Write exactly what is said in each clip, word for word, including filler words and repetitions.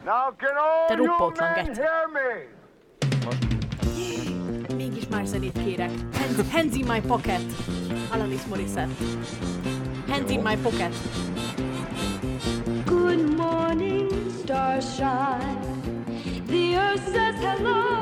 Te ruppótlan geci. Mégis más zenét kérek. Hands, hands in my pocket. Alanis Morissette. Hands in my pocket. Good morning, starshine. The earth says hello.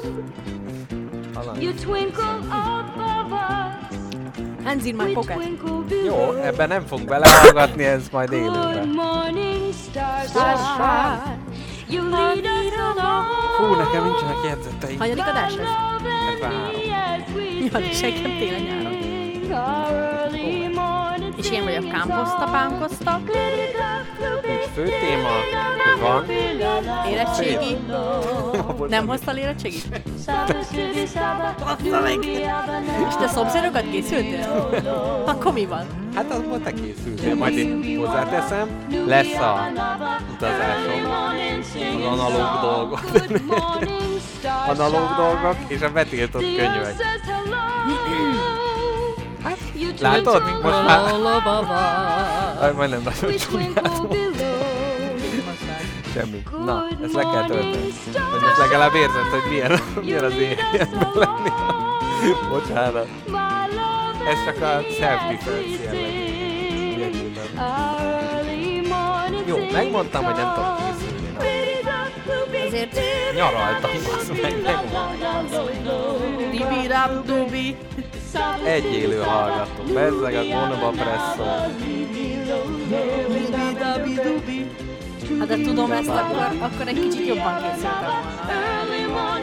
You twinkle above us. Hands in my pocket. Jó, ebben nem fogunk belehallgatni, ez majd élőben. Good morning, starshine. You lead us along. Fú, nekem nincsenek jegyzeteim. Hanyadik adás ez? Várom. Ja, seggem télen nyáron. És én vagyok kámposzta, pánkozta. Nincs fő téma, hogy van. Érettségi. Nem hoztál érettségit? Bassza meg! És te szomszédokat készültél? Akkor mi van? Hát azból te készültél, majd én hozzáteszem. Lesz a utazásom, az analóg dolgok. Analóg dolgok és a betiltott könyvek. Hát, látod? Most már... Aj, majdnem nagyon csúnyáltam. Semmi. Na, ezt le kell tölteni. Hogy most legalább érzed, hogy milyen, milyen az éljenben lenni. Bocsánat. Ez csak a self-defense jellegű. Jó, megmondtam, hogy nem tudok készülni. Ezért... Nyaraltam, azt meg megmondtam. Dibi-dab-dubi. Egy élő hallgató. Bezzeg a Gonoba Presso. Dibi-dabi-dubi. Hát de tudom ezt, akkor, akkor egy kicsit jobban készültem volna.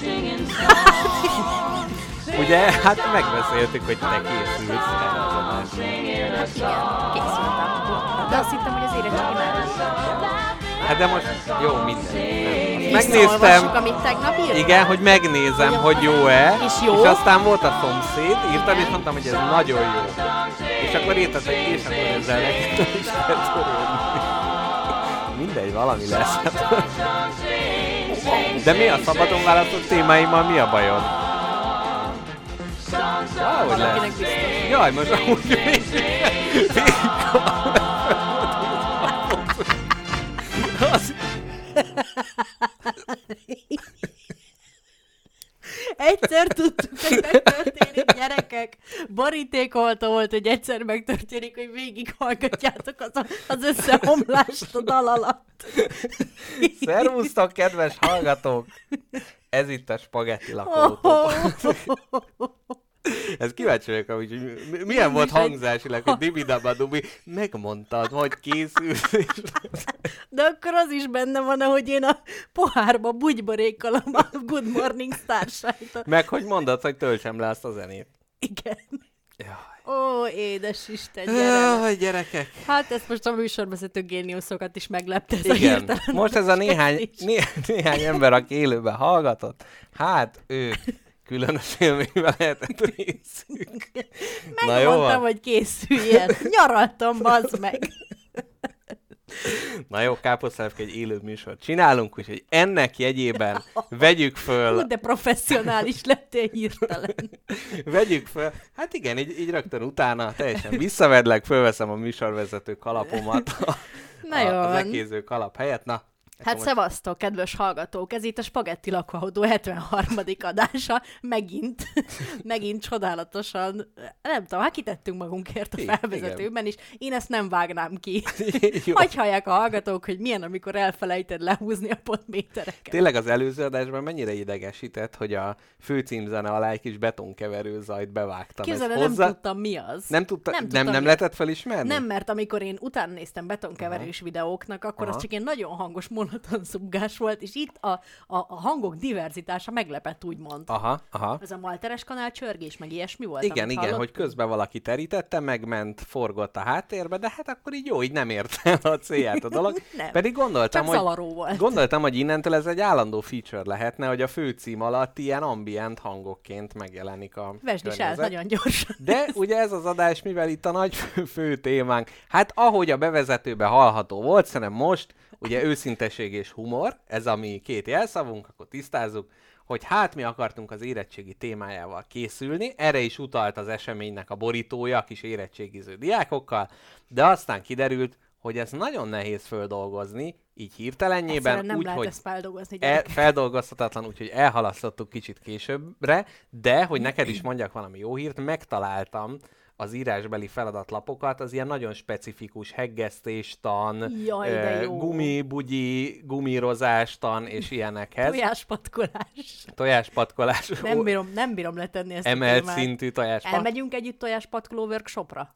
Ugye? Hát megbeszéltük, hogy te készülsz erre az adásra. Hát igen, készültem. De azt hittem, hogy az érettségi mellett. Hát de most jó, minden. Megnéztem. Amit tegnap írtam. Igen, hogy megnézem, ugye, hogy jó-e. És jó. És aztán volt a szomszéd, írtam, és mondtam, hogy ez nagyon jó. És akkor írtad, hogy és akkor ezzel nekem is kell törődni. Mindegy, valami lesz. De mi a szabadon választott témáimmal, mi a bajod? Valahogy lesz. Jaj, most amúgy végig. Egyszer tudtuk, hogy megtörténik, gyerekek. Borítékolta volt, hogy egyszer megtörténik, hogy végighallgatjátok az, az összeomlást a dal alatt. Szervusztok, kedves hallgatók! Ez itt a Spagetti lakótop. Ez kíváncsi vagyok, hogy milyen volt hangzásilag, hogy dibi-daba-dubi, megmondtad, hogy készülsz. De akkor az is benne van, ahogy én a pohárba bugyborékolom a Good Morning Starshine-t. Meg hogy mondod, hogy töltsem le azt a zenét. Igen. Jaj. Ó, édes Isten, gyere. Jaj, gyerekek. Hát ezt most a műsorvezető géniuszokat is meglepte. Ez igen, a most ez a néhány, né, néhány ember, aki élőben hallgatott, hát ő különös élményben lehetett részünk. Megmondtam, hogy készüljen. Nyaraltam, bazd meg. Na jó, káposztelepke, egy élő műsort csinálunk, úgyhogy ennek jegyében vegyük föl... Hú, de professzionális lettél hirtelen. Vegyük föl, hát igen, így, így rögtön utána teljesen visszavedlek, fölveszem a műsorvezető kalapomat, a, Na a, jó, az ekéző kalap helyett, na. Hát most... szevasztok, kedves hallgatók! Ez itt a Spagetti lakóautó hetvenharmadik adása. Megint, megint csodálatosan, nem tudom, hát kitettünk magunkért a felvezetőben, és én ezt nem vágnám ki. Hogy hallják a hallgatók, hogy milyen, amikor elfelejted lehúzni a pontmétereket. Tényleg az előző adásban mennyire idegesített, hogy a főcímzene alá egy kis betonkeverő zajt bevágtam. Képzelem, nem hozzá... tudtam, mi az. Nem, tudta... nem, tudtam, nem, nem lehetett felismerni? Nem, mert amikor én utána néztem betonkeverős Aha. videóknak, akkor Aha. az csak ilyen nagyon hangos monoton szubgás volt, és itt a, a, a hangok diverzitása meglepett, úgymond. Aha, aha. Ez a malteres kanál csörgés, meg ilyesmi volt? Igen, igen, hallott? Hogy közben valaki terítette, megment, forgott a háttérbe, de hát akkor így jó, így nem ért el a célját a dolog. Nem, pedig gondoltam, csak hogy, volt. gondoltam, hogy innentől ez egy állandó feature lehetne, hogy a főcím alatt ilyen ambient hangokként megjelenik a Vesd is el, nagyon gyorsan. De ugye ez az adás, mivel itt a nagy fő, fő témánk, hát ahogy a bevezetőben hallható volt, szerintem most ugye őszintesség és humor, ez a mi két jelszavunk, akkor tisztázzuk, hogy hát mi akartunk az érettségi témájával készülni, erre is utalt az eseménynek a borítója a kis érettségiző diákokkal, de aztán kiderült, hogy ez nagyon nehéz földolgozni, így hirtelenjében. Nem úgy, lehet hogy ezt feldolgozni. el, feldolgozhatatlan, úgyhogy elhalasztottuk kicsit későbbre, de, hogy neked is mondjak valami jó hírt, megtaláltam az írásbeli feladatlapokat, az ilyen nagyon specifikus heggesztéstan, Jaj, de jó. gumi, bugyi, gumírozástan és ilyenekhez. Tojáspatkolás. Tojáspatkolás. Nem bírom, nem bírom letenni ezt Emelt a témát. szintű tojáspatkolás. Elmegyünk együtt tojáspatkoló workshopra?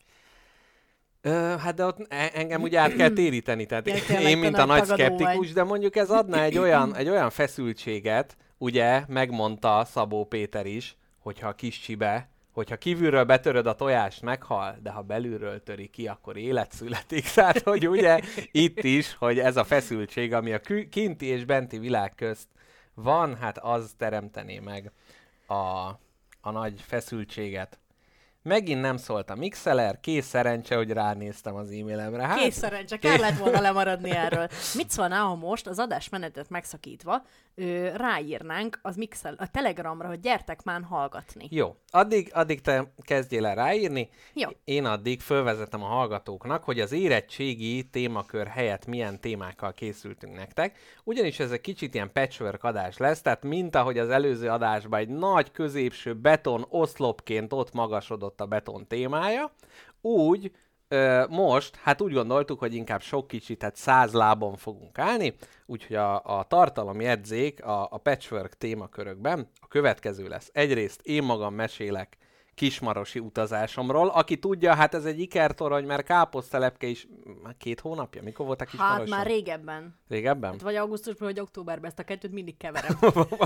Ö, hát de ott engem ugye át kell téríteni, tehát Ja, tényleg, én, mint te a nagy nagy tagadó szkeptikus, vagy. de mondjuk ez adna egy olyan, egy olyan feszültséget, ugye megmondta Szabó Péter is, hogyha a kis csibe, hogyha kívülről betöröd a tojást, meghal, de ha belülről töri ki, akkor élet születik. Tehát, hogy ugye itt is, hogy ez a feszültség, ami a kü- kinti és benti világ közt van, hát az teremtené meg a, a nagy feszültséget. Megint nem szólt a Mixeler, kész szerencse, hogy ránéztem az e-mailemre. Hát, Kész szerencse, kell lett volna lemaradni erről. Mit szólnál, ha most az adásmenetet megszakítva ö, ráírnánk az Mixel, a Telegramra, hogy gyertek már hallgatni. Jó, addig, addig te kezdjél el ráírni, Jó. Én addig fölvezetem a hallgatóknak, hogy az érettségi témakör helyett milyen témákkal készültünk nektek, ugyanis ez egy kicsit ilyen patchwork adás lesz, tehát mint ahogy az előző adásban egy nagy középső beton oszlopként ott magasodott a beton témája, úgy ö, most, hát úgy gondoltuk, hogy inkább sok kicsit, tehát száz lábon fogunk állni, úgyhogy a, a tartalmi edzék a, a patchwork témakörökben a következő lesz. Egyrészt én magam mesélek kismarosi utazásomról. Aki tudja, hát ez egy ikertorony, mert káposztelepke is már két hónapja. Mikor volt a Kismaroson? Hát már régebben. Régebben? Hát vagy augusztusban, vagy októberben, ezt a kettőt mindig keverem.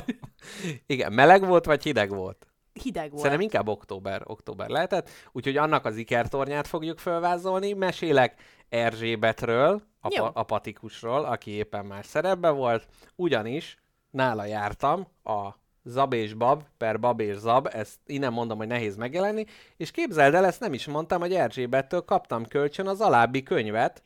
Igen, meleg volt, vagy hideg volt? Hideg volt. Szerintem inkább október, október lehetett, úgyhogy annak az ikertornyát fogjuk felvázolni. Mesélek Erzsébetről, a, pa- a patikusról, aki éppen más szerepben volt, ugyanis nála jártam a Zab és Bab, per Bab és Zab, ezt innen mondom, hogy nehéz megjelenni, és képzeld el, ezt nem is mondtam, hogy Erzsébettől kaptam kölcsön az alábbi könyvet,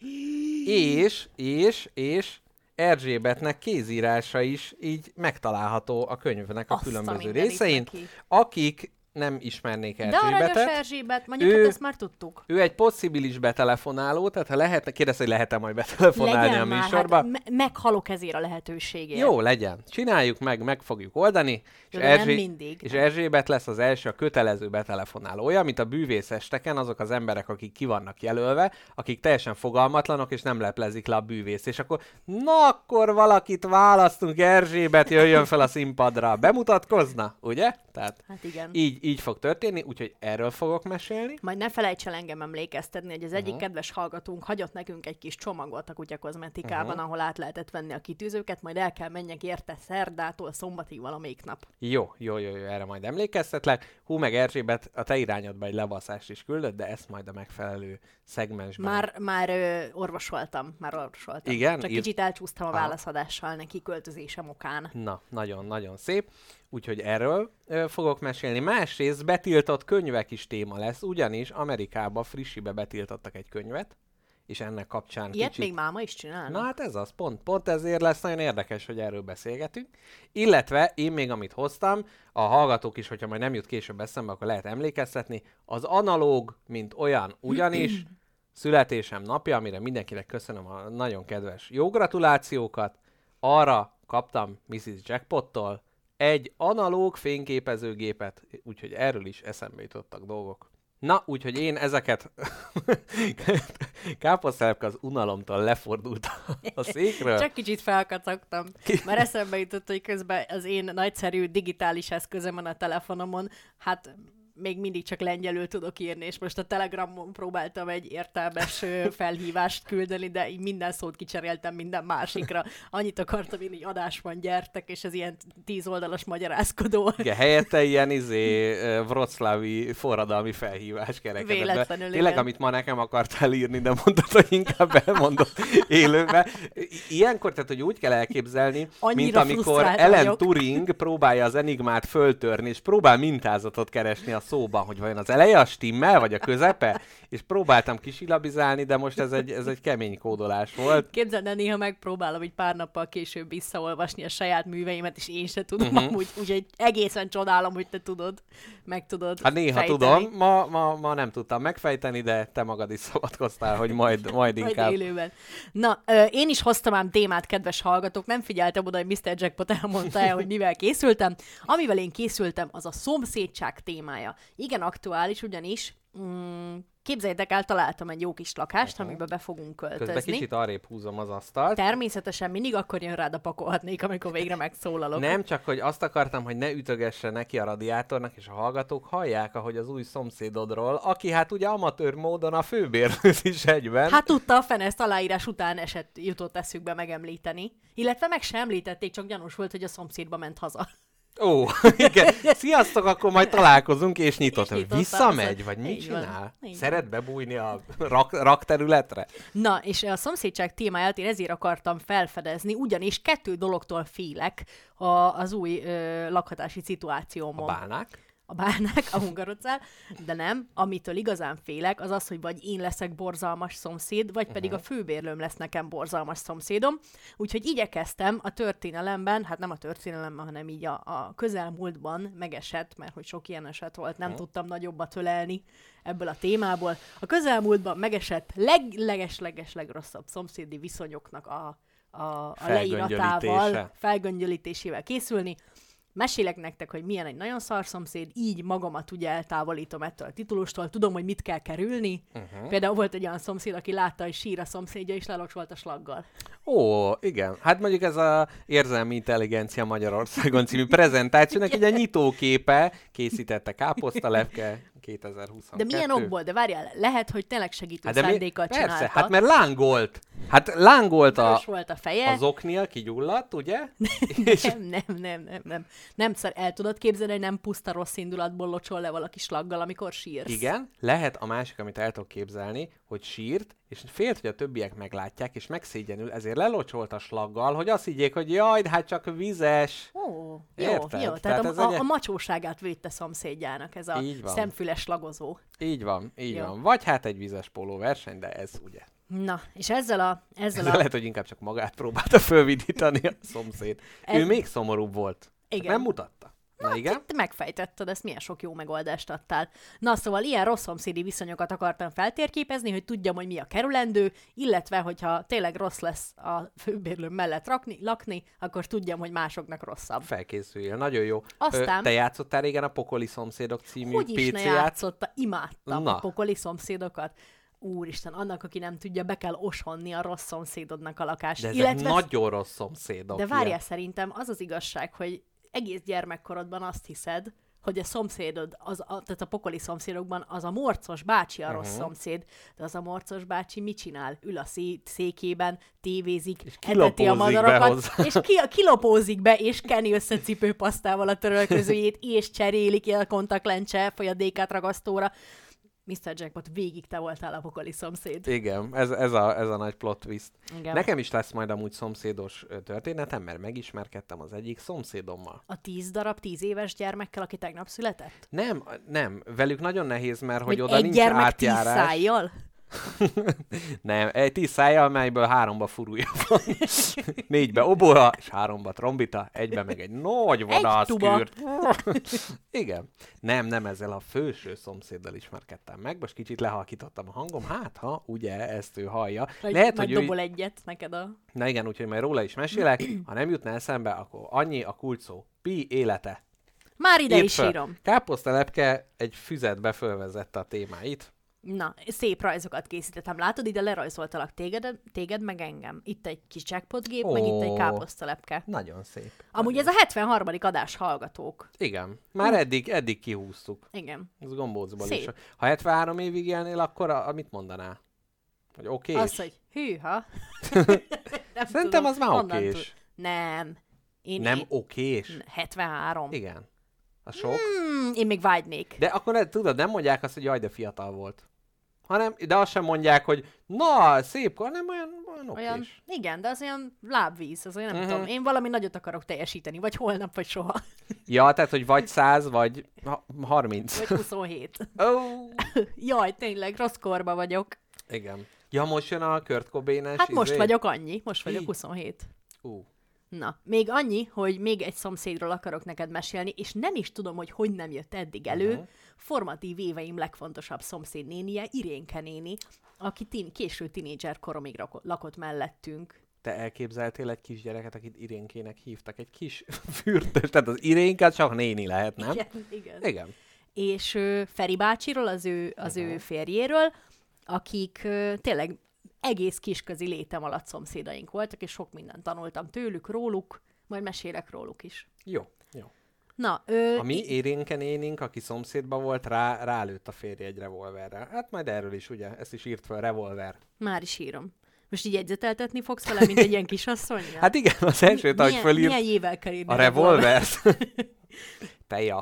és, és, és Erzsébetnek kézírása is így megtalálható a könyvnek a Azt a különböző mindenit részein. neki. Akik nem ismernék De aranyos Erzsébetet, Erzsébet, mondjuk, Ő- hát ezt már tudtuk. ő egy possibilis betelefonáló, tehát ha lehet, kérdez, hogy lehet-e majd betelefonálni Legyen a már, műsorba. hát me- meghalok ezért a lehetőségért. Jó, legyen. Csináljuk meg, meg fogjuk oldani. Jó, de nem mindig. És Erzsébet lesz az első a kötelező betelefonálója, mint a bűvészesteken azok az emberek, akik ki vannak jelölve, akik teljesen fogalmatlanok, és nem leplezik le a bűvész. És akkor, na akkor valakit választunk, Erzsébet jöjjön fel a színpadra. Bemutatkozna, ugye? Tehát Hát igen. így, így fog történni, úgyhogy erről fogok mesélni. Majd ne felejts el engem emlékeztetni, hogy az egyik Aha. kedves hallgatónk hagyott nekünk egy kis csomagot a Kutya Kozmetikában, Aha. ahol át lehetett venni a kitűzőket, majd el kell menjek érte szerdától szombatig valamelyik nap. Jó, jó, jó, jó, erre majd emlékeztetlek. Hú, meg Erzsébet a te irányodba egy lebaszást is küldött, de ezt majd a megfelelő szegmensben. Már, már ö, orvosoltam, már orvosoltam. Igen? Csak Ír- kicsit elcsúsztam a Aha. válaszadással neki költözésem okán. Na, nagyon-nagyon szép. Úgyhogy erről ö, fogok mesélni. Másrészt betiltott könyvek is téma lesz, ugyanis Amerikában frissibe betiltottak egy könyvet, és ennek kapcsán Ilyet kicsit... még máma is csinálnak? Na hát ez az, pont, pont ezért lesz nagyon érdekes, hogy erről beszélgetünk. Illetve én még amit hoztam, a hallgatók is, hogyha majd nem jut később eszembe, akkor lehet emlékeztetni, az analóg, mint olyan, ugyanis születésem napja, amire mindenkinek köszönöm a nagyon kedves jó gratulációkat, arra kaptam missus Jackpottól egy analóg fényképezőgépet, úgyhogy erről is eszembe jutottak dolgok. Na, úgyhogy én ezeket káposztelepke az unalomtól lefordult a székről. Csak kicsit felkacagtam, mert eszembe jutott, hogy közben az én nagyszerű digitális eszközömön a telefonomon, hát még mindig csak lengyelül tudok írni, és most a Telegramon próbáltam egy értelmes ö, felhívást küldeni, de így minden szót kicseréltem minden másikra. Annyit akartam írni, hogy adás van, gyertek, és ez ilyen tíz oldalas magyarázkodó. Igen, helyette ilyen izé uh, vroclavi forradalmi felhívás kerekedett be. Véletlenül, Tényleg, igen. amit ma nekem akartál írni, de mondtad, hogy inkább elmondod élőbe. I- Ilyenkor, tehát, hogy úgy kell elképzelni, Annyira mint amikor frusztrált Ellen vagyok. Turing próbálja az enigmát föltörni, és próbál mintázatot keresni a szóban, hogy vajon az eleje a stimmel, vagy a közepe, és próbáltam kisilabizálni, de most ez egy, ez egy kemény kódolás volt. Képzeld el, néha megpróbálom egy pár nappal később visszaolvasni a saját műveimet, és én se tudom Uh-huh. amúgy, úgyhogy egészen csodálom, hogy te tudod, meg tudod Hát néha fejteni. tudom, ma, ma, ma nem tudtam megfejteni, de te magad is szabadkoztál, hogy majd, majd inkább. Majd élőben. Na, ö, én is hoztam ám témát, kedves hallgatók, nem figyeltem oda, hogy miszter Jackpot elmondta el, hogy mivel készültem. Amivel én készültem, az a szomszédság témája. Igen aktuális, ugyanis mm, képzeljétek el, találtam egy jó kis lakást, Uh-huh. amiben be fogunk Közben költözni. kicsit arrébb húzom az asztalt. Természetesen mindig akkor jön rád a pakolhatnék, amikor végre megszólalok. Nem, csak hogy azt akartam, hogy ne ütögesse neki a radiátornak, és a hallgatók hallják, ahogy az új szomszédodról, aki hát ugye amatőr módon a főbérlőt is egyben. Hát tudta, a fene ezt aláírás után esett, jutott eszükbe megemlíteni. Illetve meg sem említették, csak gyanús volt, hogy a szomszédba ment haza. Ó, igen. Sziasztok, akkor majd találkozunk, és nyitott. És nyitott Visszamegy, az- vagy mit így van, csinál? így van. Szeret bebújni a rak, rakterületre? Na, és a szomszédság témáját én ezért akartam felfedezni, ugyanis kettő dologtól félek a, az új ö, lakhatási A szituációmon. bálnák? a bálnák, a hungarocál, de nem. Amitől igazán félek, az az, hogy vagy én leszek borzalmas szomszéd, vagy pedig Uh-huh. a főbérlőm lesz nekem borzalmas szomszédom. Úgyhogy igyekeztem a történelemben, hát nem a történelemben, hanem így a, a közelmúltban megesett, mert hogy sok ilyen eset volt, nem Uh-huh. tudtam nagyobbat ölelni ebből a témából. A közelmúltban megesett leg-leges-leges legrosszabb szomszédi viszonyoknak a, a, a leíratával, Felgöngyölítése. felgöngyölítésével készülni. Mesélek nektek, hogy milyen egy nagyon szar szomszéd, így magamat ugye eltávolítom ettől a titulustól, tudom, hogy mit kell kerülni. Uh-huh. Például volt egy olyan szomszéd, aki látta, hogy sír a szomszédja, és lelocsolt a slaggal. Ó, igen. Hát mondjuk ez a Érzelmi Intelligencia Magyarországon című prezentációnak egy a nyitóképe készítette Káposztalepke kétezer-huszonkettő. De milyen okból? De várjál, lehet, hogy tényleg segítő Hát de mi- szándékkal persze, csinálta. hát mert lángolt. Hát lángolt a, Vörös volt a feje. az oknia, kigyulladt, ugye? És Nem, nem, nem, nem, nem. Nem szer, el tudod képzelni, hogy nem puszta rossz indulatból locsol le valaki slaggal, amikor sírsz. igen, lehet a másik, amit el tudok képzelni, hogy sírt, és félt, hogy a többiek meglátják, és megszégyenül, ezért lelocsolt a slaggal, hogy azt higgyék, hogy jaj, hát csak vizes. Ó, jó, Érted? jó. Tehát, Tehát a, ez a, egy- a macsóságát védte szomszédjának ez a Így van. szemfüles slagozó. Így van, így Jó. van. Vagy hát egy vizes pólóverseny, de ez ugye. Na, és ezzel a... Ezzel De a lehet, hogy inkább csak magát próbálta fölvidítani a szomszéd. Ez- Ő még szomorúbb volt. Igen. Nem mutatta. Na igen? Te megfejtetted, ezt milyen sok jó megoldást adtál. Na, szóval ilyen rossz szomszédi viszonyokat akartam feltérképezni, hogy tudjam, hogy mi a kerülendő, illetve, hogyha tényleg rossz lesz a főbérlőm mellett rakni, lakni, akkor tudjam, hogy másoknak rosszabb. Felkészüljél, nagyon jó. Aztán- Ö, te játszottál régen a Pokoli Szomszédok című Hogy is pé ne cé ját? játszotta, imádtam Na. a pokoli szomszédokat. Úristen, annak, aki nem tudja, be kell osonni a rossz szomszédodnak a lakást. De ezek illetve nagyon rossz szomszédok. De várjál, ilyen. szerintem az az igazság, hogy egész gyermekkorodban azt hiszed, hogy a szomszédod, az, a, tehát a pokoli szomszédokban az a morcos bácsi a rossz Mhm. szomszéd, de az a morcos bácsi mit csinál? Ül a szé- székében, tévézik, És eteti a kilopózik be madarakat, hozzá. és ki, kilopózik be, és keni össze cipőpasztával a törölközőjét, és cseréli ki a kontaktlencse folyadékát ragasztóra. miszter Jackpot, végig te voltál a pokoli szomszéd. Igen, ez, ez, a, ez a nagy plot twist. Igen. Nekem is lesz majd amúgy szomszédos ö, történetem, mert megismerkedtem az egyik szomszédommal. A tíz darab tíz éves gyermekkel, aki tegnap született? Nem, nem, velük nagyon nehéz, mert hogy Vagy oda egy nincs gyermek tíz átjárás. szájjal? Nem, egy tíz szájjal, melyből háromba furúja van. Négybe obora, és háromba trombita, egybe meg egy nagy vadászkürt. Igen. Nem, nem ezzel a főső szomszéddal ismerkedtem meg. Most kicsit lehalkítottam a hangom. Hát, ha ugye ezt ő hallja. Vagy Lehet, majd hogy ő... dobol egyet neked a... Na igen, úgyhogy majd róla is mesélek. Ha nem jutna eszembe, akkor annyi a kulcsszó. Pi élete. Már ide Írd is föl. írom. Káposztalepke egy füzetbe fölvezette a témáit. Na, szép rajzokat készítettem. Látod, ide lerajzoltalak téged, téged meg engem. Itt egy kis jackpotgép, Ó. meg itt egy káposztalepke. Nagyon szép. Amúgy ez a hetvenharmadik adás, hallgatók. Igen. Már eddig, eddig kihúztuk. Igen. Ez gombócból Szép. is. Ha hetvenhárom évig élnél, akkor a, a mit mondanál? Hogy oké okay Azt, hogy hűha. Nem Szerintem tudom, az már honnan okés. tud- Nem. Én, Nem én... okés? hetvenhárom. Igen. A sok. Hmm, én még vágynék. De akkor ne, tudod, nem mondják azt, hogy jaj, de fiatal volt. Hanem, de azt sem mondják, hogy na, szép kor, nem olyan, Olyan, olyan, igen, de az olyan lábvíz, az olyan nem uh-huh. tudom. Én valami nagyot akarok teljesíteni, vagy holnap, vagy soha. Ja, tehát, hogy vagy száz, vagy harminc. Vagy huszonhét. Oh. Jaj, tényleg, rossz korba vagyok. Igen. Ja, most jön a Kurt Cobain-es Hát most izé? vagyok annyi, most vagyok huszonhét. Uh. Na, még annyi, hogy még egy szomszédról akarok neked mesélni, és nem is tudom, hogy hogy nem jött eddig elő. Uh-huh. Formatív éveim legfontosabb szomszédnénie, Irénke néni, aki tin- késő tinédzser koromig rak- lakott mellettünk. Te elképzeltél egy kisgyereket, akit Irénkének hívtak? Egy kis fürtös, tehát az Irénke csak néni lehet, nem? Igen, igen. Igen. És ö, Feri bácsiról, az ő, az uh-huh. ő férjéről, akik ö, tényleg egész kisközi létem alatt szomszédaink voltak, és sok mindent tanultam tőlük, róluk, majd mesélek róluk is. Jó, jó. Na, ö, a mi Irénke nénink, aki szomszédban volt, rá, rálőtt a férje egy revolverrel. Hát majd erről is, ugye? Ezt is írt fel, revolver. Már is írom. Most így jegyzeteltetni fogsz vele, mint egy ilyen kisasszonnyal? Hát igen, az elsőt, ahogy fölírt. Milyen jével kell írni a revolvert? Teja.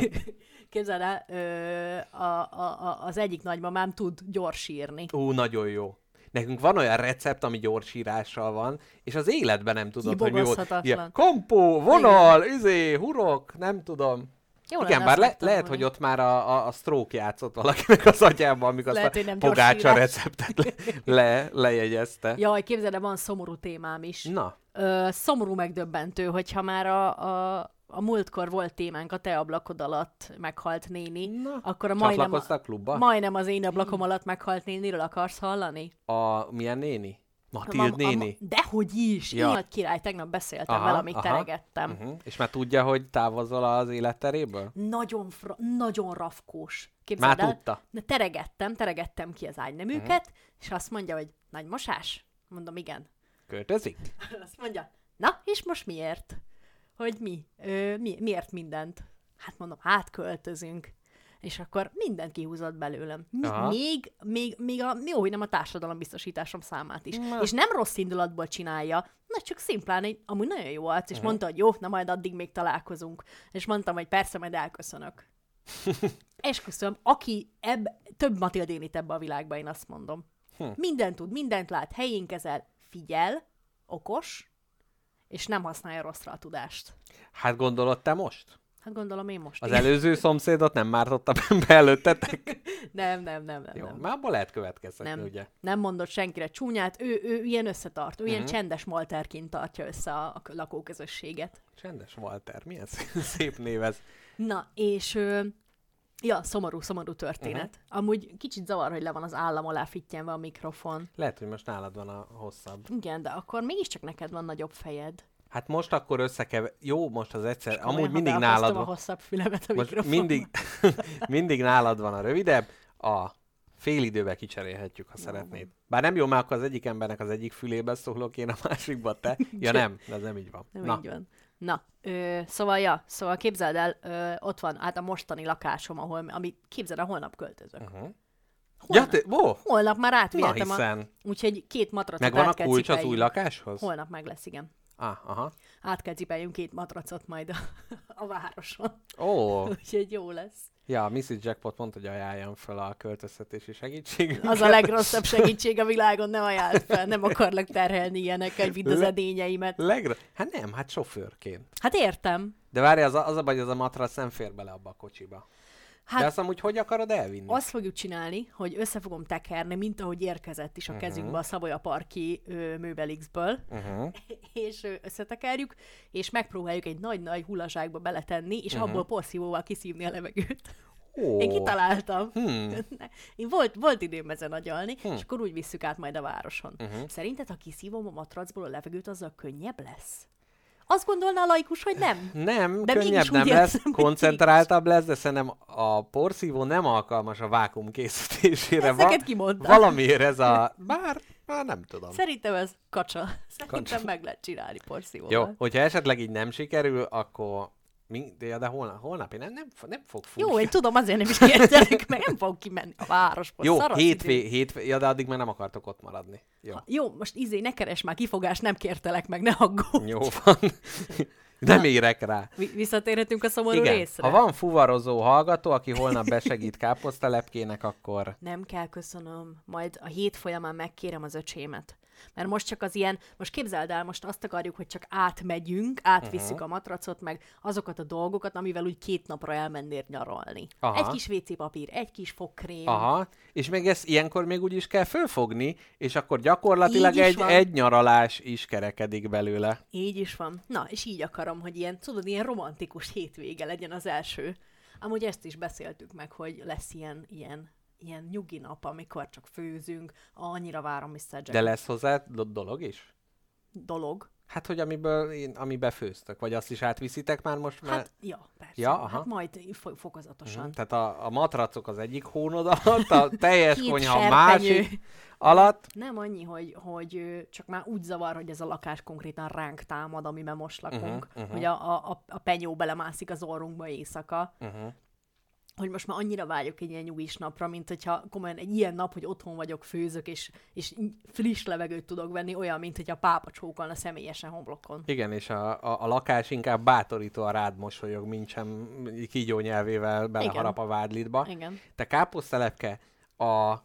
Képzeld el, ö, a, a, a, az egyik nagymamám tud gyors írni. Ú, nagyon jó. Nekünk van olyan recept, ami gyorsírással van, és az életben nem tudod, hogy mi volt. Ilyen, kompó, vonal, izé, hurok, nem tudom. Jó, igen, bár le, lehet, hogy ott már a, a, a stroke játszott valakinek az agyában, amikor lehet, azt a pogácsa receptet le, le, lejegyezte. Jaj, képzeld, van szomorú témám is. Na. Ö, szomorú megdöbbentő, hogyha már a, a, a múltkor volt témánk a te ablakod alatt meghalt néni, na, akkor a majdnem, a majdnem az én ablakom alatt meghalt néniről akarsz hallani? A milyen néni? Matild néni? A, dehogy is! Ja. Én nagy király, tegnap beszéltem aha, vele, amíg aha. teregettem. Uh-huh. És már tudja, hogy távozol az életteréből? Nagyon, fra- nagyon rafkós. Képzeld már el, tudta? De teregettem, teregettem ki az ágyneműket, uh-huh. és azt mondja, hogy nagy mosás? Mondom, igen. Költözik? Azt mondja, na, és most miért? Hogy mi? Ö, mi? Miért mindent? Hát mondom, hát költözünk. És akkor mindent kihúzott belőlem. Még, még, még a, jó, hogy nem a társadalombiztosításom számát is. Na. És nem rossz indulatból csinálja, na csak szimplán egy, amúgy nagyon jó arc, és uh-huh. mondta, hogy jó, na majd addig még találkozunk. És mondtam, hogy persze, majd elköszönök. Esküszöm, aki ebb, több Matildénit ebbe a világba, én azt mondom. Hm. Mindent tud, mindent lát, helyén kezel, figyel, okos, és nem használja rosszra a tudást. Hát gondolod te most? Hát gondolom én most. Az igen. Előző szomszédot nem mártottam be előttetek? nem, nem, nem, nem. Jó, nem. már abból lehet következtetni, nem, ugye? Nem mondott senkire csúnyát, ő, ő ilyen összetart, ő uh-huh. ilyen csendes malterként tartja össze a, a lakóközösséget. Csendes Walter, milyen szép név ez. Na, és ö, ja, szomorú, szomorú történet. Uh-huh. Amúgy kicsit zavar, hogy le van az állam alá fittyenve a mikrofon. Lehet, hogy most nálad van a hosszabb. Igen, de akkor mégiscsak neked van nagyobb fejed. Hát most akkor összekever... Jó, most az egyszer... Csak amúgy mindig nálad van... a hosszabb fülemet a most mindig, mindig nálad van a rövidebb, a fél időben kicserélhetjük, ha jó, szeretnéd. Bár nem jó, mert akkor az egyik embernek az egyik fülébe szólok, én a másikba te. Ja nem, ez nem így van. Nem Na. így van. Na, ö, szóval, ja, szóval képzeld el, ö, ott van hát a mostani lakásom, ahol, ami képzeld el, holnap költözök. Uh-huh. Holnap, ja, te, oh. holnap már átvihetem. Na, hiszen. A, úgyhogy két matracot megvan át kell a kulcs cipeljünk. az új lakáshoz? Holnap meg lesz, igen. Ah, aha. Át kell cipeljünk két matracot majd a, a városon. Ó. Oh. Úgyhogy jó lesz. Ja, missus Jackpot mondta, hogy ajánljam fel a költöztetési segítségünket. Az a legrosszabb segítség a világon, nem ajánlt fel. Nem akarlak terhelni ilyenekkel, vidd az edényeimet. Legra... Hát nem, hát sofőrként. Hát értem. De várj, az a, az a baj, az a matrac nem fér bele abba a kocsiba. Hát, de azt amúgy hogy akarod elvinni? Azt fogjuk csinálni, hogy össze fogom tekerni, mint ahogy érkezett is a uh-huh. kezünkbe a Savoya Parki Möbelixből, uh-huh. és ö, összetekerjük, és megpróbáljuk egy nagy-nagy hullazsákba beletenni, és uh-huh. abból porszívóval kiszívni a levegőt. Oh. Én kitaláltam. Hmm. Én volt, volt időm ezen agyalni, hmm. és akkor úgy visszük át majd a városon. Uh-huh. Szerinted, ha kiszívom a matracból a levegőt, azzal könnyebb lesz? Azt gondolná a laikus, hogy nem. Nem, de könnyebb nem lesz, érzem, koncentráltabb lesz, de szerintem a porszívó nem alkalmas a vákuum készítésére. Ezeket Va- kimondtam. Valamiért ez a... Bár, bár nem tudom. Szerintem ez kacsa. Szerintem kacsa. Meg lehet csinálni porszívóval. Jó, hogyha esetleg így nem sikerül, akkor... De, de holnap, holnap én nem, nem, nem fog futni. Jó, én tudom, azért nem is kértelek, meg nem fog kimenni a városból. Jó, hétvé, hétvé, ja, de addig már nem akartok ott maradni. Jó, ha, jó most izé, ne keres már kifogás, nem kértelek meg, ne aggódj. Jó van. Nem érek rá. Visszatérhetünk a szomorú igen, részre. Ha van fuvarozó hallgató, aki holnap besegít káposztalepkének, akkor... Nem kell, köszönöm. Majd a hét folyamán megkérem az öcsémet. Mert most csak az ilyen, most képzeld el, most azt akarjuk, hogy csak átmegyünk, átvisszük uh-huh. a matracot, meg azokat a dolgokat, amivel úgy két napra elmennél nyaralni. Aha. Egy kis vé cé papír, egy kis fogkrém. Aha, és még ezt ilyenkor még úgy is kell fölfogni, és akkor gyakorlatilag egy, egy nyaralás is kerekedik belőle. Így is van. Na, és így akarom, hogy ilyen, tudod, ilyen romantikus hétvége legyen az első. Amúgy ezt is beszéltük meg, hogy lesz ilyen, ilyen, ilyen nyugi nap, amikor csak főzünk. Annyira várom miszter Jack. De lesz hozzá do- dolog is? Dolog? Hát, hogy amiből, amiben főztök, vagy azt is átviszitek már most? Mert... Hát, ja, persze. Ja, aha. Hát majd fo- fokozatosan. Uh-huh. Tehát a, a matracok az egyik hónod alatt, a teljes konyha a másik alatt. Nem annyi, hogy, hogy csak már úgy zavar, hogy ez a lakás konkrétan ránk támad, amiben most lakunk, uh-huh, uh-huh. hogy a, a, a penyó belemászik az orrunkba éjszaka. Uh-huh. Hogy most már annyira vágyok egy ilyen nyugis napra, mint hogyha komolyan egy ilyen nap, hogy otthon vagyok, főzök, és, és friss levegőt tudok venni, olyan, mint hogy a pápa csókolna személyesen homlokon. Igen, és a, a, a lakás inkább bátorítóan rád mosolyog, mint sem kígyó nyelvével beleharap a vádlitba. Igen. Te káposztelepke, a, a,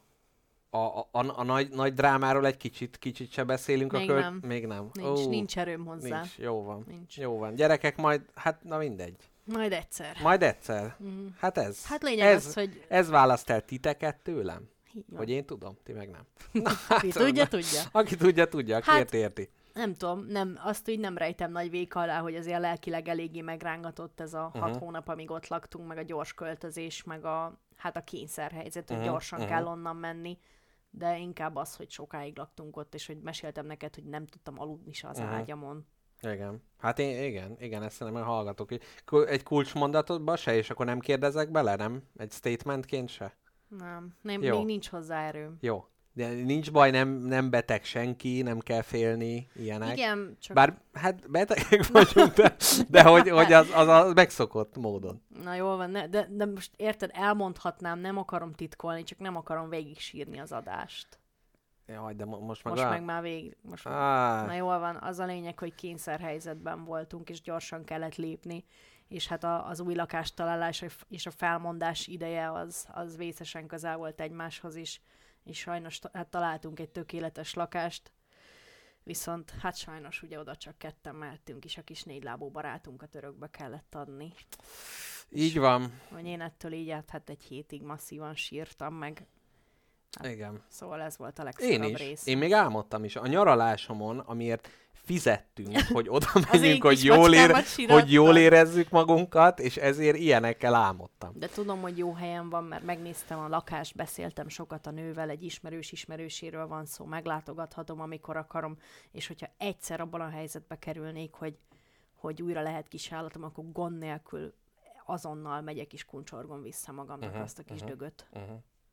a, a, a nagy, nagy drámáról egy kicsit, kicsit se beszélünk. Még a költ... nem. Még nem. Nincs, Ó, nincs erőm hozzá. Nincs. Jó van. Nincs. Jó van. Gyerekek majd, hát na mindegy. Majd egyszer. Majd egyszer. Mm. Hát ez. Hát lényeg ez, az, hogy... Ez választ el titeket tőlem? Hogy én tudom, ti meg nem. Na, hát, aki tudja, tudja. Aki tudja, tudja, aki hát, érti, érti. Nem tudom, nem, azt úgy nem rejtem nagy véka alá, hogy azért lelkileg eléggé megrángatott ez a uh-huh. hat hónap, amíg ott laktunk, meg a gyors költözés, meg a, hát a kényszerhelyzet, hogy uh-huh. gyorsan uh-huh. kell onnan menni. De inkább az, hogy sokáig laktunk ott, és hogy meséltem neked, hogy nem tudtam aludni se az uh-huh. ágyamon. Igen. Hát én, igen, igen, ezt nem hallgatok. Egy kulcsmondatodba se, és akkor nem kérdezek bele, nem? Egy statementként se? Nem, nem még nincs hozzá erőm. Jó. De nincs baj, nem, nem beteg senki, nem kell félni, ilyenek. Igen, csak... Bár, hát betegek vagyunk, de, de hogy, hogy az, az a megszokott módon. Na jól van, ne, de, de most érted, elmondhatnám, nem akarom titkolni, csak nem akarom végig sírni az adást. Jaj, de mo- most meg... Most a... meg már végig. Most ah. meg... Na jól van, az a lényeg, hogy kényszerhelyzetben voltunk, és gyorsan kellett lépni, és hát a, az új lakástalálás és a felmondás ideje az, az vészesen közel volt egymáshoz is, és sajnos hát találtunk egy tökéletes lakást, viszont hát sajnos ugye oda csak ketten mehettünk, és a kis négylábú barátunkat örökbe kellett adni. Így és, van. Hogy én ettől így át, hát egy hétig masszívan sírtam meg. Hát, igen. Szóval ez volt a legszarabb Én is. rész. Én még álmodtam is. A nyaralásomon, amiért fizettünk, hogy oda menjünk, hogy, jól ér, hogy jól érezzük magunkat, és ezért ilyenekkel álmodtam. De tudom, hogy jó helyen van, mert megnéztem a lakást, beszéltem sokat a nővel, egy ismerős ismerőséről van szó, meglátogathatom, amikor akarom, és hogyha egyszer abban a helyzetbe kerülnék, hogy, hogy újra lehet kis állatom, akkor gond nélkül azonnal megyek és kuncsorgom vissza magamnak uh-huh, azt a kis uh-huh, dögöt. Uh-huh.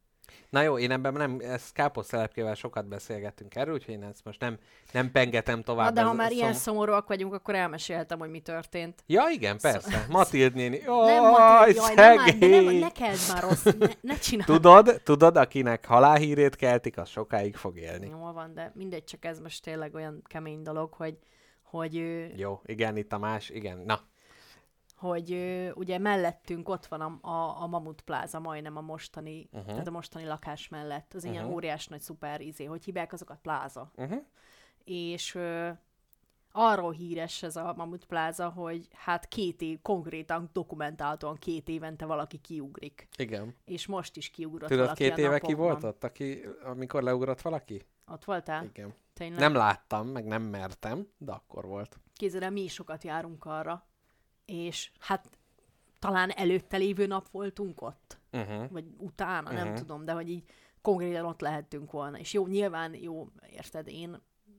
Na jó, én ebben nem, ezt káposztelepkével sokat beszélgettünk erről, úgyhogy én ezt most nem, nem pengetem tovább. Na de ha ez, már szom... ilyen szomorúak vagyunk, akkor elmeséltem, hogy mi történt. Ja, igen, persze. Szó... Matild néni. Jaj, nem, Matild, jaj, nem, már, de nem, ne kezd már rossz, ne, ne csinálj. Tudod, tudod, akinek halálhírét keltik, az sokáig fog élni. Jól van, de mindegy, csak ez most tényleg olyan kemény dolog, hogy... hogy jó, igen, itt a más, igen, na. hogy ö, ugye mellettünk ott van a, a, a Mamut Pláza, majdnem a mostani, uh-huh. tehát a mostani lakás mellett. Az uh-huh. ilyen óriás nagy szuper izé, hogy hívják azokat pláza. Uh-huh. És ö, arról híres ez a Mamut Pláza, hogy hát két év, konkrétan dokumentáltan két évente valaki kiugrik. Igen. És most is kiugrott Tudod, valaki két a éve ki napokban. volt ott, aki, amikor leugrott valaki? Ott voltál? Igen. Tényleg? Nem láttam, meg nem mertem, de akkor volt. Képzeld, mi is sokat járunk arra. És hát talán előtte lévő nap voltunk ott, uh-huh. vagy utána, uh-huh. nem tudom, de hogy így konkrétan ott lehettünk volna. És jó, nyilván, jó, érted, én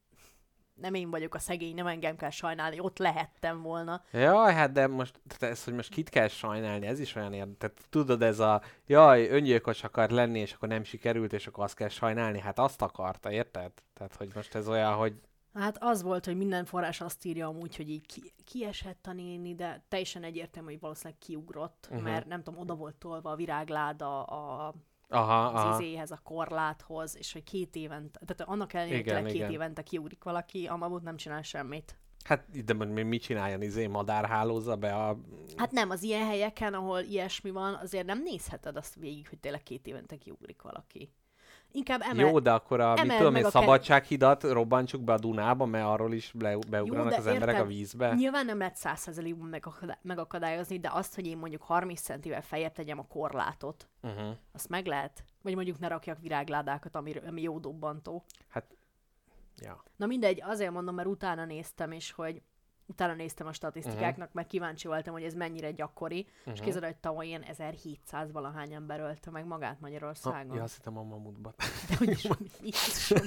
nem én vagyok a szegény, nem engem kell sajnálni, ott lehettem volna. Jaj, hát de most, ez, hogy most kit kell sajnálni, ez is olyan érdekes. Tehát tudod, ez a, jaj, öngyilkos akar lenni, és akkor nem sikerült, és akkor azt kell sajnálni, hát azt akarta, érted? Tehát, hogy most ez olyan, hogy hát az volt, hogy minden forrás azt írja amúgy, hogy így ki, kiesett a néni, de teljesen egyértelmű, hogy valószínűleg kiugrott, uh-huh. mert nem tudom, oda volt tolva a virágláda a, aha, az aha. izéhez, a korláthoz, és hogy két évente, tehát annak ellenére, hogy két igen. évente kiugrik valaki, a Mamut nem csinál semmit. Hát, de mit csináljon, izé, madárhálózza be a... Hát nem, az ilyen helyeken, ahol ilyesmi van, azért nem nézheted azt végig, hogy tényleg két évente kiugrik valaki. Inkább emel... Jó, de akkor a, mit emeld tudom meg én, a ke- szabadsághidat robbantsuk be a Dunába, mert arról is le, beugranak de az emberek érted? a vízbe. Nyilván nem lehet száz százalékban megakadá- megakadályozni, de azt, hogy én mondjuk harminc centivel feljebb tegyem a korlátot, Uh-huh. azt meg lehet. Vagy mondjuk ne rakjak virágládákat, ami, ami jó dobbantó. Hát, ja. Na mindegy, azért mondom, mert utána néztem is, hogy utána néztem a statisztikáknak, uh-huh. mert kíváncsi voltam, hogy ez mennyire gyakori, uh-huh. és képzeld, hogy tavaly ilyen ezerhétszáz valahány ember ölte meg magát Magyarországon. Ha, ja, azt hittem a mamutban. De úgyis, hogy Jézusom.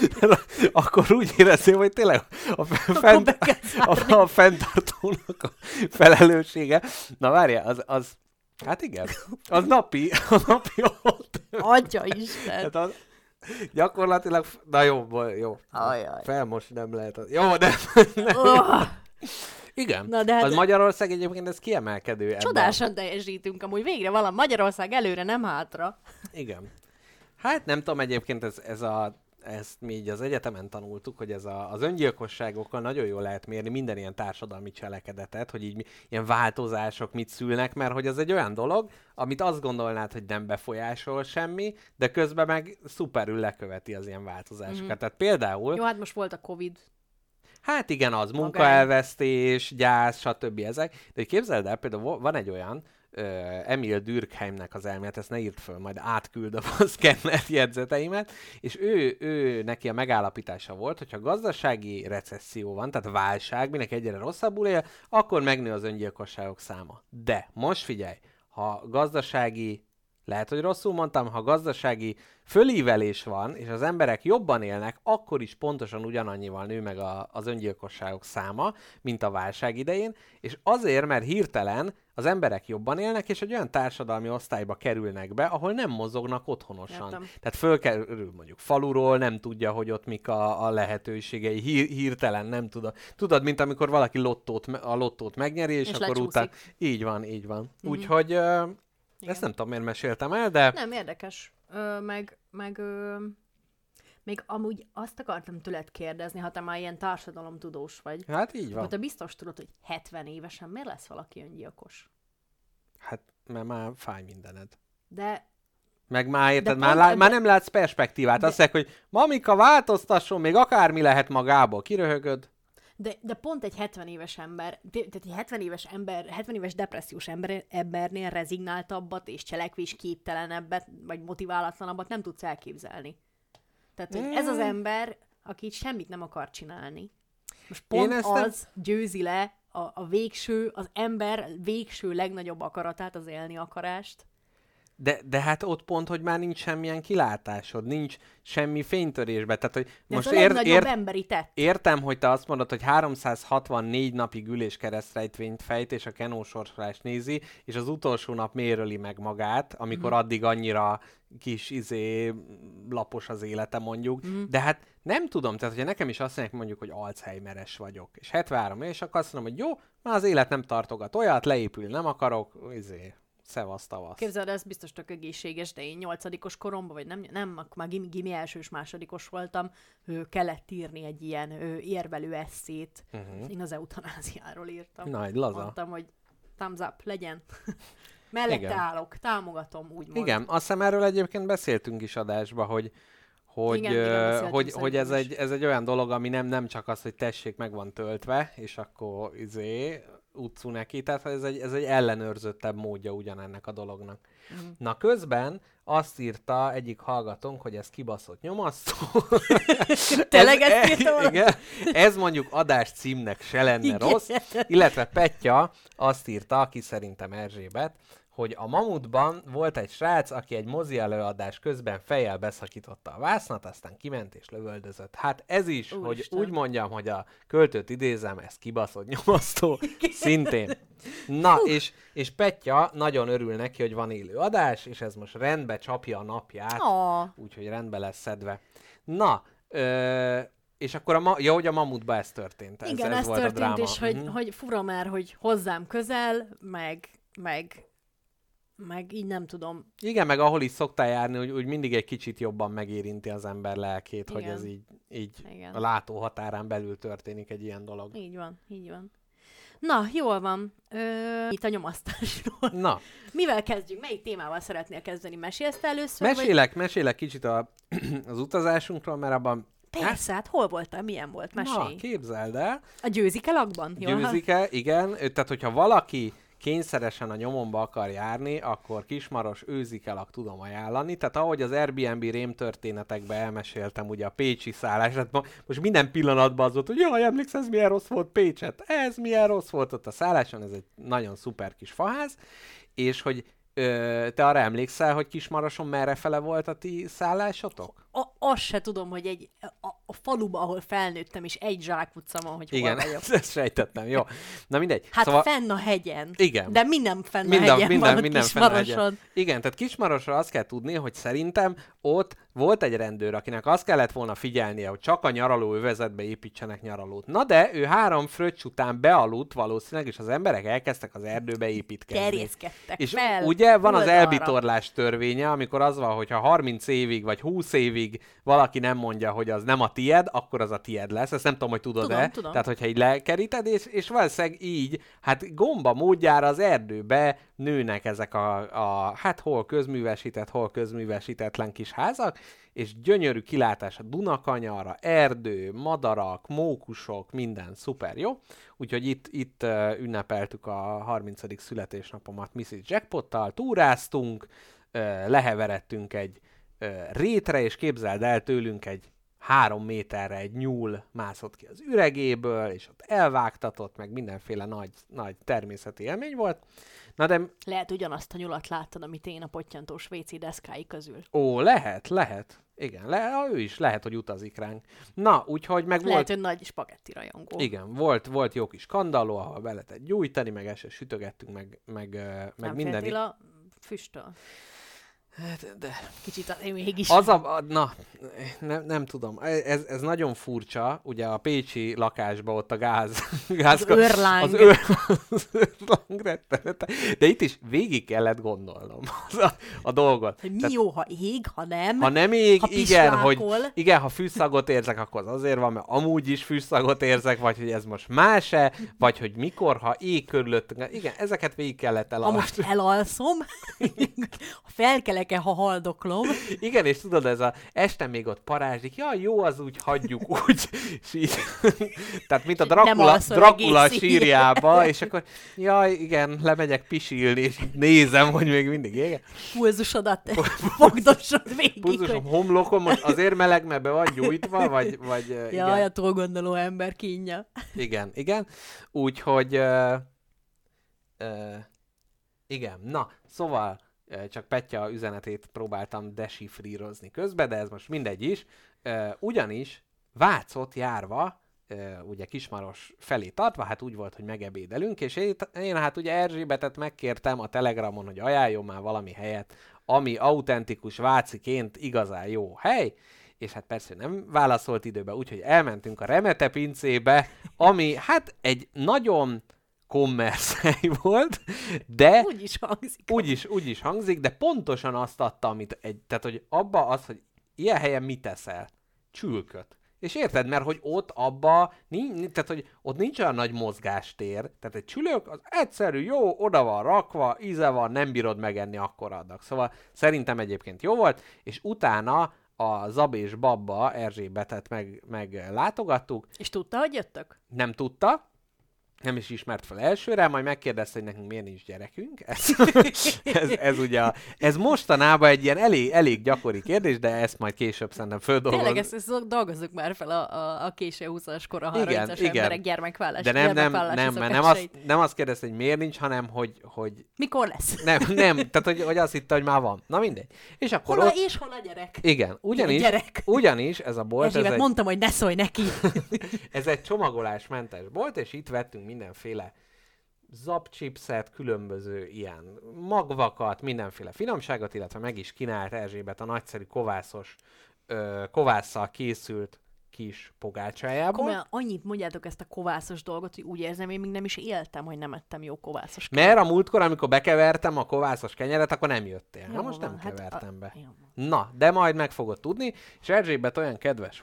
Akkor úgy érezzém, hogy tényleg a, fent, a, a fenntartónak a felelőssége. Na várjál, az, az, hát igen, az napi, a napi ott. Adja Isten. Hát az, gyakorlatilag, na jó, jó, Ajaj. fel most nem lehet. Jó, de... Oh. Igen, Na, de hát az Magyarország egyébként ez kiemelkedő. Csodásan teljesítünk amúgy végre valami. Magyarország előre, nem hátra. Igen. Hát nem tudom, egyébként ez, ez a, ezt mi így az egyetemen tanultuk, hogy ez a, az öngyilkosságokkal nagyon jól lehet mérni minden ilyen társadalmi cselekedetet, hogy így mi, ilyen változások mit szülnek, mert hogy az egy olyan dolog, amit azt gondolnád, hogy nem befolyásol semmi, de közben meg szuperül leköveti az ilyen változásokat. Mm-hmm. Tehát például... Jó, hát most volt a Covid. Hát igen, az munkaelvesztés, gyász, stb. Ezek. De képzeld el, például van egy olyan, uh, Emil Durkheimnek az elmélet, ezt ne írt föl, majd átküldöm a szkennert jegyzeteimet, és ő, ő neki a megállapítása volt, hogyha gazdasági recesszió van, tehát válság, mindenki egyre rosszabbul él, akkor megnő az öngyilkosságok száma. De most figyelj, ha gazdasági, lehet, hogy rosszul mondtam, ha gazdasági fölívelés van, és az emberek jobban élnek, akkor is pontosan ugyanannyival nő meg a, az öngyilkosságok száma, mint a válság idején, és azért, mert hirtelen az emberek jobban élnek, és egy olyan társadalmi osztályba kerülnek be, ahol nem mozognak otthonosan. Értem. Tehát fölkerül mondjuk faluról, nem tudja, hogy ott mik a, a lehetőségei, Hír, hirtelen nem tudod. Tudod, mint amikor valaki lottót, a lottót megnyeri, és, És akkor lecsúszik. utána... Így van, így van. Mhm. Úgyhogy... Uh, Igen. ezt nem tudom, miért meséltem el, de... Nem, érdekes. Ö, meg, meg ö, még amúgy azt akartam tőled kérdezni, ha te már ilyen társadalomtudós vagy, Hát így van. akkor te biztos tudod, hogy hetven évesen miért lesz valaki öngyilkos? Hát, mert már fáj mindened. De Meg már érted, De már, pont lá- ebbe- már nem látsz perspektívát. De- Azt mondják, hogy mamika, változtasson, még akármi lehet magából. Kiröhögöd? De, de pont egy hetven éves ember, tehát egy hetven éves ember, hetven éves depressziós ember, embernél rezignáltabbat és cselekvésképtelenebbet, vagy motiválatlanabbat nem tudsz elképzelni. Tehát, hogy ez az ember, aki semmit nem akar csinálni. Most pont Én ezt az nem- győzi le a, a végső, az ember végső legnagyobb akaratát, az élni akarást. De, de hát ott pont, hogy már nincs semmilyen kilátásod, nincs semmi fénytörésbe. Tehát, hogy De most ez a ér, legnagyobb ér, emberi tett. értem, hogy te azt mondod, hogy háromszázhatvannégy napig ül és keresztrejtvényt fejt, és a kenósorsolást nézi, és az utolsó nap méröli meg magát, amikor Mhm. addig annyira kis izé lapos az élete mondjuk. Mhm. De hát nem tudom, tehát hogyha nekem is azt mondják mondjuk, hogy Alzheimeres vagyok, és hetvenhárom éves, akkor azt mondom, hogy jó, már az élet nem tartogat olyat, leépül, nem akarok, izé, szevasz tavasz. Képzeld, ez biztos tök egészséges, de én nyolcadikos koromban, vagy nem, nem, akkor már gimi, gimi elsős, másodikos voltam, ő, kellett írni egy ilyen ő, érvelő esszét. Uh-huh. Én az eutanáziáról írtam. Nagy laza. Mondtam, hogy thumbs up, legyen. Mellette Igen. állok, támogatom, úgymond. Igen, azt hiszem erről egyébként beszéltünk is adásba, hogy hogy, Igen, igen, ö, beszéltünk hogy, hogy ez, szerintem egy, ez egy olyan dolog, ami nem, nem csak az, hogy tessék, meg van töltve, és akkor izé, utcú neki, tehát ez egy, ez egy ellenőrzöttebb módja ugyanennek a dolognak. Mhm. Na közben azt írta egyik hallgatónk, hogy ez kibaszott nyomasztó. Tényleg ez, ezt írta valaki? igen, ez mondjuk adás címnek se lenne Igen. rossz, illetve Petya azt írta, aki szerintem Erzsébet, hogy a Mamutban volt egy srác, aki egy mozi előadás közben fejjel beszakította a vásznat, aztán kiment és lövöldözött. Hát ez is, Úristen. hogy úgy mondjam, hogy a költőt idézem, ez kibaszott nyomasztó, szintén. Na, és, és Petya nagyon örül neki, hogy van élő adás, és ez most rendbe csapja a napját, Oh, úgyhogy rendbe lesz szedve. Na, ö, és akkor a, ma, ja, hogy a Mamutban ez történt. Ez, igen, ez, ez volt a történt, dráma. és hogy, Mhm. hogy fura már, hogy hozzám közel, meg, meg, meg így nem tudom. Igen, meg ahol is szoktál járni, hogy úgy mindig egy kicsit jobban megérinti az ember lelkét, Igen. hogy ez így, így Igen. a látó határán belül történik egy ilyen dolog. Így van, így van. Na, jól van. Ö, itt a nyomasztásról. Na. Mivel kezdjünk? Melyik témával szeretnél kezdeni? Mesélsz te először? Mesélek, vagy... mesélek kicsit a, az utazásunkról, mert abban... Persze, hát hol voltál? Milyen volt? Mesélj. Na, képzeld el. A Győzike lakban? Győzike, igen. Tehát, hogyha valaki kényszeresen a nyomomba akar járni, akkor Kismaros őzikelak tudom ajánlani. Tehát ahogy az Airbnb rémtörténetekben elmeséltem ugye a pécsi szállását, most minden pillanatban az volt, hogy jaj, emlékszel, ez milyen rossz volt Pécset, ez milyen rossz volt ott a szálláson, ez egy nagyon szuper kis faház, és hogy ö, te arra emlékszel, hogy Kismaroson merre fele volt a ti szállásotok? A, azt se tudom, hogy egy, a, a faluba, ahol felnőttem, és egy zsákutca van, hogy igen, hol vagyok. ezt sejtettem, jó. Na mindegy. Hát szóval... fenn a hegyen. Igen. De minden fenn a minden, hegyen minden, van minden a Kismaroson. Igen, tehát Kismarosra azt kell tudni, hogy szerintem ott volt egy rendőr, akinek azt kellett volna figyelnie, hogy csak a nyaraló övezetbe építsenek nyaralót. Na de ő három fröccs után bealudt valószínűleg, és az emberek elkezdtek az erdőbe építkezni. Terjeszkedtek és fel. ugye van az oldalra. elbitorlás törvénye, amikor az van, hogy ha harminc évig vagy húsz évig valaki nem mondja, hogy az nem a tied, akkor az a tied lesz. Ezt nem tudom, hogy tudod-e. Tudom, tudom. Tehát, hogyha így lekeríted, és, és valószínűleg így, hát gomba módjára az erdőbe nőnek ezek a, a hát hol közművesített, hol közművesítetlen kis házak, és gyönyörű kilátás a Dunakanyarra, erdő, madarak, mókusok, minden szuper, jó? Úgyhogy itt, itt uh, ünnepeltük a harmincadik születésnapomat missziz Jackpottal, túráztunk, uh, leheveredtünk egy uh, rétre, és képzeld el, tőlünk egy három méterre egy nyúl mászott ki az üregéből, és ott elvágtatott, meg mindenféle nagy, nagy természeti élmény volt. Na de... Lehet ugyanazt a nyulat láttad, amit én a pottyantós vécé deszkái közül. Ó, lehet, lehet. Igen, le, ő is lehet, hogy utazik ránk. Na, úgyhogy meg lehet, volt... hogy nagy spagetti rajongó. Igen, volt, volt jó kis kandalló, ahol be lehetett gyújtani, meg ezt sütögettünk, meg, meg, meg nem minden... féltél a füsttől? Hát, de... Kicsit azért mégis. Az a, na, nem, nem tudom, ez, ez nagyon furcsa, ugye a pécsi lakásban ott a gáz... gáz Az őrláng. Az, őr, az őrláng rettenete. De itt is végig kellett gondolnom a, a dolgot. Hogy mi Tehát, jó, ha ég, ha nem. ha nem ég, ha igen, hogy, pislákol. igen, ha fűszagot érzek, akkor az azért van, mert amúgy is fűszagot érzek, vagy hogy ez most más-e, vagy hogy mikor, ha ég körülöttünk. Igen, ezeket végig kellett Ha elalni. most elalszom, ha felkelek ha haldoklom. Igen, és tudod, ez a este még ott parázsdik, ja, jó, az úgy hagyjuk úgy, és így, tehát mint a Dracula, Dracula sírjába, és akkor, jaj, igen, lemegyek pisilni, és nézem, hogy még mindig ége. Pulzusodat fogdosod végig. Pulzusom, hogy... homlokom, most azért meleg, mert be van gyújtva, vagy, vagy jaj, igen. a túlgondoló ember kínja. Igen, igen, úgyhogy, uh, uh, igen, na, szóval, csak Petya üzenetét próbáltam desifrírozni közben, de ez most mindegy is. Ugyanis Vácot járva, ugye Kismaros felé tartva, hát úgy volt, hogy megebédelünk, és én, én hát ugye Erzsébetet megkértem a Telegramon, hogy ajánljon már valami helyet, ami autentikus váciként igazán jó hely, és hát persze nem válaszolt időbe, úgyhogy elmentünk a Remete pincébe, ami hát egy nagyon... kommerszhely volt, de... Úgy is hangzik. Úgy is, úgy is hangzik, de pontosan azt adta, amit egy... Tehát, hogy abba az, hogy ilyen helyen mit teszel? Csülköt. És érted, mert hogy ott abba, nincs, tehát, hogy ott nincs olyan nagy mozgástér, tehát egy csülök az egyszerű, jó, oda van rakva, íze van, nem bírod megenni, akkor adnak. Szóval szerintem egyébként jó volt, és utána a Zab és Babba Erzsébetet meg, meg látogattuk. És tudta, hogy jöttök? Nem tudta. Nem is ismert fel elsőre, majd megkérdezte, hogy nekünk miért nincs gyerekünk. Ez, ez, ez ugye a, ez mostanában egy ilyen elég, elég gyakori kérdés, de ezt majd később szerintem földolgozunk. Tényleg ezt, ezt dolgozzuk már fel a, a, a késő húszas kor a harmincas emberek gyermekvállás. De nem, nem, nem, mert nem azt, nem azt kérdezte, hogy miért nincs, hanem hogy... hogy mikor lesz? Nem, nem, tehát hogy, hogy azt hitte, hogy már van. Na mindegy. És akkor hol a, ott... és hol a gyerek? Igen, ugyanis, gyerek. ugyanis ez a bolt... Ez egy... mondtam, hogy ne szólj neki. Ez egy csomagolásmentes bolt, és itt vettünk mindenféle zapchipset, különböző ilyen magvakat, mindenféle finomságot, illetve meg is kínált Erzsébet a nagyszerű kovászos, ö, kovásszal készült kis pogácsájából. Komolyan annyit mondjátok ezt a kovászos dolgot, hogy úgy érzem, én még nem is éltem, hogy nem ettem jó kovászos kenyeret. Mert a múltkor, amikor bekevertem a kovászos kenyeret, akkor nem jöttél. Jó, Na most van, nem hát kevertem a... be. Jó. Na, de majd meg fogod tudni, és Erzsébet olyan kedves volt,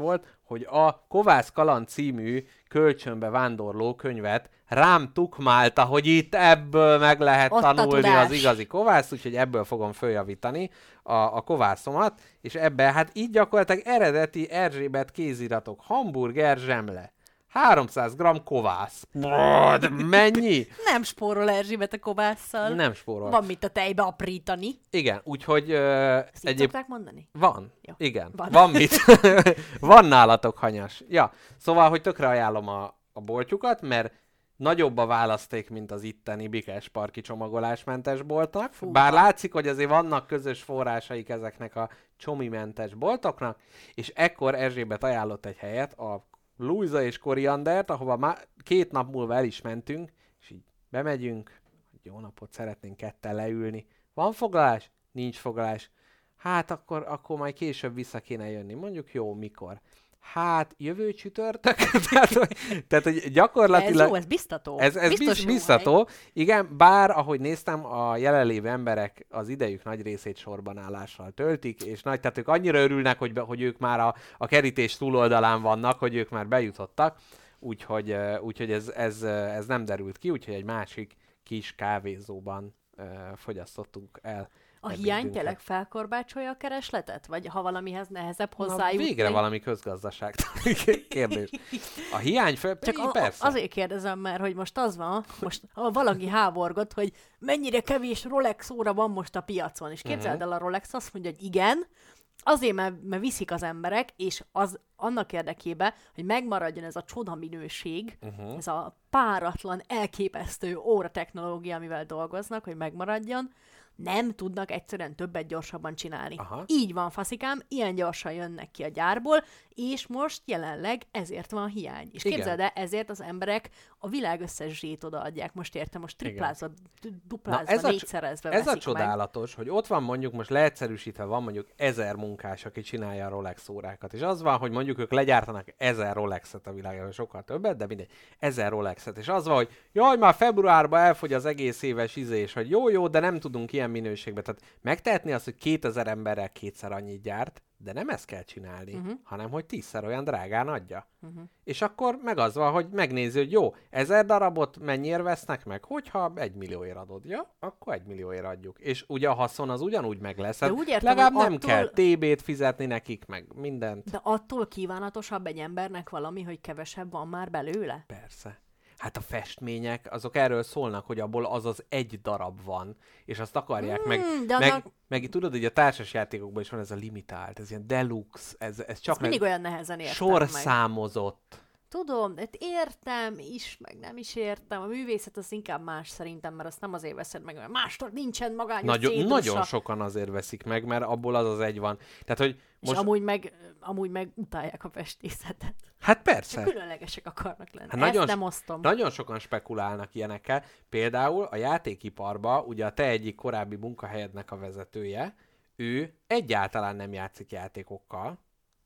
hogy a Kovász Kaland című kölcsönbe vándorló könyvet rám tukmálta, hogy itt ebből meg lehet Ott tanulni az igazi kovászt, úgyhogy ebből fogom följavítani a, a kovászomat, és ebben hát így gyakorlatilag eredeti Erzsébet kéziratok, hamburger zsemle, háromszáz gramm kovász. Brrr, mennyi? Nem spórol Erzsébet a kovásszal. Nem spórol. Van mit a tejbe aprítani. Igen, úgyhogy... Uh, Ezt így egyéb... szokták mondani? Van. Jó. Igen. Van. Van mit. Van nálatok hanyas. Ja, szóval, hogy tökre ajánlom a, a boltjukat, mert nagyobb a választék, mint az itteni Bikás parki csomagolásmentes boltnak. Fúha. Bár látszik, hogy azért vannak közös forrásaik ezeknek a csomimentes boltoknak, és ekkor Erzsébet ajánlott egy helyet, a Luisa és Koriandert, ahova már két nap múlva el is mentünk, és így bemegyünk, jó napot, szeretnénk ketten leülni. Van foglalás? Nincs foglalás. Hát akkor, akkor majd később vissza kéne jönni. Mondjuk jó, mikor? Hát jövő csütörtök? tehát, hogy, tehát, hogy gyakorlatilag... Ez jó, ez biztató. Ez, ez Biztos biz, jó biztató. hely. Igen, bár ahogy néztem, a jelenlévő emberek az idejük nagy részét sorban állással töltik, és nagy, tehát ők annyira örülnek, hogy, be, hogy ők már a, a kerítés túloldalán vannak, hogy ők már bejutottak, úgyhogy, uh, úgyhogy ez, ez, uh, ez nem derült ki, úgyhogy egy másik kis kávézóban uh, fogyasztottunk el. A hiány tényleg felkorbácsolja a keresletet? Vagy ha valamihez nehezebb Na, hozzájutni? végre valami közgazdaság kérdés. A hiány fel... Csak a, persze. azért kérdezem, mert hogy most az van, most ha valaki háborgott, hogy mennyire kevés Rolex óra van most a piacon, és képzeld el, a Rolex azt mondja, hogy igen, azért, mert, mert viszik az emberek, és az annak érdekében, hogy megmaradjon ez a csoda minőség, uh-huh. ez a páratlan, elképesztő óra technológia, amivel dolgoznak, hogy megmaradjon, nem tudnak egyszerűen többet gyorsabban csinálni. Aha. Így van, faszikám, ilyen gyorsan jönnek ki a gyárból, és most jelenleg ezért van hiány. És Igen. képzeld el, ezért az emberek a világ összes zsét odaadják. Most értem, most triplázva, duplázva, ez a, négyszerezve ez a veszik csodálatos, meg. Hogy ott van mondjuk, most leegyszerűsítve van mondjuk ezer munkás, aki csinálja a Rolex órákat. És az van, hogy mondjuk ők legyártanak ezer Rolexet a világon, sokkal többet, de mindegy, ezer Rolexet. És az van, hogy jaj, már februárban elfogy az egész éves izés, hogy jó, jó, de nem tudunk ilyen minőségben. Tehát megtehetni azt, hogy kétezer emberrel kétszer annyit gyárt, de nem ezt kell csinálni, uh-huh. hanem hogy tízszer olyan drágán adja. Uh-huh. És akkor meg az van, hogy megnézi, hogy jó, ezer darabot mennyiért vesznek meg, hogyha egy millióért adod, ja, akkor egy millióért adjuk. És ugye a haszon az ugyanúgy meg lesz. Hát úgy értem, legalább nem attól... kell té bét fizetni nekik, meg mindent. De attól kívánatosabb egy embernek valami, hogy kevesebb van már belőle? Persze. Hát a festmények, azok erről szólnak, hogy abból az az egy darab van, és azt akarják mm, meg, de meg, annak... meg tudod, hogy a társasjátékokban is van ez a limitált, ez ilyen deluxe, ez, ez csak mindig olyan nehezen értem sorszámozott. Tudom, de értem is, meg nem is értem. A művészet az inkább más szerintem, mert azt nem azért veszed meg, mert másnak nincsen magányos Nagyon, cédusa. nagyon sokan azért veszik meg, mert abból az az egy van. Tehát, hogy most... És amúgy meg, amúgy meg utálják a festészetet. Hát persze. Csak különlegesek akarnak lenni. Hát Ezt nagyon, nem osztom. Nagyon sokan spekulálnak ilyenekkel. Például a játékiparban, ugye a te egyik korábbi munkahelyednek a vezetője, ő egyáltalán nem játszik játékokkal.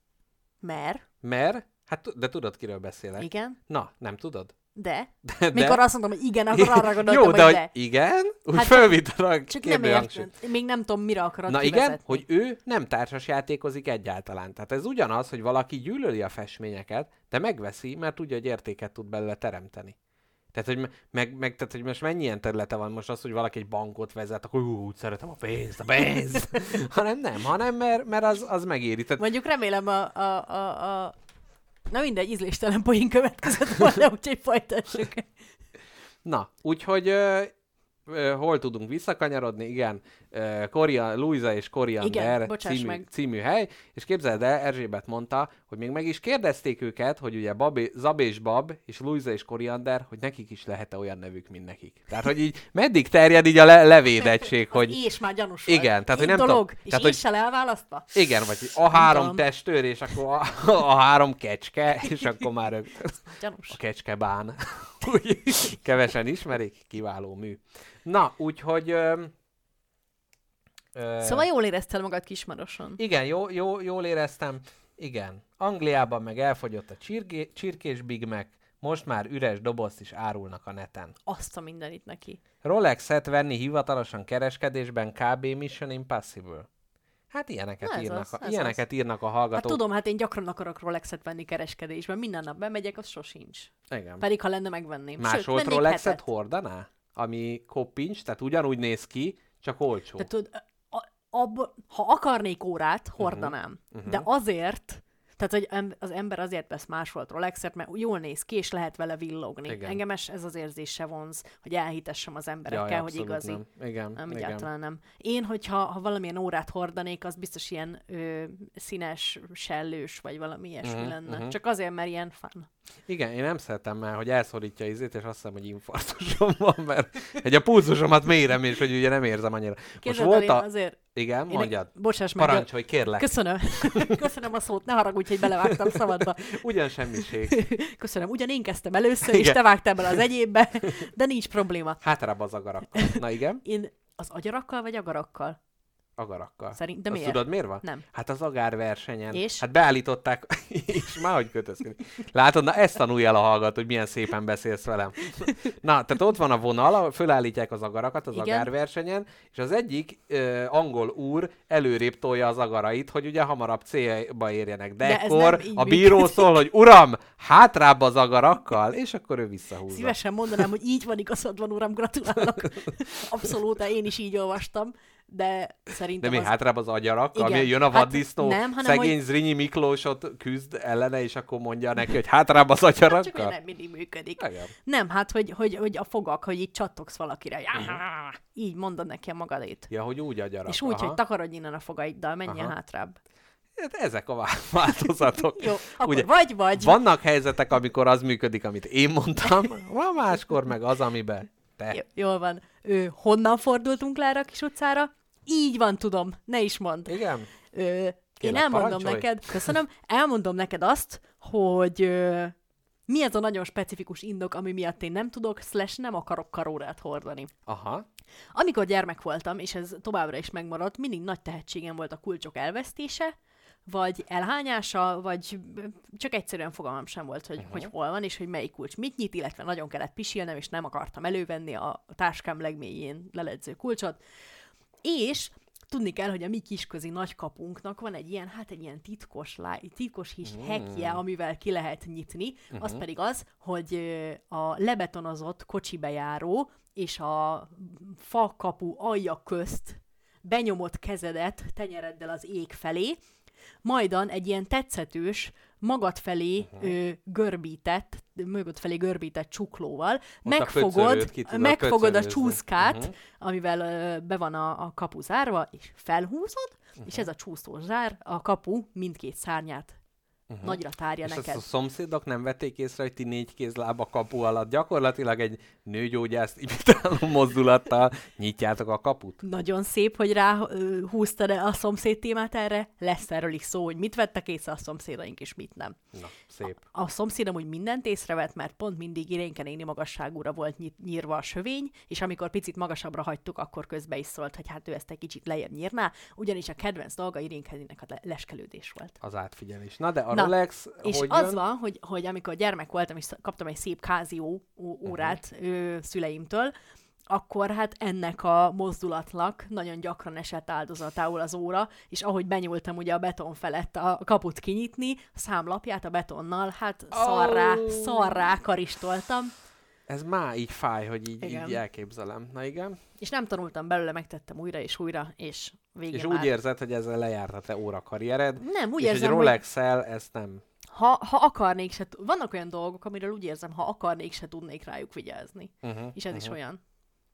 Mert? Mert, hát de tudod, kiről beszélek? Igen. Na, nem tudod? De? de, de? Mikor azt mondom, hogy igen, akkor arra gondoltam, Jó, de hogy hogy de. igen, úgy hát fölvítanak. Csak nem értem. Még nem tudom, mire akarod Na kivezetni. igen, hogy ő nem társas játékozik egyáltalán. Tehát ez ugyanaz, hogy valaki gyűlöli a festményeket, de megveszi, mert tudja, hogy értéket tud belőle teremteni. Tehát, hogy, meg, meg, tehát, hogy most mennyi ilyen területe van most az, hogy valaki egy bankot vezet, akkor úgy szeretem a pénzt, a pénzt. hanem nem, hanem mert, mert az, az megéri. Tehát... Mondjuk remélem a, a, a, a... Na mindegy, ízléstelen poén következett volna, úgyhogy folytassuk. Na, úgyhogy uh, uh, hol tudunk visszakanyarodni? Igen, uh, Koria, Luisa és Koriander című, című hely, és képzeld el, Erzsébet mondta, hogy még meg is kérdezték őket, hogy ugye Babé, Zab és Bab, és Luisa és Koriander, hogy nekik is lehet-e olyan nevük, mint nekik. Tehát, hogy így meddig terjed így a le- levédettség, hogy... És már gyanús igen, tehát, hogy nem dolog, tudom, és tehát, éssel elválasztva? Igen, vagy a három testőr, és akkor a, a három kecske, és akkor már rögtön gyanús. A kecskebán. Úgy kevesen ismerik, kiváló mű. Na, úgyhogy... Ö, ö, szóval jól érezted magad Kismaroson. Igen, jó, jó, jól éreztem. Igen. Angliában meg elfogyott a csirké, csirkés Big Mac, most már üres dobozt is árulnak a neten. Azt a mindenit neki. Rolexet venni hivatalosan kereskedésben kb. Mission Impossible. Hát ilyeneket, Na, ez írnak, az, a, ez ilyeneket írnak a hallgatók. Hát tudom, hát én gyakran akarok Rolexet venni kereskedésben, minden nap bemegyek, az sosincs. Igen. Pedig ha lenne, megvenném. Másolt Sőt, Rolexet hetet. hordaná? Ami koppincs, tehát ugyanúgy néz ki, csak olcsó. Tehát, tudod, a- abba, ha akarnék órát, hordanám. Uh-huh. De azért, tehát hogy em- az ember azért vesz másolt Rolexet, mert jól néz ki, és lehet vele villogni. Igen. Engem ez, ez az érzés se vonz, hogy elhitessem az emberekkel, Jaj, hogy abszolút igazi. Nem. Igen, Nem, igen. egyáltalán nem. Én, hogyha ha valamilyen órát hordanék, az biztos ilyen ö, színes, sellős, vagy valami ilyesmi Mhm, lenne. mhm. Csak azért, mert ilyen fun. Igen, én nem szeretem már, hogy elszorítja izét, és azt hiszem, hogy infarktusom van, mert egy a pulzusomat mérem, és hogy ugye nem érzem annyira. Most Képzeld el, volt én a... azért... Igen, Én mondjad. Bocsáss meg. Parancsolj, kérlek. Köszönöm. Köszönöm a szót, ne haragudj, hogy belevágtam szabadba. Ugyan semmiség. Köszönöm. Ugyan én kezdtem először, Igen. és te vágtál bele az egyébbe, de nincs probléma. Hátrább az agarakkal. Na igen, Én az agyarakkal vagy agarakkal? agarakkal. Szerint, de Azt miért? tudod miért van? Nem. Hát az agárversenyen. És? Hát beállították, és már hogy kötözködik. Látod, na ezt tanulj el a hallgató, hogy milyen szépen beszélsz velem. Na, tehát ott van a vonal, ahol fölállítják az agarakat az Igen. agárversenyen, és az egyik ö, angol úr előrébb tolja az agarait, hogy ugye hamarabb célba érjenek. De, De ez ekkor nem így a bíró működik. szól, hogy uram, hátrább az agarakkal, és akkor ő visszahúzza. Szívesen mondanám, hogy így van, igazad van, uram, gratulálok. Abszolút, én is így olvastam, de De szerintem mi az... hátrább az agyarakkal? Igen. Mi jön a Hát vaddisznó, nem, hanem, szegény hogy- Zrínyi Miklósot küzd ellene, és akkor mondja neki, hogy hátrább az Csak hogy agyarakkal? nem mindig működik. Igen. Nem, hát, hogy, hogy, hogy a fogak, hogy így csattogsz valakire. Így mondod neki a magadét. Ja, hogy úgy agyarak. És úgy, aha. hogy takarodj innen a fogaiddal, menjen Aha. hátrább. Hát ezek a vá- változatok. Jó, akkor Ugye, vagy vagy. Vannak helyzetek, amikor az működik, amit én mondtam, van máskor meg az, amiben te. Jó, jól van. Ő, honnan fordultunk le erre a kis utcára? Így van, tudom. Ne is mondd. Igen? Ö, én Kérlek, elmondom parancsolj. neked, köszönöm, elmondom neked azt, hogy ö, mi az a nagyon specifikus indok, ami miatt én nem tudok, slash nem akarok karórát hordani. Aha. Amikor gyermek voltam, és ez továbbra is megmaradt, mindig nagy tehetségem volt a kulcsok elvesztése, vagy elhányása, vagy csak egyszerűen fogalmam sem volt, hogy, uh-huh. hogy hol van, és hogy melyik kulcs mit nyit, illetve nagyon kellett pisilnem, és nem akartam elővenni a táskám legmélyén leledző kulcsot. És tudni kell, hogy a mi kisközi nagykapunknak van egy ilyen, hát egy ilyen titkos, lá- titkos kis Mm. hekje, amivel ki lehet nyitni, uh-huh. az pedig az, hogy ö, a lebetonozott kocsibejáró és a fakapu alja közt benyomott kezedet tenyereddel az ég felé, majdan egy ilyen tetszetős, magad felé uh-huh. ö, görbített, mögött felé görbített csuklóval, Ott a megfogod, pöcörőt ki tudod megfogod a pöcörőzni. csúszkát, Mhm. amivel ö, be van a, a kapu zárva, és felhúzod, uh-huh. és ez a csúszós zár a kapu mindkét szárnyát uh-huh. nagyra tárja És neked. azt a szomszédok nem vették észre, hogy ti négy kézláb a kapu alatt gyakorlatilag egy nőgyógyászt imitáló mozdulattal nyitjátok a kaput? Nagyon szép, hogy rá ö, húztad a szomszéd témát erre. Lesz erről is szó, hogy mit vettek észre a szomszédaink, és mit nem. Na, szép. A szomszédom úgy mindent észrevett, mert pont mindig Irénke néni magasságúra volt nyit- nyírva a sövény, és amikor picit magasabbra hagytuk, akkor közbe is szólt, hogy hát ő ezt egy kicsit lejjebb nyírná, ugyanis a kedvenc dolga Irénke néninek a le- leskelődés volt. Az átfigyelés. Na, de a Na, Rolex És hogy az jön? van, hogy, hogy amikor gyermek voltam, és kaptam egy szép kázió ó- órát uh-huh. ő, szüleimtől, akkor hát ennek a mozdulatnak nagyon gyakran esett áldozatául az óra, és ahogy benyúltam ugye a beton felett a kaput kinyitni, a számlapját a betonnal, hát szarrá, Oh. szarrá karistoltam, Ez már így fáj, hogy így, Igen. így elképzelem. Na igen. és nem tanultam belőle, megtettem újra és újra, és végén És már... úgy érzed, hogy ezzel lejárt a te órakarriered, Nem, úgy és érzem, egy hogy Rolex-el ezt nem... ha, ha akarnék se... t- Vannak olyan dolgok, amiről úgy érzem, ha akarnék se tudnék rájuk vigyázni. Uh-huh, És ez is olyan.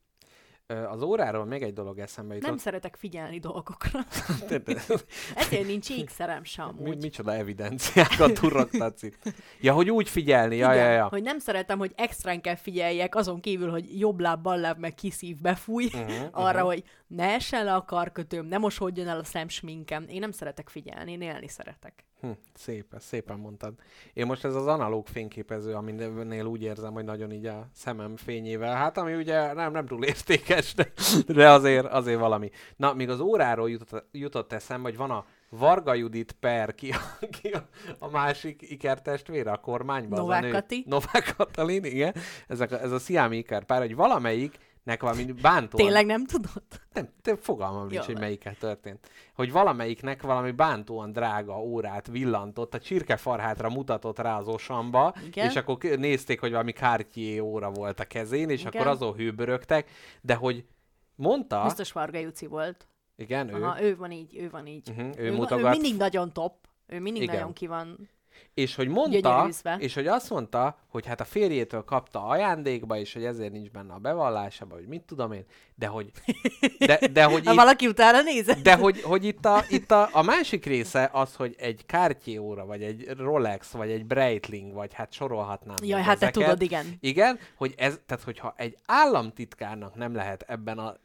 Az óráról még egy dolog eszembe Nem jutott. szeretek figyelni dolgokra. Mi, Ezért nincs ékszerem se amúgy. micsoda evidenciákat turogtatsz itt. Ja, hogy úgy figyelni, ja, Igen, ja, ja. hogy nem szeretem, hogy extrán kell figyeljek, azon kívül, hogy jobb láb, bal láb, meg kiszív, befúj, Uh-huh, arra, uh-huh. hogy ne essen le a karkötőm, ne mosódjon el a szemsminkem. Én nem szeretek figyelni, én élni szeretek. Hm, szép, ezt szépen mondtad. Én most ez az analóg fényképező, aminél úgy érzem, hogy nagyon így a szemem fényével, hát ami ugye nem, nem túl értékes, de, de azért, azért valami. Na, még az óráról jutott, jutott eszembe, hogy van a Varga Judit per, ki a, ki a, a másik ikertestvére a kormányban? Novák az a nő. Kati. Novák Katalin, igen. Ezek a, ez a sziámi ikerpár, hogy valamelyik valami bántóan... Tényleg nem tudod? Nem, te fogalmam nincs, Jó. hogy melyikkel történt. Hogy valamelyiknek valami bántóan drága órát villantott, a csirkefarhátra mutatott rá az osamba, Igen. és akkor k- nézték, hogy valami Cartier óra volt a kezén, és Igen. akkor azon hőbörögtek, de hogy mondta... Biztos Varga Juci volt. Igen, ő. Aha, ő van így, ő van így. Uh-huh, ő, Ő, mutogat. ő mindig nagyon top. Ő mindig Igen. nagyon ki van. És hogy mondta, gyönyörűzve. és hogy azt mondta, hogy hát a férjétől kapta ajándékba, és hogy ezért nincs benne a bevallásába, hogy mit tudom én, de hogy... De, de hogy Ha itt, valaki utána nézett. de hogy, hogy itt, a, itt a, a másik része az, hogy egy Cartier óra, vagy egy Rolex, vagy egy Breitling, vagy hát sorolhatnám. Jaj, még hát te ezeket. tudod, igen. Igen, hogy ez, tehát hogyha egy államtitkárnak nem lehet ebben a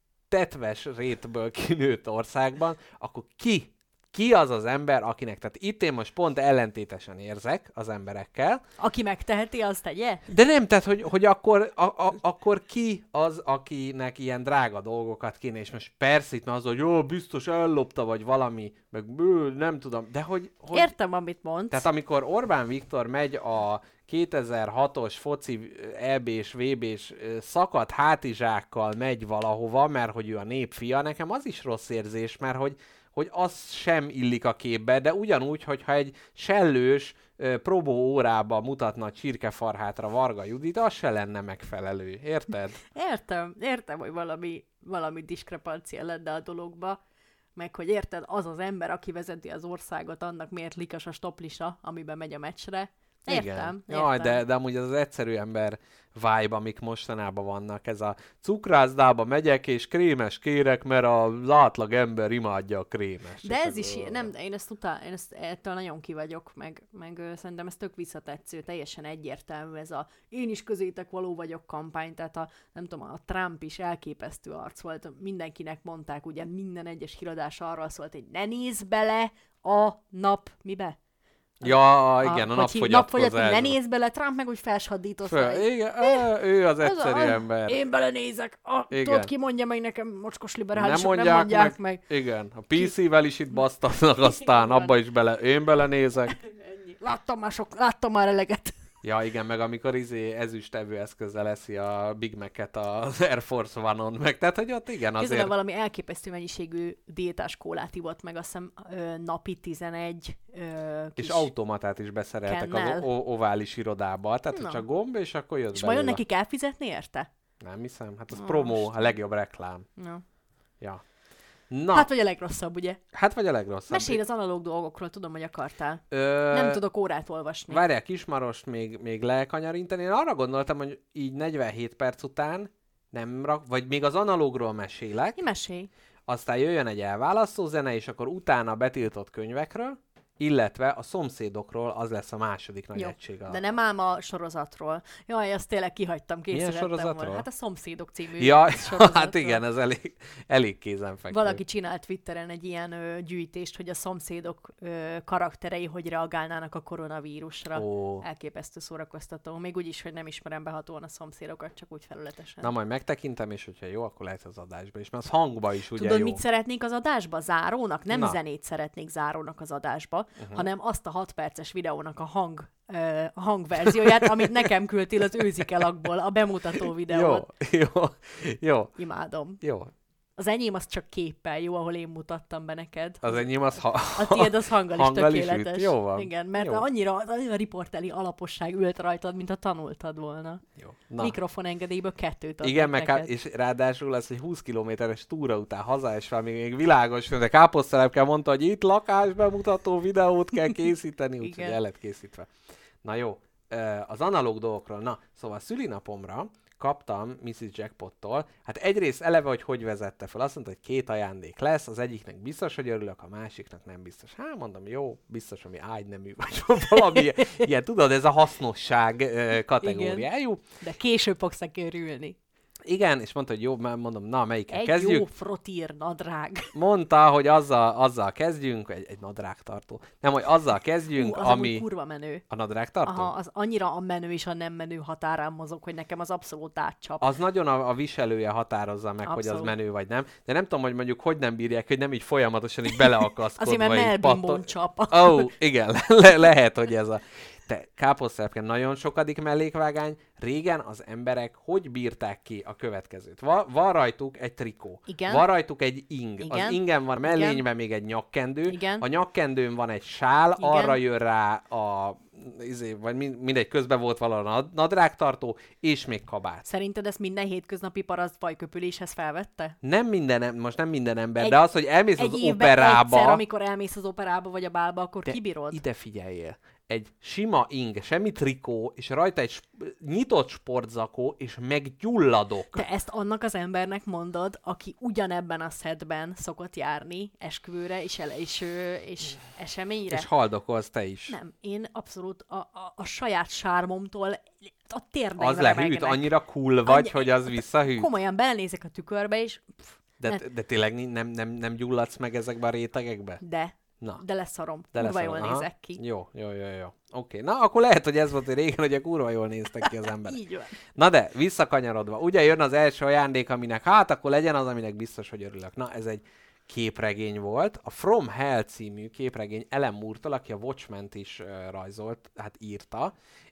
tetves rétből kinőtt országban, akkor ki? Ki az az ember, akinek, tehát itt én most pont ellentétesen érzek az emberekkel, Aki megteheti, azt tegye? de nem, tehát, hogy, hogy akkor, a, a, akkor ki az, akinek ilyen drága dolgokat kéne, és most persze itt már az, hogy jó, biztos ellopta, vagy valami, meg bő, nem tudom, de hogy... hogy Értem, amit mondsz. tehát amikor Orbán Viktor megy a kétezer-hatos foci é bé-s, vé bé-s ö, szakadt hátizsákkal megy valahova, mert hogy ő a nép fia, nekem az is rossz érzés, mert hogy hogy az sem illik a képbe, de ugyanúgy, hogyha egy sellős ö, próbó órába mutatna a csirkefarhátra Varga Judit, az se lenne megfelelő. Érted? Értem, értem, hogy valami, valami diskrepancia lenne a dologba, meg hogy érted, az az ember, aki vezeti az országot, annak miért likas a stoplisa, amiben megy a meccsre. Értem, Igen. értem. Jaj, de, de amúgy az, az egyszerű ember vibe, amik mostanában vannak, ez a cukrászdába megyek, és krémes kérek, mert az átlag ember imádja a krémes. De ez is, nem, én ezt utál, én ezt ettől nagyon ki vagyok, meg, meg ö, szerintem ez tök visszatetsző, teljesen egyértelmű ez a én is közétek való vagyok kampány, tehát a, nem tudom, a Trump is elképesztő arc volt, mindenkinek mondták, ugye minden egyes híradás arról szólt, hogy ne nézz bele a nap, mibe? Ja, igen, a, a napfogyatkozás. napfogyatkozás. Ne nézz bele, Trump meg úgy felsaddította. Föl, igen, á, ő az egyszerű Az a- ember. Én belenézek. A, Igen. tudod, ki mondja meg nekem, mocskos Nem liberálisok, mondják, nem mondják meg. meg. Igen, a pé cé-vel is itt basztatnak, aztán Igen. abba is bele, én belenézek. Ennyi. Láttam már, sok, láttam már eleget. Ja, igen, meg amikor izé ezüst evőeszközzel eszi a Big Mac-et az Air Force One-on, meg tehát, hogy ott igen, Közben azért... valami elképesztő mennyiségű diétás kólát ivott meg, azt hiszem ö, napi tizenegy ö, kis... És automatát is beszereltek az Kennel. o- ovális irodába, tehát Na. csak gomb, és akkor jött És belőle. vajon neki kell fizetni érte? Nem hiszem, hát az Na, promó, most. a legjobb reklám. No. Ja. Na, Hát hát, vagy a legrosszabb, ugye? hát vagy a legrosszabb. Mesélj az analóg dolgokról, tudom, hogy akartál. Ö... Nem tudok órát olvasni. Várjál, Kismarost még, még lekanyarintani. Én arra gondoltam, hogy így negyvenhét perc után nem rak, vagy még az analógról mesélek, Mi mesélj? aztán jöjjön egy elválasztó zene, és akkor utána betiltott könyvekről, illetve a szomszédokról, az lesz a második nagy Jó, egység. A... de nem ám a sorozatról. Jaj, azt tényleg kihagytam, Milyen készítettem sorozatról? volna. Hát a Szomszédok című Ja, sorozatról. hát igen, ez elég, elég kézenfekvő. Valaki csinált Twitteren egy ilyen ö, gyűjtést, hogy a szomszédok ö, karakterei hogy reagálnának a koronavírusra. Ó. Elképesztő szórakoztató. Még úgy is, hogy nem ismerem behatóan a szomszédokat, csak úgy felületesen. Na majd megtekintem, és hogyha jó, akkor lehet az adásba is, mert az hangba is ugye Tudod, jó. mit szeretnék az adásba? Zárónak? Nem Na. zenét szeretnék zárónak az adásba, uh-huh. hanem azt a hat perces videónak a hang ö, a hangverzióját, amit nekem küldtél az őzikelakból, a bemutató Jó, videót. jó, jó, Imádom. jó. Az enyém az csak képpel, jó, ahol én mutattam be neked. Az enyém az ha... A tiéd az hanggal is hanggal is tökéletes. üt. Jó van. Igen, mert Jó. annyira, annyira riporteli alaposság ült rajtad, mint a tanultad volna. Jó. Na. Mikrofon engedélyből kettőt adtak Igen, meg neked. ká- és ráadásul ez egy húsz kilométeres túra után haza, és valami még világos, de káposztelepke mondta, hogy itt lakásbemutató videót kell készíteni, úgyhogy Igen. el lett készítve. Na jó, ö, az analóg dolgokról, na, szóval szülinapomra kaptam missziz Jackpottól, hát egyrészt eleve, hogy hogy vezette fel, azt mondta, hogy két ajándék lesz, az egyiknek biztos, hogy örülök, a másiknak nem biztos. Hát mondom, jó, biztos, ami ágynemű, vagy valami ilyen, ilyen, tudod, ez a hasznosság ö, kategóriájú. De később fogsz neki örülni. Igen, és mondta, hogy jó, már mondom, na, melyikkel Egy kezdjük? jó frotír nadrág. Mondta, hogy azzal, azzal kezdjünk, egy, egy nadrágtartó. Nem, hogy azzal kezdjünk, Hú, az ami... amúgy kurva menő. A nadrágtartó? Aha, az annyira a menő és a nem menő határán mozog, hogy nekem az abszolút átcsap. Az nagyon a, a viselője határozza meg, Abszolút. hogy az menő vagy nem. De nem tudom, hogy mondjuk hogy nem bírják, hogy nem így folyamatosan így beleakaszkodva. Azért, mert így melbimbón pattan- csap. Ó, oh, igen, le- lehet, hogy ez a... te káposztelepke, nagyon sokadik mellékvágány, régen az emberek hogy bírták ki a következőt? Va- van rajtuk egy trikó, Igen. van rajtuk egy ing, Igen. az ingen van mellényben még egy nyakkendő, Igen. a nyakkendőn van egy sál, Igen. arra jön rá a, izé, vagy mindegy, közben volt valahol a nadrágtartó, és még kabát. Szerinted ezt minden hétköznapi paraszt fajköpüléshez felvette? Nem minden, most nem minden ember, Egy- de az, hogy elmész Egy az évben operába... egyszer, amikor elmész az operába vagy a bálba, akkor De kibírod? ide figyeljél. Egy sima ing, semmi trikó, és rajta egy sp- nyitott sportzakó, és meggyulladok. Te ezt annak az embernek mondod, aki ugyanebben a szedben szokott járni esküvőre és, ele- és, ö, és eseményre? És haldokolsz te is. Nem, én abszolút a, a, a saját sármomtól a térdeimre Az lehűt, remegnek. annyira cool vagy, Annyi- hogy az visszahűt. Komolyan belenézek a tükörbe, és pff, De, ne- de tényleg ni- nem, nem, nem gyulladsz meg ezekbe a rétegekbe? de, Na. de leszarom. De Kurva lesz jól az- aha. nézek ki. Jó, jó, jó, jó. Oké, na akkor lehet, hogy ez volt hogy régen, hogy a kurva jól néztek ki az emberek. Így van. Na de, visszakanyarodva, ugye jön az első ajándék, aminek hát akkor legyen az, aminek biztos, hogy örülök. Na, ez egy képregény volt. A From Hell című képregény Alan Moore-tól, aki a Watchmen-t is uh, rajzolt, hát írta,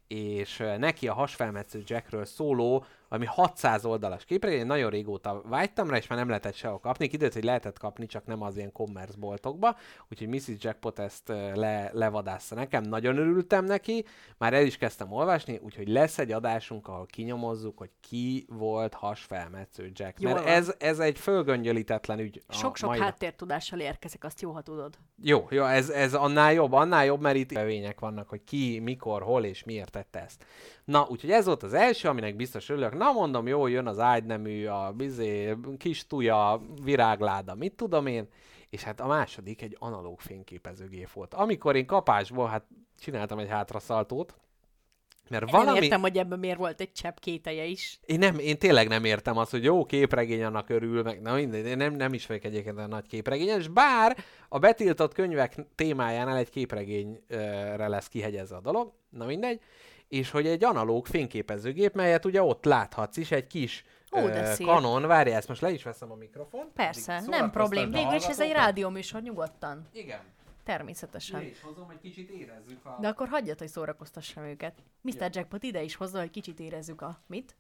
és uh, neki a Hasfelmetsző Jackről szóló, ami hatszáz oldalas képregény, nagyon régóta vágytam rá, és már nem lehetett sehol kapni. Kiderült, hogy lehetett kapni, csak nem az ilyen commerce boltokba, úgyhogy missziz Jackpot ezt uh, le, levadászta nekem. Nagyon örültem neki, már el is kezdtem olvasni, úgyhogy lesz egy adásunk, ahol kinyomozzuk, hogy ki volt Hasfelmetsző Jack. Jól Mert van. ez, ez egy fölgöngyölítetlen ügy. a Sok-sok mai- háttértudással érkezek, azt jó, ha tudod. Jó, jó, ez, ez annál jobb, annál jobb, mert itt vevények vannak, hogy ki, mikor, hol és miért tette ezt. Na, úgyhogy ez volt az első, aminek biztos örülök. Na, mondom, jó, jön az ágynemű, a bizé, kis tuja, virágláda, mit tudom én. És hát a második egy analóg fényképezőgép volt. Amikor én kapásból, hát csináltam egy hátraszaltót, mert Valami... valami... Nem értem, hogy ebben miért volt egy csepp kételje is. Én, nem, én tényleg nem értem azt, hogy jó képregény, annak örül, meg na mindegy, én nem, nem is vagyok egyébként a nagy képregényes, bár a betiltott könyvek témájánál egy képregényre lesz kihegyezve a dolog, na mindegy, és hogy egy analóg fényképezőgép, melyet ugye ott láthatsz is, egy kis Ó, de ö, szép. Canon, várjál, ezt most le is veszem a mikrofon. Persze, Addig nem problém. szórakoztasd a Végül is ez egy hallgatókat. rádióműsor, nyugodtan. Igen, Természetesen. le is hozom, hogy kicsit érezzük a... De akkor hagyjad, hogy szórakoztassam őket. miszter Jackpot ide is hozza, hogy kicsit érezzük a... Mit?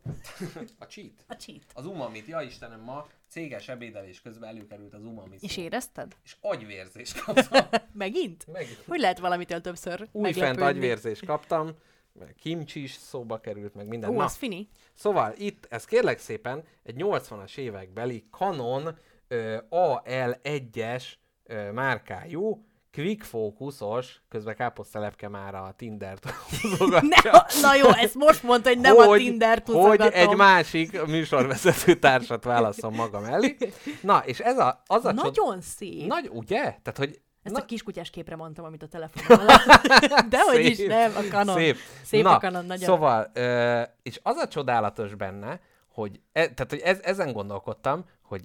a cheat. A cheat. Az umamit, ja Istenem, ma céges ebédelés közben előkerült az umamit. És szó. érezted? És agyvérzést kaptam. Megint? Megint. Hogy lehet valamitől többször Újfent meglepődni? agyvérzést kaptam, meg kimcsi is szóba került, meg minden. Ó, Na, az fini. szóval itt, ez kérlek szépen, egy nyolcvanas évekbeli Canon ö, á el egyes ö, márkájú, quick fókuszos, közben káposztelepke már a Tindert húzogatja. Ne, na jó, ezt most mondta, hogy nem a Tinder hogy húzogatom. egy másik műsorvezető társat válaszom magam elé. Na, és ez a, az a csod... Nagyon szép. Nagy, ugye? Tehát, hogy Ezt na, a kiskutyás képre mondtam, amit a telefonon. Dehogy is, Szép, nem, a Canon. Szép. Szép Na, a Canon, nagyon. Szóval, ö, és az a csodálatos benne, hogy, e, tehát, hogy ez, ezen gondolkodtam, hogy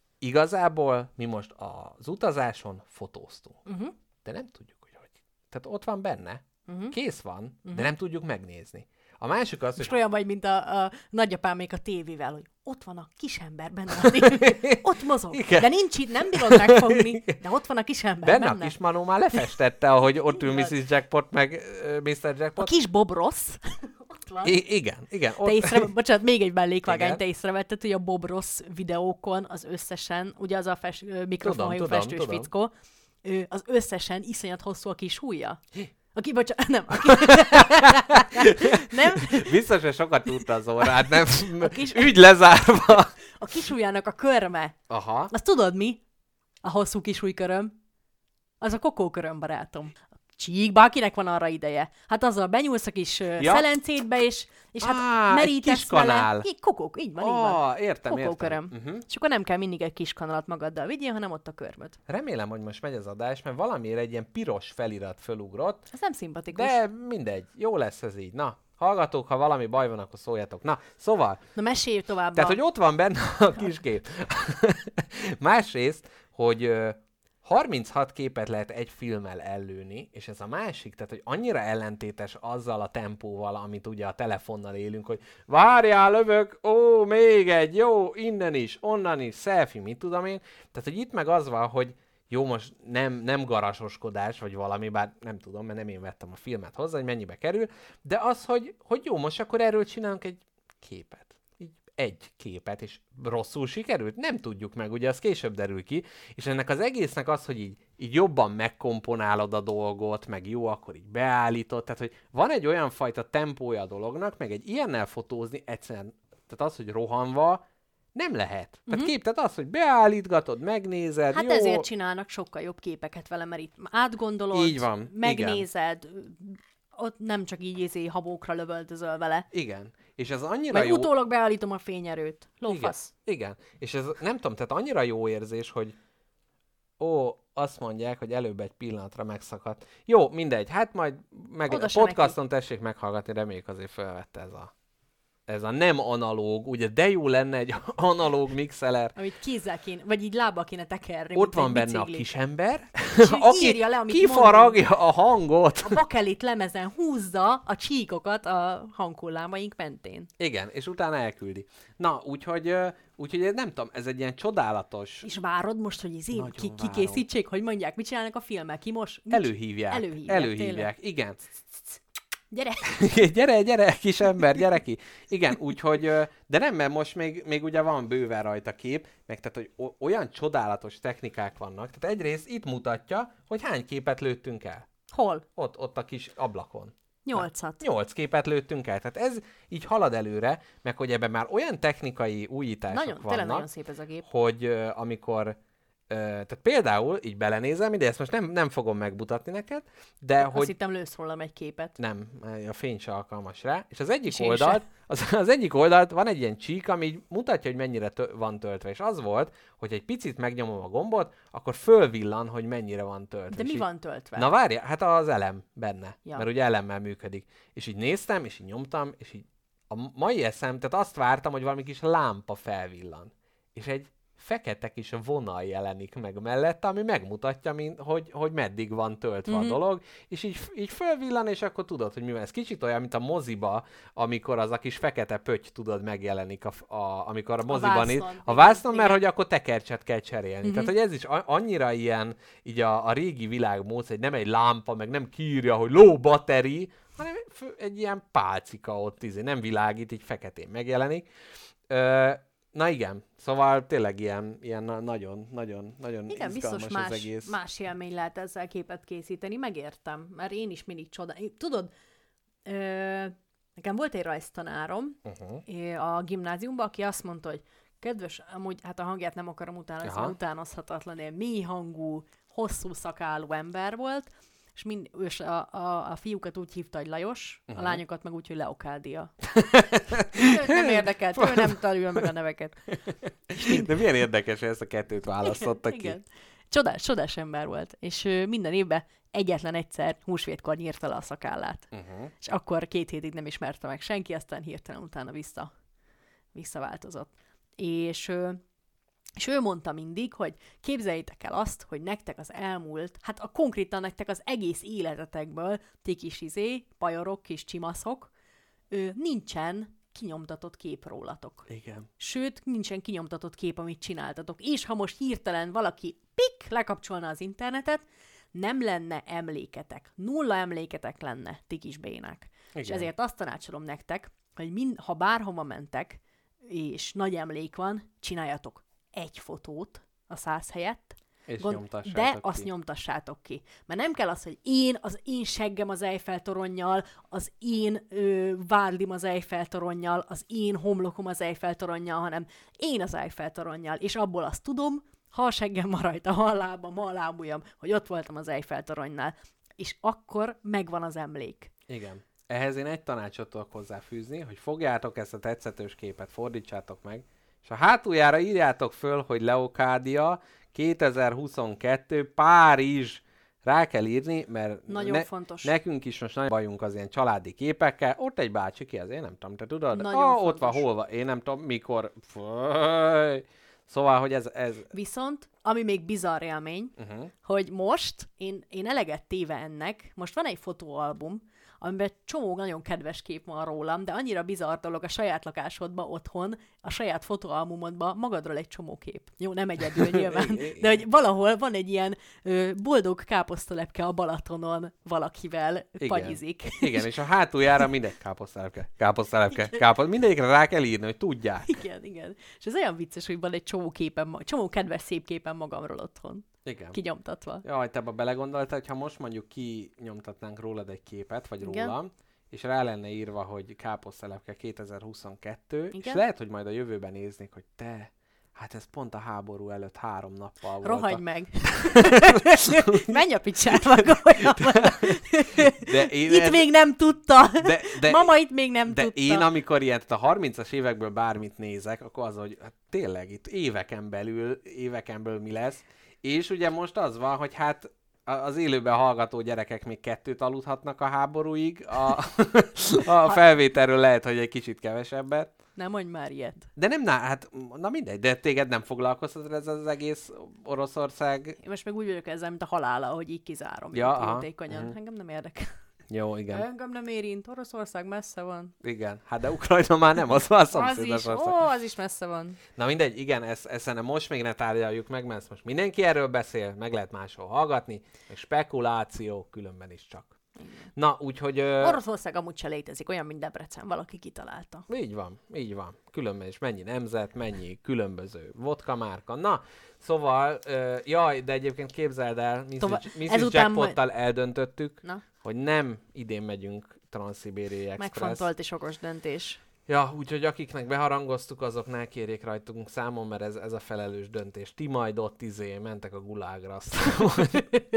igazából mi most az utazáson fotóztunk. Uh-huh. De nem tudjuk, hogy hogy. Tehát ott van benne, Uh-huh. kész van, Mhm. de nem tudjuk megnézni. A másik az, Most hogy olyan vagy, mint a, a nagyapámék a tévével, hogy ott van a kisember benne a tévében, ott mozog, Igen. de nincs itt, nem bírod megfogni, de ott van a kisember benne, benne. a kismanó már lefestette, ahogy ott ül Így van. missziz Jackpot, meg ö, miszter A Jackpot. kis Bob Ross, ott van. I- igen, igen. Te Ott... észre, bocsánat, még egy mellékvágány, Igen. te észrevetted, hogy a Bob Ross videókon az összesen, ugye az a fes, ö, mikrofonhajú Tudom, tudom, festős tudom. fickó, ő, az összesen iszonyat hosszú a kis hújja. Aki, bocsánat, nem, aki... nem? Biztos, hogy sokat tudta az órát, nem? kis- Ügy lezárva. A kis ujjának a körme. Aha. Azt tudod mi? A hosszú kis ujjköröm. Az a kokóköröm, barátom. Csíkba, akinek van arra ideje. Hát azzal benyúlsz a kis ja. Ja. szelencétbe, és, és hát Á, egy merítesz kis kanál. vele. Így, kokók, így van, így van. Ah, értem, Kokóköröm. értem. Uh-huh. És akkor nem kell mindig egy kis kanalat magaddal vigyél, hanem ott a körmöt. Remélem, hogy most megy az adás, mert valamiért egy ilyen piros felirat fölugrott, Ez nem szimpatikus. de mindegy, jó lesz ez így. Na, hallgatók, ha valami baj van, akkor szóljatok. Na, szóval, Na mesélj tovább. tehát, a... hogy ott van benne a kis kép. Másrészt, hogy ö, harminchat képet lehet egy filmmel ellőni, és ez a másik, tehát, hogy annyira ellentétes azzal a tempóval, amit ugye a telefonnal élünk, hogy várjál, lövök, ó, még egy, jó, innen is, onnan is, selfie, mit tudom én. Tehát, hogy itt meg az van, hogy jó, most nem, nem garasoskodás, vagy valami, bár nem tudom, mert nem én vettem a filmet hozzá, hogy mennyibe kerül, de az, hogy, hogy jó, most akkor erről csinálunk egy képet. Így egy képet, és rosszul sikerült? Nem tudjuk meg, ugye az később derül ki, és ennek az egésznek az, hogy így, így jobban megkomponálod a dolgot, meg jó, akkor így beállítod, tehát hogy van egy olyan fajta tempója a dolognak, meg egy ilyennel fotózni egyszerűen, tehát az, hogy rohanva, nem lehet. Tehát Uh-huh. kép, tehát az, hogy beállítgatod, megnézed, Hát jó. ezért csinálnak sokkal jobb képeket vele, mert itt átgondolod, Így van, megnézed, igen. Ott nem csak így izé habókra lövöldözöl vele. Igen. És ez annyira Meg jó... utólag beállítom a fényerőt. Lófasz. Igen. Igen. És ez nem tudom, tehát annyira jó érzés, hogy ó, azt mondják, hogy előbb egy pillanatra megszakadt. Jó, mindegy, hát majd meg... Oda a se podcaston neki. tessék meghallgatni, reméljük azért felvette ez a ez a nem analóg, ugye de jó lenne egy analóg mixeler. Amit kézzel kéne, vagy így lábbal kéne tekerni. Ott mint van egy benne bicikli. a kisember, És aki írja le, amit kifaragja a hangot. A bakelit lemezen húzza a csíkokat a hanghullámaink mentén. Igen, és utána elküldi. Na, úgyhogy, ö, úgyhogy ez nem tudom, ez egy ilyen csodálatos... És várod most, hogy izé, Nagyon ki, várom. kikészítsék, hogy mondják, mit csinálnak a filmek, ki most? Mit Előhívják. Előhívják, Előhívják, igen. Gyere! gyere, gyere, kis ember, gyere ki. Igen, úgyhogy, ö, de nem, mert most még, még ugye van bőven rajta kép, meg tehát, hogy o- olyan csodálatos technikák vannak. Tehát egyrészt itt mutatja, hogy hány képet lőttünk el. Hol? Ott, ott a kis ablakon. Nyolcat. Nyolc képet lőttünk el. Tehát ez így halad előre, meg hogy ebben már olyan technikai újítások Nagyon, vannak, tényleg nagyon szép ez a gép. hogy uh, amikor, uh, tehát például így belenézem, de ezt most nem, nem fogom megmutatni neked, de Azt hogy hittem lősz rólam egy képet. nem, a fény se alkalmas rá, és az egyik És én oldalt, az, az egyik oldalt van egy ilyen csík, ami így mutatja, hogy mennyire tö- van töltve, és az volt, hogy egy picit megnyomom a gombot, akkor fölvillan, hogy mennyire van töltve. De És mi így, van töltve? Na várja, hát az elem benne, Ja. mert ugye elemmel működik. És így néztem, és így nyomtam, és így a mai eszem, tehát azt vártam, hogy valami kis lámpa felvillan. És egy fekete kis vonal jelenik meg mellette, ami megmutatja, mint, hogy, hogy meddig van töltve Mhm. a dolog, és így, így fölvillan, és akkor tudod, hogy mi van. Ez kicsit olyan, mint a moziba, amikor az a kis fekete pötty, tudod, megjelenik, a, a, amikor a moziban itt. vásznon, A igen, vásznon, mert igen. hogy akkor tekercset kell cserélni. Mhm. Tehát, hogy ez is a- annyira ilyen, így a, a régi világ módszer, hogy nem egy lámpa, meg nem kiírja, hogy low battery, hanem fő- egy ilyen pálcika ott, izé, nem világít, így feketén megjelenik. Ö, na igen, szóval tényleg ilyen, ilyen na- nagyon, nagyon, nagyon Igen, izgalmas biztos az más, egész. más élmény lehet ezzel képet készíteni, megértem, mert én is mindig csodálom. Tudod, ö, nekem volt egy rajztanárom Uh-huh. ö, a gimnáziumban, aki azt mondta, hogy kedves, amúgy hát a hangját nem akarom utánozni, Aha. mert utánozhatatlan, ilyen mély hangú, hosszú szakálú ember volt, és, mind, és a, a, a fiúkat úgy hívta, hogy Lajos, Mhm. a lányokat meg úgy, hogy Leokádia. Őt nem érdekelt, ő nem tanulja meg a neveket. De milyen érdekes, hogy ezt a kettőt választottak ki. Igen. Csodás, csodás ember volt, és ö, minden évben egyetlen egyszer húsvétkor nyírta le a szakállát. Uh-huh. És akkor két hétig nem ismerte meg senki, aztán hirtelen utána vissza, visszaváltozott. És, ö, és ő mondta mindig, hogy képzeljétek el azt, hogy nektek az elmúlt, hát a konkrétan nektek az egész életetekből, ti kis izé, pajorok, kis csimaszok, ö, nincsen kinyomtatott kép rólatok. Igen. Sőt, nincsen kinyomtatott kép, amit csináltatok. És ha most hirtelen valaki pik, lekapcsolna az internetet, nem lenne emléketek. Nulla emléketek lenne, ti kis bénák. Igen. És ezért azt tanácsolom nektek, hogy mind, ha bárhova mentek, és nagy emlék van, csináljatok egy fotót a száz helyett, És Gond- nyomtassátok de ki. azt nyomtassátok ki. Mert nem kell az, hogy én, az én seggem az Eiffel-toronnyal, az én ö, vádlim az Eiffel-toronnyal, az én homlokom az Eiffel-toronnyal, hanem én az Eiffel-toronnyal, és abból azt tudom, ha a seggem van rajta, ha a lábam, ha a lábujjam, hogy ott voltam az Eiffel-toronynál. És akkor megvan az emlék. Igen. Ehhez én egy tanácsot tudok hozzáfűzni, hogy fogjátok ezt a tetszetős képet, fordítsátok meg, és a hátuljára írjátok föl, hogy Leokádia kétezer-huszonkettő Párizs. Rá kell írni, mert Nagyon ne- fontos. nekünk is most nagy bajunk az ilyen családi képekkel. Ott egy bácsi, ki az, én nem tudom, te tudod? Nagyon ah, ott van, fontos. hol van, én nem tudom, mikor. Föj. Szóval, hogy ez... ez... Viszont, ami még bizarr élmény, Uh-huh. hogy most én, én eleget téve ennek, most van egy fotóalbum, amiben csomó nagyon kedves kép van rólam, de annyira bizarr dolog a saját lakásodban otthon, a saját fotóalbumodban magadról egy csomó kép. Jó, nem egyedül nyilván, de hogy valahol van egy ilyen ö, boldog káposztalepke a Balatonon valakivel Igen. pagyizik. Igen, és a hátuljára mindegy káposztalepke, káposztalepke, káposztalepke. Mindegyikre rá kell írni, hogy tudják. Igen, igen. És ez olyan vicces, hogy van egy csomó képen, csomó kedves szép képen magamról otthon. Igen. Kinyomtatva. Jaj, te abba belegondoltál, hogy ha most mondjuk kinyomtatnánk rólad egy képet, vagy Igen. rólam, és rá lenne írva, hogy káposztelepke kétezer-huszonkettő, Igen. és lehet, hogy majd a jövőben néznék, hogy te, hát ez pont a háború előtt három nappal volt. Rohagy a... meg! Menj a picsába, olyan De én Itt ez... még nem tudta! De, de, Mama itt még nem de tudta. én, amikor ilyen a harmincas évekből bármit nézek, akkor az, hogy hát tényleg itt éveken belül, éveken belül mi lesz. És ugye most az van, hogy hát az élőben hallgató gyerekek még kettőt aludhatnak a háborúig, a, a felvételről lehet, hogy egy kicsit kevesebbet. Nem mondj már ilyet. De nem, na, hát, na mindegy, de téged nem foglalkoztat ez az egész Oroszország? Én most meg úgy vagyok ezzel, mint a halála, hogy így kizárom. Ja, aha. Jótékonyan. Mhm. Engem nem érdekel. Jó, igen. Engem nem érint. Oroszország messze van. Igen, hát de Ukrajna már nem, az már Az szomszédos is, ország. ó, az is messze van. Na mindegy, igen, ezt, ezt nem most még ne tárgyaljuk meg, mert ezt most mindenki erről beszél, meg lehet máshol hallgatni, meg spekuláció, különben is csak. Na, úgyhogy... Ö... Oroszország amúgy se létezik, olyan, mint Debrecen, valaki kitalálta. Így van, így van. Különben is mennyi nemzet, mennyi különböző vodka márka. Na, szóval, ö, jaj, de egyébként képzeld el, Tovább- missus ezután Jackpottal eldöntöttük, Na, hogy nem idén megyünk Transzibériai Express. megfontolt és okos döntés. Ja, úgyhogy akiknek beharangoztuk, azok ne kérjék rajtunk számon, mert ez, ez a felelős döntés. Ti majd ott izé mentek a gulágra, aztán.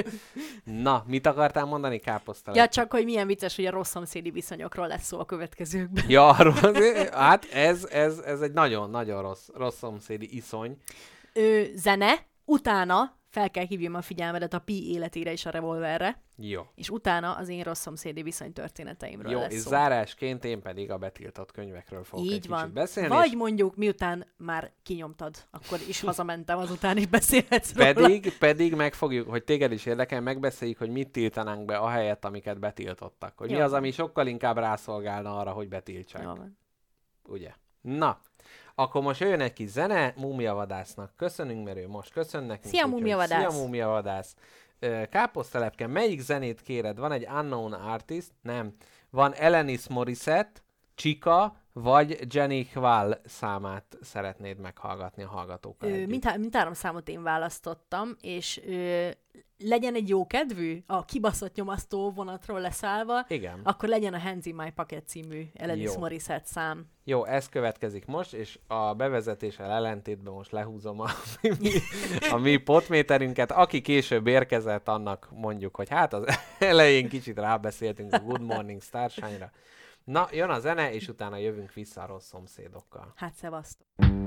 Na, mit akartál mondani, káposztalat? Ja, csak hogy milyen vicces, hogy a rossz szomszédi viszonyokról lesz szó a következőkben. Ja, arról, hát ez, ez, ez egy nagyon-nagyon rossz, rossz szomszédi iszony. Ö, zene, utána fel kell hívjam a figyelmedet a Pi életére és a revolverre, Jó. és utána az én rossz szomszédi viszony történeteimről Jó, lesz és szó. zárásként én pedig a betiltott könyvekről fogok egy Így van. kicsit beszélni. Vagy és mondjuk miután már kinyomtad, akkor is hazamentem, azután is beszélhetsz róla. pedig, pedig meg fogjuk, hogy téged is érdekel, megbeszéljük, hogy mit tiltanánk be ahelyett, amiket betiltottak. Hogy Jó. mi az, ami sokkal inkább rászolgálna arra, hogy betiltsák. Jó van. Ugye? Na, akkor most jöjjön egy kis zene, Múmiavadásznak köszönünk, mert ő most köszön nekünk. Szia, úgyhogy Múmiavadász! Szia, Múmiavadász! Ö, Káposztelepke, melyik zenét kéred? Van egy Unknown Artist? Nem. Van Alanis Morissette, Chika, vagy Jenny Hval számát szeretnéd meghallgatni a hallgatókkal Ö, együtt? mind, mind három számot én választottam, és ö, legyen egy jó kedvű, a kibaszott nyomasztó vonatról leszállva, Igen. akkor legyen a Hands in My Pocket című Alanis Jó. Morissette szám. Jó, ez következik most, és a bevezetéssel ellentétben most lehúzom a mi, a mi potméterünket. Aki később érkezett, annak mondjuk, hogy hát az elején kicsit rábeszéltünk a Good Morning Starshine-ra. Na, jön a zene, és utána jövünk vissza a rossz szomszédokkal. Hát szevasztok!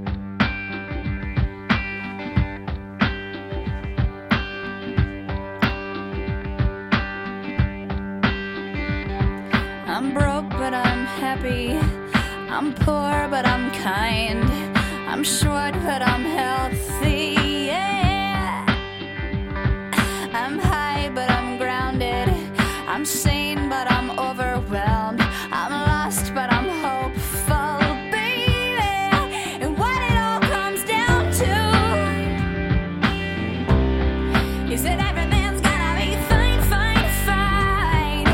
I'm broke, but I'm happy. I'm poor, but I'm kind. I'm short, but I'm healthy. Yeah. I'm high, but I'm grounded. I'm sane, but I'm overwhelmed. I'm lost, but I'm hopeful, baby. And what it all comes down to is that everything's gonna be fine, fine, fine.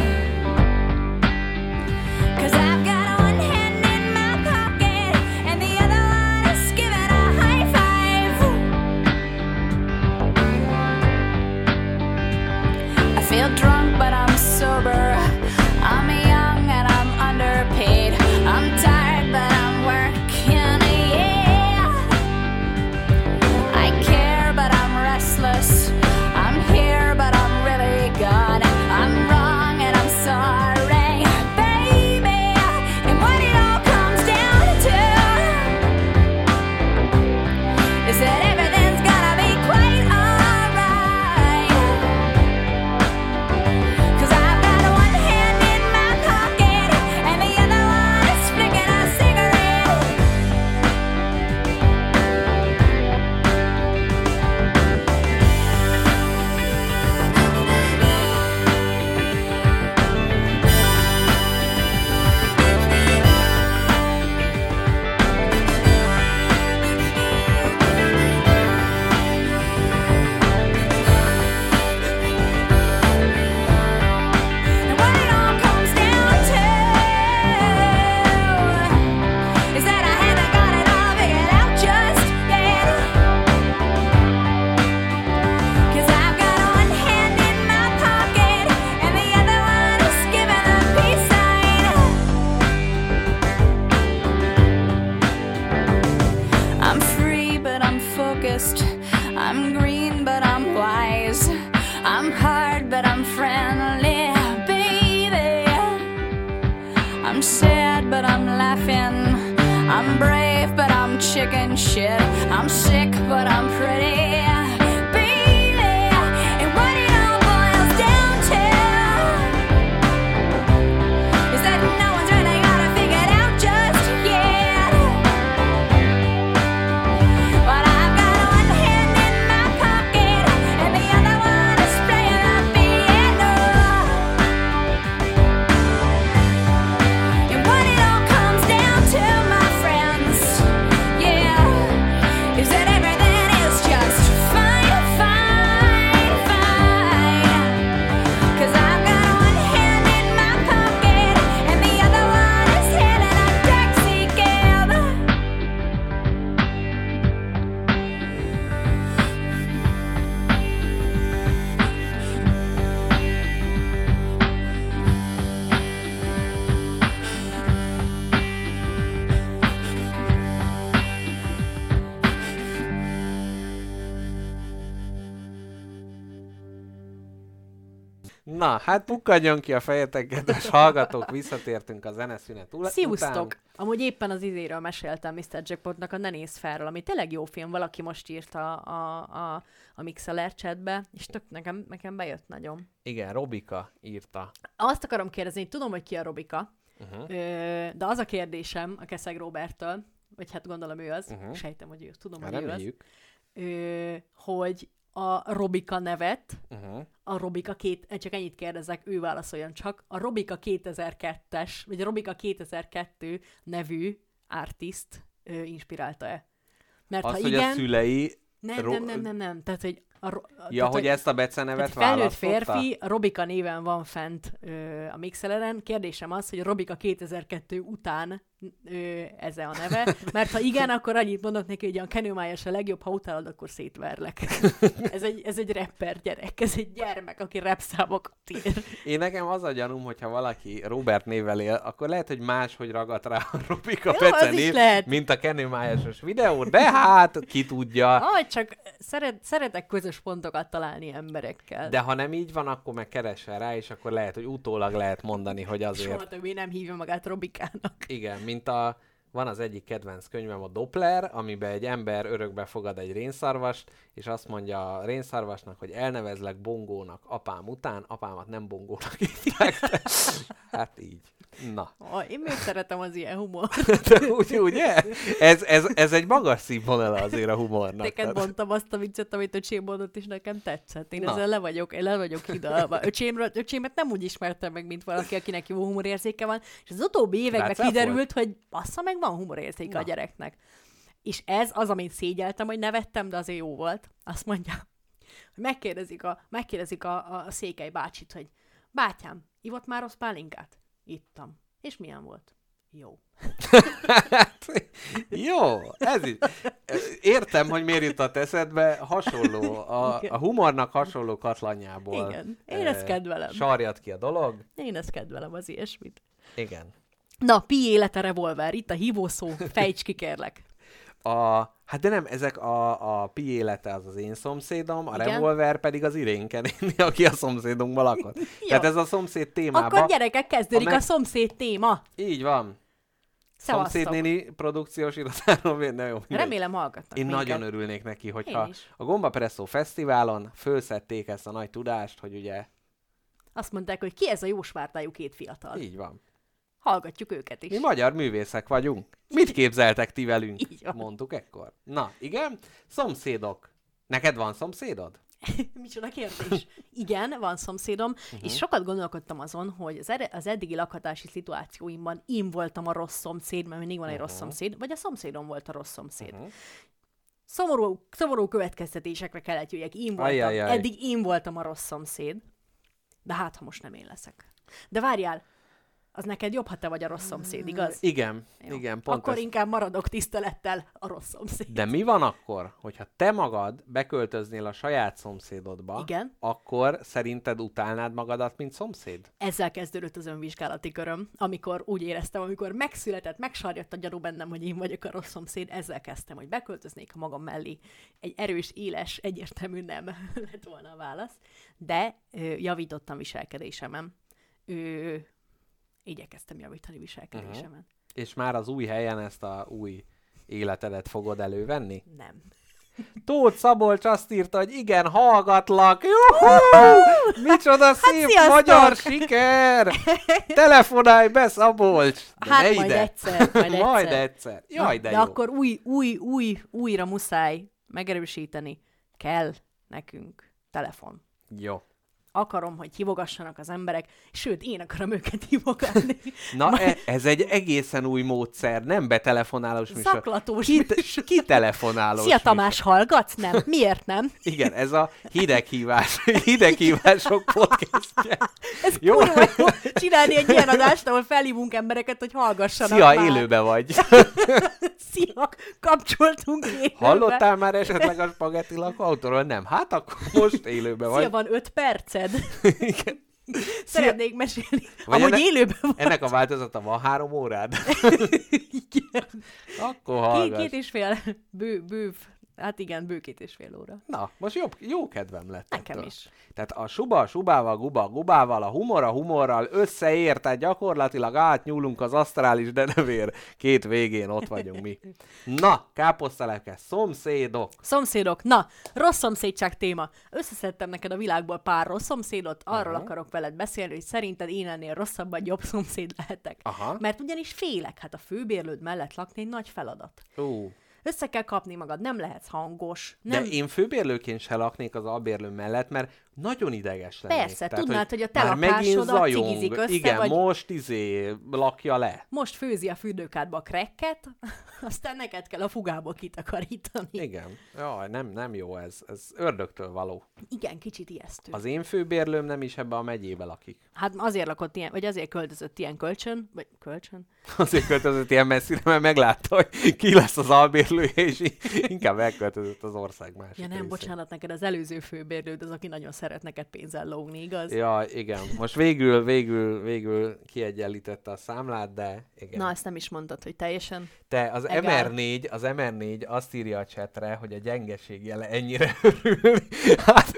'Cause I've got one hand in my pocket and the other one is giving a high five. chicken shit. I'm sick, but I'm pretty, baby. And what it all boils down to is that no one's really got it figured out just yet. But I've got one hand in my pocket and the other one is playing the piano. And what it all comes down to, my friends, yeah, is that everything is just fine, fine, fine. 'Cause I've got one hand in my pocket and the other one is hailing a taxi cab. Na, hát pukkadjon ki a fejetek, kedves hallgatók, visszatértünk a zeneszünet ula- Sziusztok! után. Amúgy éppen az izéről meséltem miszter Jackpotnak a Ne nézz felről, ami tényleg jó film, valaki most írta a, a, a, a Mixeler chatbe, és tök nekem, nekem bejött nagyon. Igen, Robika írta. Azt akarom kérdezni, tudom, hogy ki a Robika, Uh-huh. ö, de az a kérdésem a Keszeg Roberttől, vagy hát gondolom ő az, Uh-huh. sejtem, hogy ő, tudom, Hát hogy ő az, reméljük. ö, hogy a Robika nevet, Uh-huh. a Robika két, csak ennyit kérdezek, ő válaszoljon csak, a Robika kétezer-kettes, vagy a Robika kétezer-kettő nevű artist ö, inspirálta-e? Mert Az, ha hogy igen, a szülei... nem, ro- nem, nem, nem, nem, tehát, hogy a, ro- Ja, tehát, hogy ezt a becenevet egy felnőtt választotta? férfi, a Robika néven van fent ö, a Mixeleren. Kérdésem az, hogy a Robika kétezer-kettő után ö, ez a neve, mert ha igen, akkor annyit mondok neki, hogy a Kenő Májas a legjobb, ha utálod, akkor szétverlek. ez, egy, ez egy rapper gyerek, ez egy gyermek, aki rapszámokat ír. Én nekem az a gyanúm, hogyha valaki Robert névvel él, akkor lehet, hogy máshogy ragadt rá a Robika Jó, Bece az is név, lehet. mint a Kenő Májasos videó, de hát ki tudja. Ah, csak szeret, szeretek közös pontokat találni emberekkel. De ha nem így van, akkor meg keresel rá, és akkor lehet, hogy utólag lehet mondani, hogy azért... Soha többé nem hívja magát Robikának. Igen, mint a... Van az egyik kedvenc könyvem, a Doppler, amiben egy ember örökbe fogad egy rénszarvast, és azt mondja a rénszarvasnak, hogy elnevezlek Bongónak apám után, apámat nem Bongónak hívják. Hát így. Na. Oh, én még szeretem az ilyen humor. De úgy, ugye? Ez, ez, ez egy magas színvonal azért a humornak. Neked mondtam azt a viccet, amit öcsém mondott, és nekem tetszett. Én Na. ezzel le vagyok, én le vagyok hidalva. Öcsémről, öcsémet nem úgy ismertem meg, mint valaki, akinek jó humorérzéke van, és az utóbbi években Rácáfolt? kiderült, hogy bassza meg, van humorérzéke Na. a gyereknek. És ez az, amit szégyeltem, hogy nevettem, de azért jó volt. Azt mondja, hogy megkérdezik a, megkérdezik a, a Székely bácsit, hogy bátyám, ivott már rossz pálinkát? Ittam. És milyen volt? Jó. Jó, ez is. Értem, hogy miért jutott eszedbe, hasonló, a, a humornak hasonló katlanjából. Igen. Én ezt eh, kedvelem. Sarjad ki a dolog. Én ezt kedvelem, az ilyesmit. Igen. Na, pi élete revolver, itt a hívószó, fejts ki kérlek. A, hát de nem, ezek a, a pi élete az az én szomszédom, a Igen. revolver pedig az Irénke néni, aki a szomszédunkban lakott. Tehát ez a szomszéd témában. Akkor gyerekek, kezdődik a a, meg- szomszéd téma. Így van. Szevasztok. Szomszédnéni produkciós irodáról, de jó, mindegy. Remélem hallgatnak Én minket. nagyon örülnék neki, hogyha Én is. a Gomba Presszó Fesztiválon fölszedték ezt a nagy tudást, hogy ugye Azt mondták, hogy ki ez a jósvártájú két fiatal. így van. Hallgatjuk őket is. Mi magyar művészek vagyunk. Mit képzeltek ti velünk? Így van. Mondtuk ekkor. Na, igen. Szomszédok. Neked van szomszédod? Micsoda kérdés. Igen, van szomszédom, Mhm. uh-huh. és sokat gondolkodtam azon, hogy az, ere- az eddigi lakhatási szituációimban én voltam a rossz szomszéd, mert mindig van egy Mhm. rossz szomszéd, vagy a szomszédom volt a rossz szomszéd. Uh-huh. Szomorú, szomorú következtetésekre kellett jöjjek. Én voltam. Ajjajjaj. Eddig én voltam a rossz szomszéd. De hát, ha most nem én leszek. De várjál, az neked jobb, ha te vagy a rossz szomszéd, igaz? Igen, Jó. igen, pont Akkor ez. inkább maradok tisztelettel a rossz szomszéd. De mi van akkor, hogyha te magad beköltöznél a saját szomszédodba, Igen. akkor szerinted utálnád magadat, mint szomszéd? Ezzel kezdődött az önvizsgálati köröm, amikor úgy éreztem, amikor megszületett, megsarjadt a gyanú bennem, hogy én vagyok a rossz szomszéd, ezzel kezdtem, hogy beköltöznék magam mellé. Egy erős, éles, egyértelmű nem lett volna a válasz, de ö, javítottam viselkedésemen. Ö, igyekeztem javítani viselkedésemen. És már az új helyen ezt a új életedet fogod elővenni? Nem. Tóth Szabolcs azt írta, hogy igen, hallgatlak. Juhú! Micsoda szép sziasztok! magyar siker! Telefonálj be, Szabolcs! De Hát ne majd ide. egyszer, majd egyszer. Majd egyszer. Jaj, de, de jó. akkor új, új, új, újra muszáj megerősíteni. Kell nekünk telefon. Jó. Akarom, hogy hívogassanak az emberek, sőt, én akarom őket hívogatni. Na, e- ez egy egészen új módszer, nem betelefonálós műsor. Szaklatós Ki, műsor. ki telefonálós Szia Tamás, műsor. hallgatsz? Nem. Miért nem? Igen, ez a hideghívás, hideghívások podcastje. Ez Jó. kurva jó csinálni egy ilyen adást, ahol felhívunk embereket, hogy hallgassanak Szia, már. élőbe vagy. Szia, kapcsoltunk élőbe. Hallottál már esetleg a spagetti lakóautóról? Nem. Hát akkor most élőbe vagy. Szia, van öt perced? Igen. Szeretnék mesélni. Vagy Amúgy enne- élőben van. Ennek a változata van három órád? Igen. Akkor Két, hallgass. két és fél, bő, bő, hát igen, bő két és fél óra. Na, most jobb, jó kedvem lett. Nekem ettől. is. Tehát a suba a subával, guba a gubával, a humor a humorral összeér, tehát gyakorlatilag átnyúlunk az asztrális denevér két végén, ott vagyunk mi. Na, káposztalepke, szomszédok. Szomszédok, na, rossz szomszédság téma. Összeszedtem neked a világból pár rossz szomszédot, arról Aha. akarok veled beszélni, hogy szerinted én ennél rosszabb vagy jobb szomszéd lehetek. Aha. Mert ugyanis félek, hát a főbérlőd mellett lakni egy nagy feladat. Ú. Össze kell kapni magad, nem lehetsz hangos. Nem... De én főbérlőként se laknék az albérlő mellett, mert nagyon ideges lennék. Persze, tudnád, hogy a te már megint lakásodat zajong. cigizik össze, Igen, vagy- most izé lakja le. Most főzi a fürdőkádba a krekket, aztán neked kell a fugából kitakarítani. Igen. Jaj, nem, nem jó ez. Ez ördögtől való. Igen, kicsit ijesztő. Az én főbérlőm nem is ebbe a megyébe lakik. Hát azért lakott ilyen, vagy azért költözött ilyen kölcsön, vagy kölcsön? Azért költözött ilyen messzire, mert meglátta, hogy ki lesz az albérlője, és inkább elköltözött az ország másik Ja nem, részén. bocsánat, neked az előző főbérlőd az, aki nagyon szeret neked pénzzel lógni, igaz? Ja, igen. Most végül, végül, végül kiegyenlítette a számlát, de igen. Na, ezt nem is mondtad, hogy teljesen. Te, az Egál. em er négy, az em er négy azt írja a chatre, hogy a gyengeség jele ennyire örülni. Hát,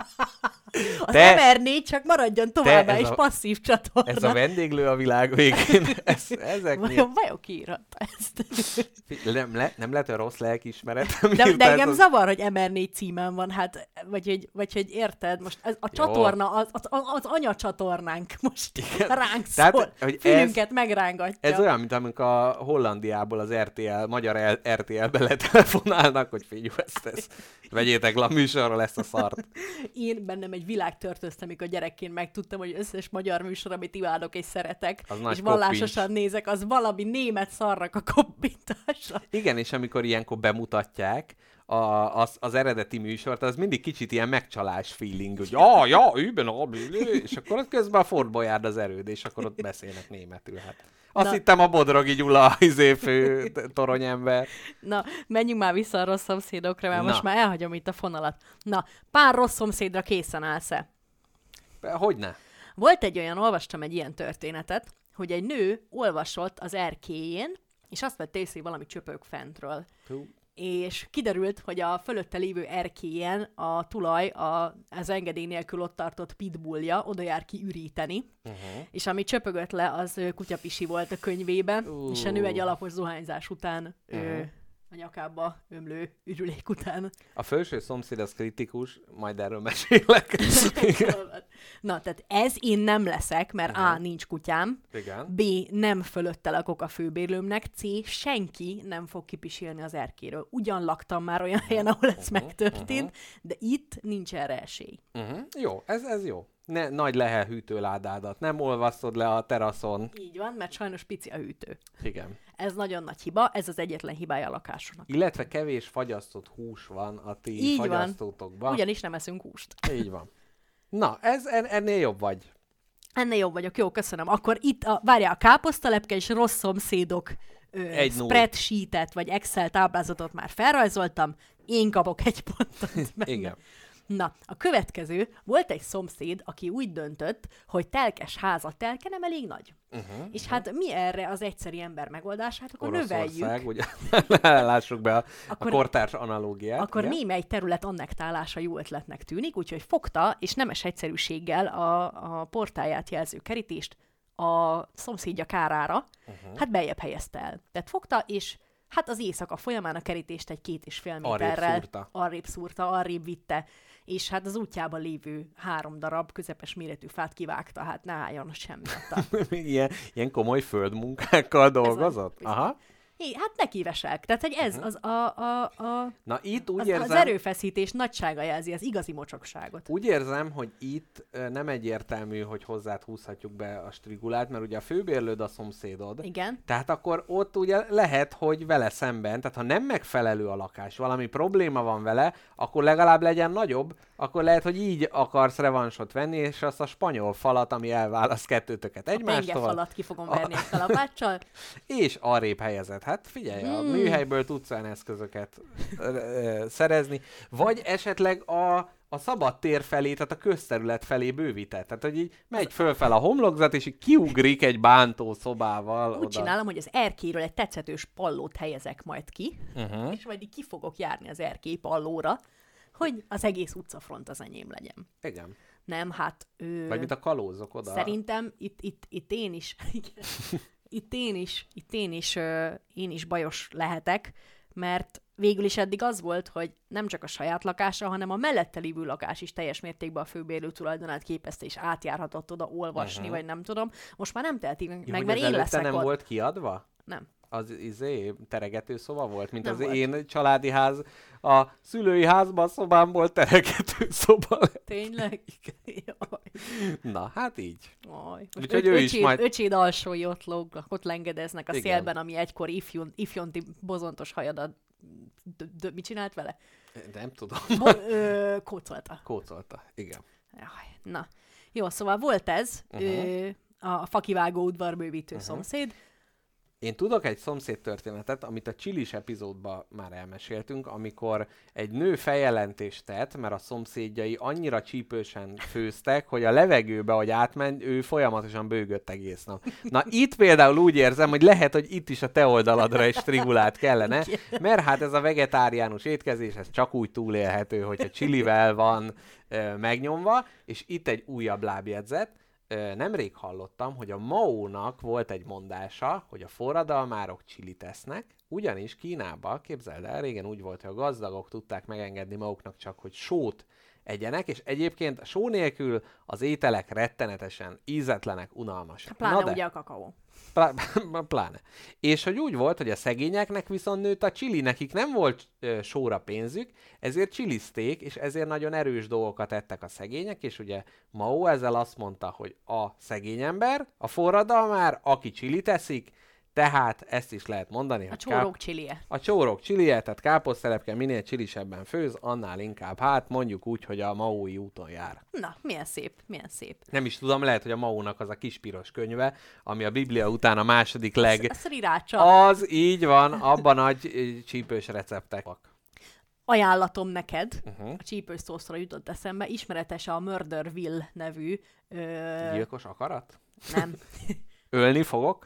Az Te- em er négy csak maradjon továbbá, ez és a- passzív csatorna. ez a vendéglő a világ végén. Ez, ezek mi? Vajon, vajon ki íratta ezt? Nem, le, nem lehet, hogy rossz lelkiismeret. De, de engem zavar, hogy em er négy címen van, hát, vagy hogy, vagy hogy érted, most ez a csatorna, az, az, az anyacsatornánk most Igen. ránk Tehát, szól, hogy fülünket megrángatja. Ez olyan, mint amikor a Hollandiából az er té el, magyar er té el-be letelefonálnak, hogy figyelj, ezt, ezt vegyétek le a műsorról ezt a szart. Én bennem egy világ törtöztem, amikor gyerekként megtudtam, hogy összes magyar műsor, amit imádok és szeretek, Az nagy és vallásosan koppincs. nézek, az valami német szarrak a koppintása. Igen, és amikor ilyenkor bemutatják a, az, az eredeti műsort, az mindig kicsit ilyen megcsalás feeling, hogy ja, ja, üben a és akkor ott közben a Ford Boyard az erőd, és akkor ott beszélnek németül. Hát. Azt Na. hittem a Bodrogi Gyula, izé fő t- toronyember. Na, menjünk már vissza a rossz szomszédokra, mert Na. most már elhagyom itt a fonalat. Na, pár rossz szomszédra készen állsz-e? Hogyne? Volt egy olyan, olvastam egy ilyen történetet, hogy egy nő olvasott az erkélyén, és azt vett észre, hogy valami csöpög fentről. Hú. És kiderült, hogy a fölötte lévő erkélyen a tulaj a, az engedély nélkül ott tartott pitbullja oda jár ki üríteni, Uh-huh. és ami csöpögött le, az ö, kutyapisi volt a könyvében, Ú. és a nő egy alapos zuhányzás után ö, Uh-huh. a nyakába ömlő ürülék után. A felső szomszéd az kritikus, majd erről mesélek. Igen. Na, tehát ez én nem leszek, mert Aha. A. nincs kutyám, Igen. B. nem fölötte lakok a főbérlőmnek, C. senki nem fog kipisilni az erkéről. Ugyan laktam már olyan helyen, ahol ez Uh-huh, megtörtént, uh-huh. de itt nincs erre esély. Uh-huh. Jó, ez, ez jó. Ne, nagy lehel hűtőládádat. Nem olvasztod le a teraszon. Így van, mert sajnos pici a hűtő. Igen. Ez nagyon nagy hiba, ez az egyetlen hibája a lakásnak. Illetve kevés fagyasztott hús van a ti Így van. fagyasztótokban. Ugyanis nem eszünk húst. Így van. Na, ez en, ennél jobb vagy. Ennél jobb vagyok, jó, köszönöm. Akkor itt, a, várjál, a káposztalepke és rossz szomszédok ö, Egy null. spreadsheetet vagy Excel táblázatot már felrajzoltam, én kapok egy pontot benne. Igen. Na, a következő, volt egy szomszéd, aki úgy döntött, hogy telkes háza telke nem elég nagy. Uh-huh. És hát mi erre az egyszeri ember megoldását, akkor Oroszország, növeljük. ugye? Lássuk be a, Akkor- a kortárs analógiát. Akkor igen? némely terület annektálása jó ötletnek tűnik, úgyhogy fogta, és nemes egyszerűséggel a, a portáját jelző kerítést a szomszédja kárára, Uh-huh. hát beljebb helyezte el. Tehát fogta, és hát az éjszaka folyamán a kerítést egy két és fél Arrébb méterrel szúrta. arrébb szúrta, arrébb vitte, és hát az útjában lévő három darab közepes méretű fát kivágta, hát ne álljon semmi miatta. ilyen, ilyen komoly földmunkákkal dolgozott? Ez a- Aha. É, hát nekivesek. Tehát, hogy ez az a, a, a Na itt úgy az, érzem... az erőfeszítés nagysága jelzi az igazi mocsokságot. Úgy érzem, hogy itt ö, nem egyértelmű, hogy hozzád húzhatjuk be a strigulát, mert ugye a főbérlőd a szomszédod. Igen. Tehát akkor ott ugye lehet, hogy vele szemben, tehát ha nem megfelelő a lakás, valami probléma van vele, akkor legalább legyen nagyobb, akkor lehet, hogy így akarsz revansot venni, és azt a spanyol falat, ami elválaszt kettőtöket A penge egymástól, falat ki fogom verni egy kalapáccsal. és arrébb helyezed. Hát figyelj, a műhelyből tudsz olyan eszközöket ö, ö, szerezni, vagy esetleg a, a szabad tér felé, tehát a közterület felé bővített. Tehát, hogy így megy fölfel a homlokzat, és így kiugrik egy bántó szobával. Úgy oda. csinálom, hogy az erkélyről egy tetszetős pallót helyezek majd ki, Uh-huh. és majd így ki fogok járni az erkély pallóra, hogy az egész utcafront az enyém legyen. Igen. Nem, hát... Ő... Vagy mint a kalózok oda. Szerintem itt, itt, itt én is... igen. Itt én is, itt én is, ö, én is bajos lehetek, mert végül is eddig az volt, hogy nem csak a saját lakása, hanem a mellette lévő lakás is teljes mértékben a főbérlő tulajdonát képezte, és átjárhatott oda olvasni, Uh-huh. vagy nem tudom. Most már nem teheti meg, Ja, meg hogy mert az én előtte leszek nem ott. volt kiadva? Nem. Az izé, teregető szoba volt, mint Nem az volt. én családi ház. A szülői házban, szobámból teregető szoba lett. Tényleg? Jaj. Na, hát így. Jaj. Most Úgyhogy öt, ő is öcséd, majd- öcséd alsói ott lógnak, ott lengedeznek a Igen. szélben, ami egykor ifjun, ifjonti bozontos hajadat. D- d- mit csinált vele? Nem tudom. Bo- ö, kócolta. Kócolta. Igen. Jaj, na. Jó, szóval volt ez, Uh-huh. ö, a fakivágó udvarbővítő Uh-huh. szomszéd. Én tudok egy szomszéd történetet, amit a Csilis epizódban már elmeséltünk, amikor egy nő feljelentést tett, mert a szomszédjai annyira csípősen főztek, hogy a levegőbe, hogy átment, ő folyamatosan bőgött egész nap. Na itt például úgy érzem, hogy lehet, hogy itt is a te oldaladra egy strigulát kellene, mert hát ez a vegetáriánus étkezés, ez csak úgy túlélhető, hogyha csilivel van ö, megnyomva, és itt egy újabb lábjegyzet. Ö, Nemrég hallottam, hogy a Mao-nak volt egy mondása, hogy a forradalmárok csilit esznek, ugyanis Kínában, képzeld el, régen úgy volt, hogy a gazdagok tudták megengedni maguknak csak, hogy sót egyenek, és egyébként a só nélkül az ételek rettenetesen ízetlenek, unalmasak. Pláne Na de, ugye a kakaó. Plá- pláne. És hogy úgy volt, hogy a szegényeknek viszont nőtt a csili, nekik nem volt ö, sóra pénzük, ezért csilizték, és ezért nagyon erős dolgokat ettek a szegények, és ugye Mao ezzel azt mondta, hogy a szegény ember, a forradalmár, aki csilit eszik, tehát ezt is lehet mondani, A hogy csórók csilie. a csórok csilie, tehát káposztelepke minél csilisebben főz, annál inkább, hát mondjuk úgy, hogy a Maói úton jár. Na, milyen szép, milyen szép. Nem is tudom, lehet, hogy a Maónak az a kis piros könyve, ami a Biblia után a második leg... Ez szirácsa. Az így van, abban nagy ö, csípős receptek. Ajánlatom neked, Uh-huh. a csípős szószra jutott eszembe, ismeretes a Murderville nevű, ö, Gyilkos akarat? nem, Ölni fogok?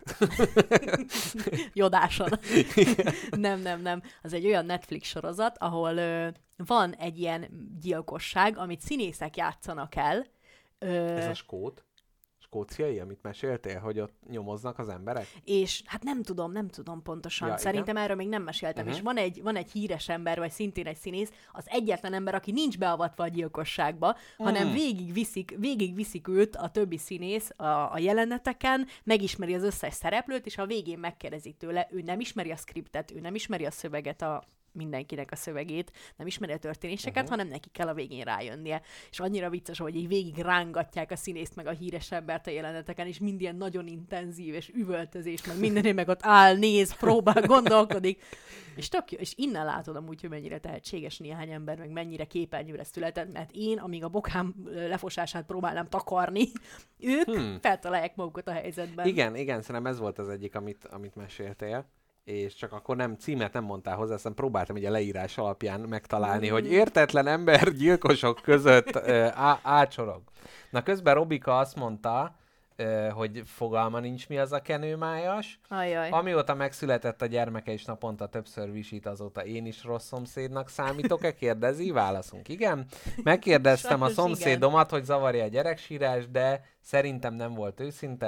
jodáson. nem, nem, nem. Az egy olyan Netflix sorozat, ahol ö, van egy ilyen gyilkosság, amit színészek játszanak el. Ö, Ez a skót? Skóciai, amit meséltél, hogy ott nyomoznak az emberek? és hát nem tudom, nem tudom pontosan. Ja, Ja, Szerintem erről még nem meséltem. Uh-huh. És van egy, van egy híres ember, vagy szintén egy színész, az egyetlen ember, aki nincs beavatva a gyilkosságba, hanem Mm. végig viszik, végig viszik őt a többi színész a, a jeleneteken, megismeri az összes szereplőt, és a végén megkérdezik tőle, ő nem ismeri a skriptet, ő nem ismeri a szöveget, a mindenkinek a szövegét, nem ismeri a történéseket, Uh-huh. hanem neki kell a végén rájönnie. És annyira vicces, hogy így végig rángatják a színészt meg a híres embert a jeleneteken, és mind ilyen nagyon intenzív, és üvöltözés, meg mindené meg ott áll, néz, próbál, gondolkodik. És tök jó, és innen látod amúgy, hogy mennyire tehetséges néhány ember, meg mennyire képernyőre született, mert én, amíg a bokám ö, lefosását próbálnám takarni, ők Hmm. feltalálják magukat a helyzetben. Igen, igen, szerintem ez volt az egyik, amit, amit meséltél. És csak akkor nem, címet nem mondtál hozzá, aztán próbáltam ugye a leírás alapján megtalálni, Mm. hogy értetlen ember gyilkosok között ö, á- ácsorog. Na közben Robika azt mondta, ö, hogy fogalma nincs, mi az a kenőmájas. Ajaj. Amióta megszületett a gyermeke és naponta többször visít, azóta én is rossz szomszédnak számítok-e? Kérdezi. Válaszunk, igen. Megkérdeztem a Sajnos igen. szomszédomat, hogy zavarja a gyereksírás, de szerintem nem volt őszinte.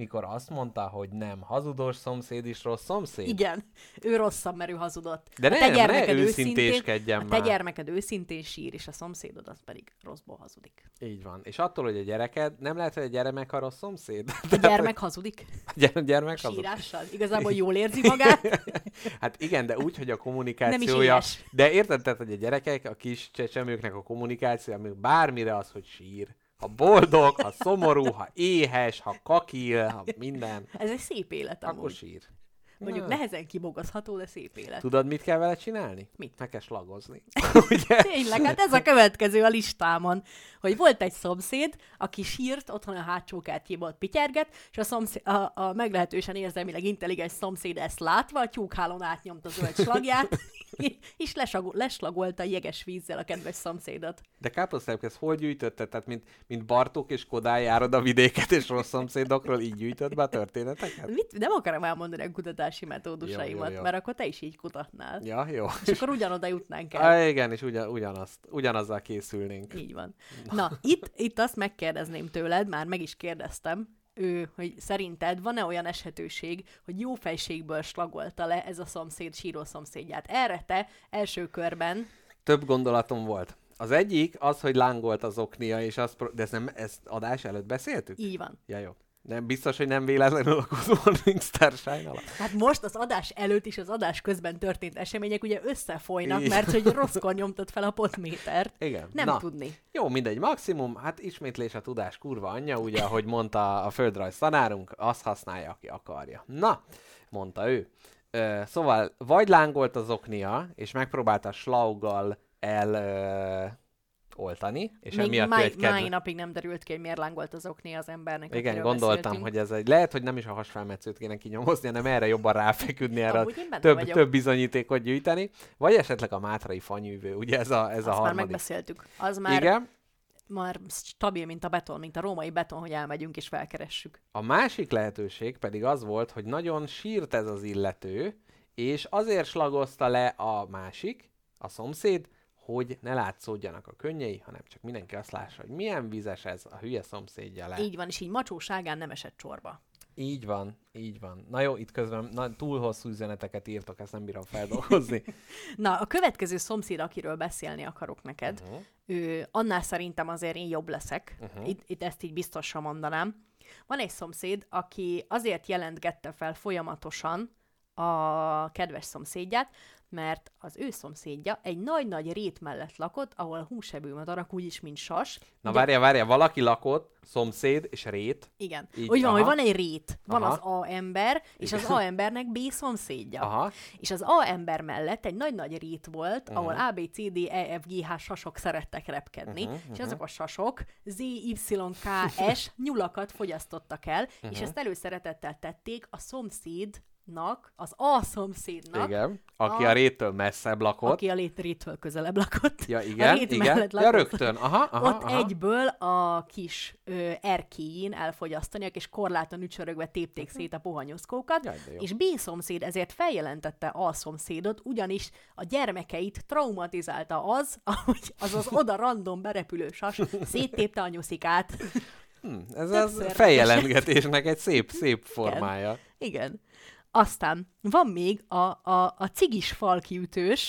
mikor azt mondta, hogy nem hazudós szomszéd is rossz szomszéd? Igen, ő rosszabb, mert ő hazudott. De a nem, te ne gyermeked őszintéskedjen A te már. gyermeked őszintén sír, és a szomszédod az pedig rosszból hazudik. Így van. És attól, hogy a gyereked, nem lehet, hogy a gyermek a rossz szomszéd? A gyermek hazudik? A gyere- gyermek hazudik. Sírással? Igazából jól érzi magát? Hát igen, de úgy, hogy a Nem is kommunikációja... ilyes. De érted, tehát, hogy a gyerekek, a kis csecsemőknek a kommunikációja, még bármire az, hogy sír. Ha boldog, ha szomorú, ha éhes, ha kakil, ha minden, Ez egy szép élet akkor amúgy. sír. Mondjuk Na. nehezen kibogozható, de szép élet. Tudod, mit kell vele csinálni? Mit? Meg kell slagozni. Ugye? Tényleg, hát ez a következő a listámon, hogy volt egy szomszéd, aki sírt, otthon a hátsó kártyéba ott pityerget, és a, szomszéd, a, a meglehetősen érzelmileg intelligens szomszéd ezt látva, a tyúkhálón átnyomta a zöld slagját, és lesagol, leslagolta jeges vízzel a kedves szomszédot. De káposztelepke, ezt hol gyűjtötted? Tehát, mint, mint Bartók és Kodály járod a vidéket, és rossz szomszédokról így gyűjtöd be a történeteket? Mit? Nem akarom elmondani a kutatási metódusaimat, Jó, jó, jó. mert akkor te is így kutatnál. Ja, jó. És akkor ugyanoda jutnánk el. Ah, igen, és ugyan, ugyanazt, ugyanazzal készülnénk. Így van. Na, itt, itt azt megkérdezném tőled, már meg is kérdeztem, ő, hogy szerinted van-e olyan eshetőség, hogy jó fejségből slagolta le ez a szomszéd síró szomszédját? Erre te első körben... Több gondolatom volt. Az egyik az, hogy lángolt az oknia, és azt, pro- de ezt, nem, ezt adás előtt beszéltük? Így van. Ja, jó. Nem biztos, hogy nem véletlenül a Good Morning Starshine alatt. Hát most az adás előtt és az adás közben történt események ugye összefolynak, Így. mert hogy rosszkor nyomtad fel a potmétert. Igen. Nem Na, tudni. Jó, mindegy, maximum, hát ismétlés a tudás kurva anyja, ugye, ahogy mondta a földrajz tanárunk, azt használja, aki akarja. Na, mondta ő. Ö, szóval, vagy lángolt az oknia, és megpróbálta slauggal el... Ö, oltani, és Még emiatt ő mai, egy kedve... mai napig nem derült ki, hogy miért lángolt az okné az embernek. Igen, akiről gondoltam, beszéltünk. hogy ez egy... Lehet, hogy nem is a hasfelmetszőt kéne kinyomozni, hanem erre jobban ráfeküdni, erre Amúgy én benne több, vagyok. több bizonyítékot gyűjteni. Vagy esetleg a mátrai fanyűvő, ugye ez a, ez Azt a már harmadik. megbeszéltük. Az már, Igen. már stabil, mint a beton, mint a római beton, hogy elmegyünk és felkeressük. A másik lehetőség pedig az volt, hogy nagyon sírt ez az illető, és azért slagozta le a másik, a szomszéd, hogy ne látszódjanak a könnyei, hanem csak mindenki azt lássa, hogy milyen vizes ez a hülye szomszédja le. Így van, és így macsóságán nem esett csorba. Így van, így van. Na jó, itt közben na, túl hosszú üzeneteket írtok, ezt nem bírom feldolgozni. Na, a következő szomszéd, akiről beszélni akarok neked, Uh-huh. ő, annál szerintem azért én jobb leszek. Uh-huh. Itt, itt ezt így biztosan mondanám. Van egy szomszéd, aki azért jelentgette fel folyamatosan a kedves szomszédját, mert az ő szomszédja egy nagy-nagy rét mellett lakott, ahol húsevő madarak úgyis, mint sas. Na Ugye- várja, várja, valaki lakott, szomszéd és rét. Igen. Így, Úgy van, aha. hogy van egy rét, van Aha. az A ember, és az A embernek B szomszédja. Aha. És az A ember mellett egy nagy-nagy rét volt, Mhm. ahol A, B, C, D, E, F, G, H sasok szerettek repkedni, Mhm, és mhm. azok a sasok Z, Y, K, S nyulakat fogyasztottak el, és Mhm. ezt előszeretettel tették a szomszédnak, az A szomszédnak, Igen. Aki A- a réttől messzebb lakott. aki a lét, réttől közelebb lakott. Ja, a igen, rét igen. mellett Ja, lakott. rögtön. Aha, aha, Ott aha. egyből a kis ö, erkélyén elfogyasztaniak, és korláton ücsörögve tépték szét a pohanyozkókat, Jaj, de jó. és B szomszéd ezért feljelentette A szomszédot, ugyanis a gyermekeit traumatizálta az, ahogy az az oda random berepülő sas széttépte a nyuszikát. Hm, ez az Többször feljelentgetésnek egy szép, szép formája. Igen. Aztán van még a, a, a cigis falkiütős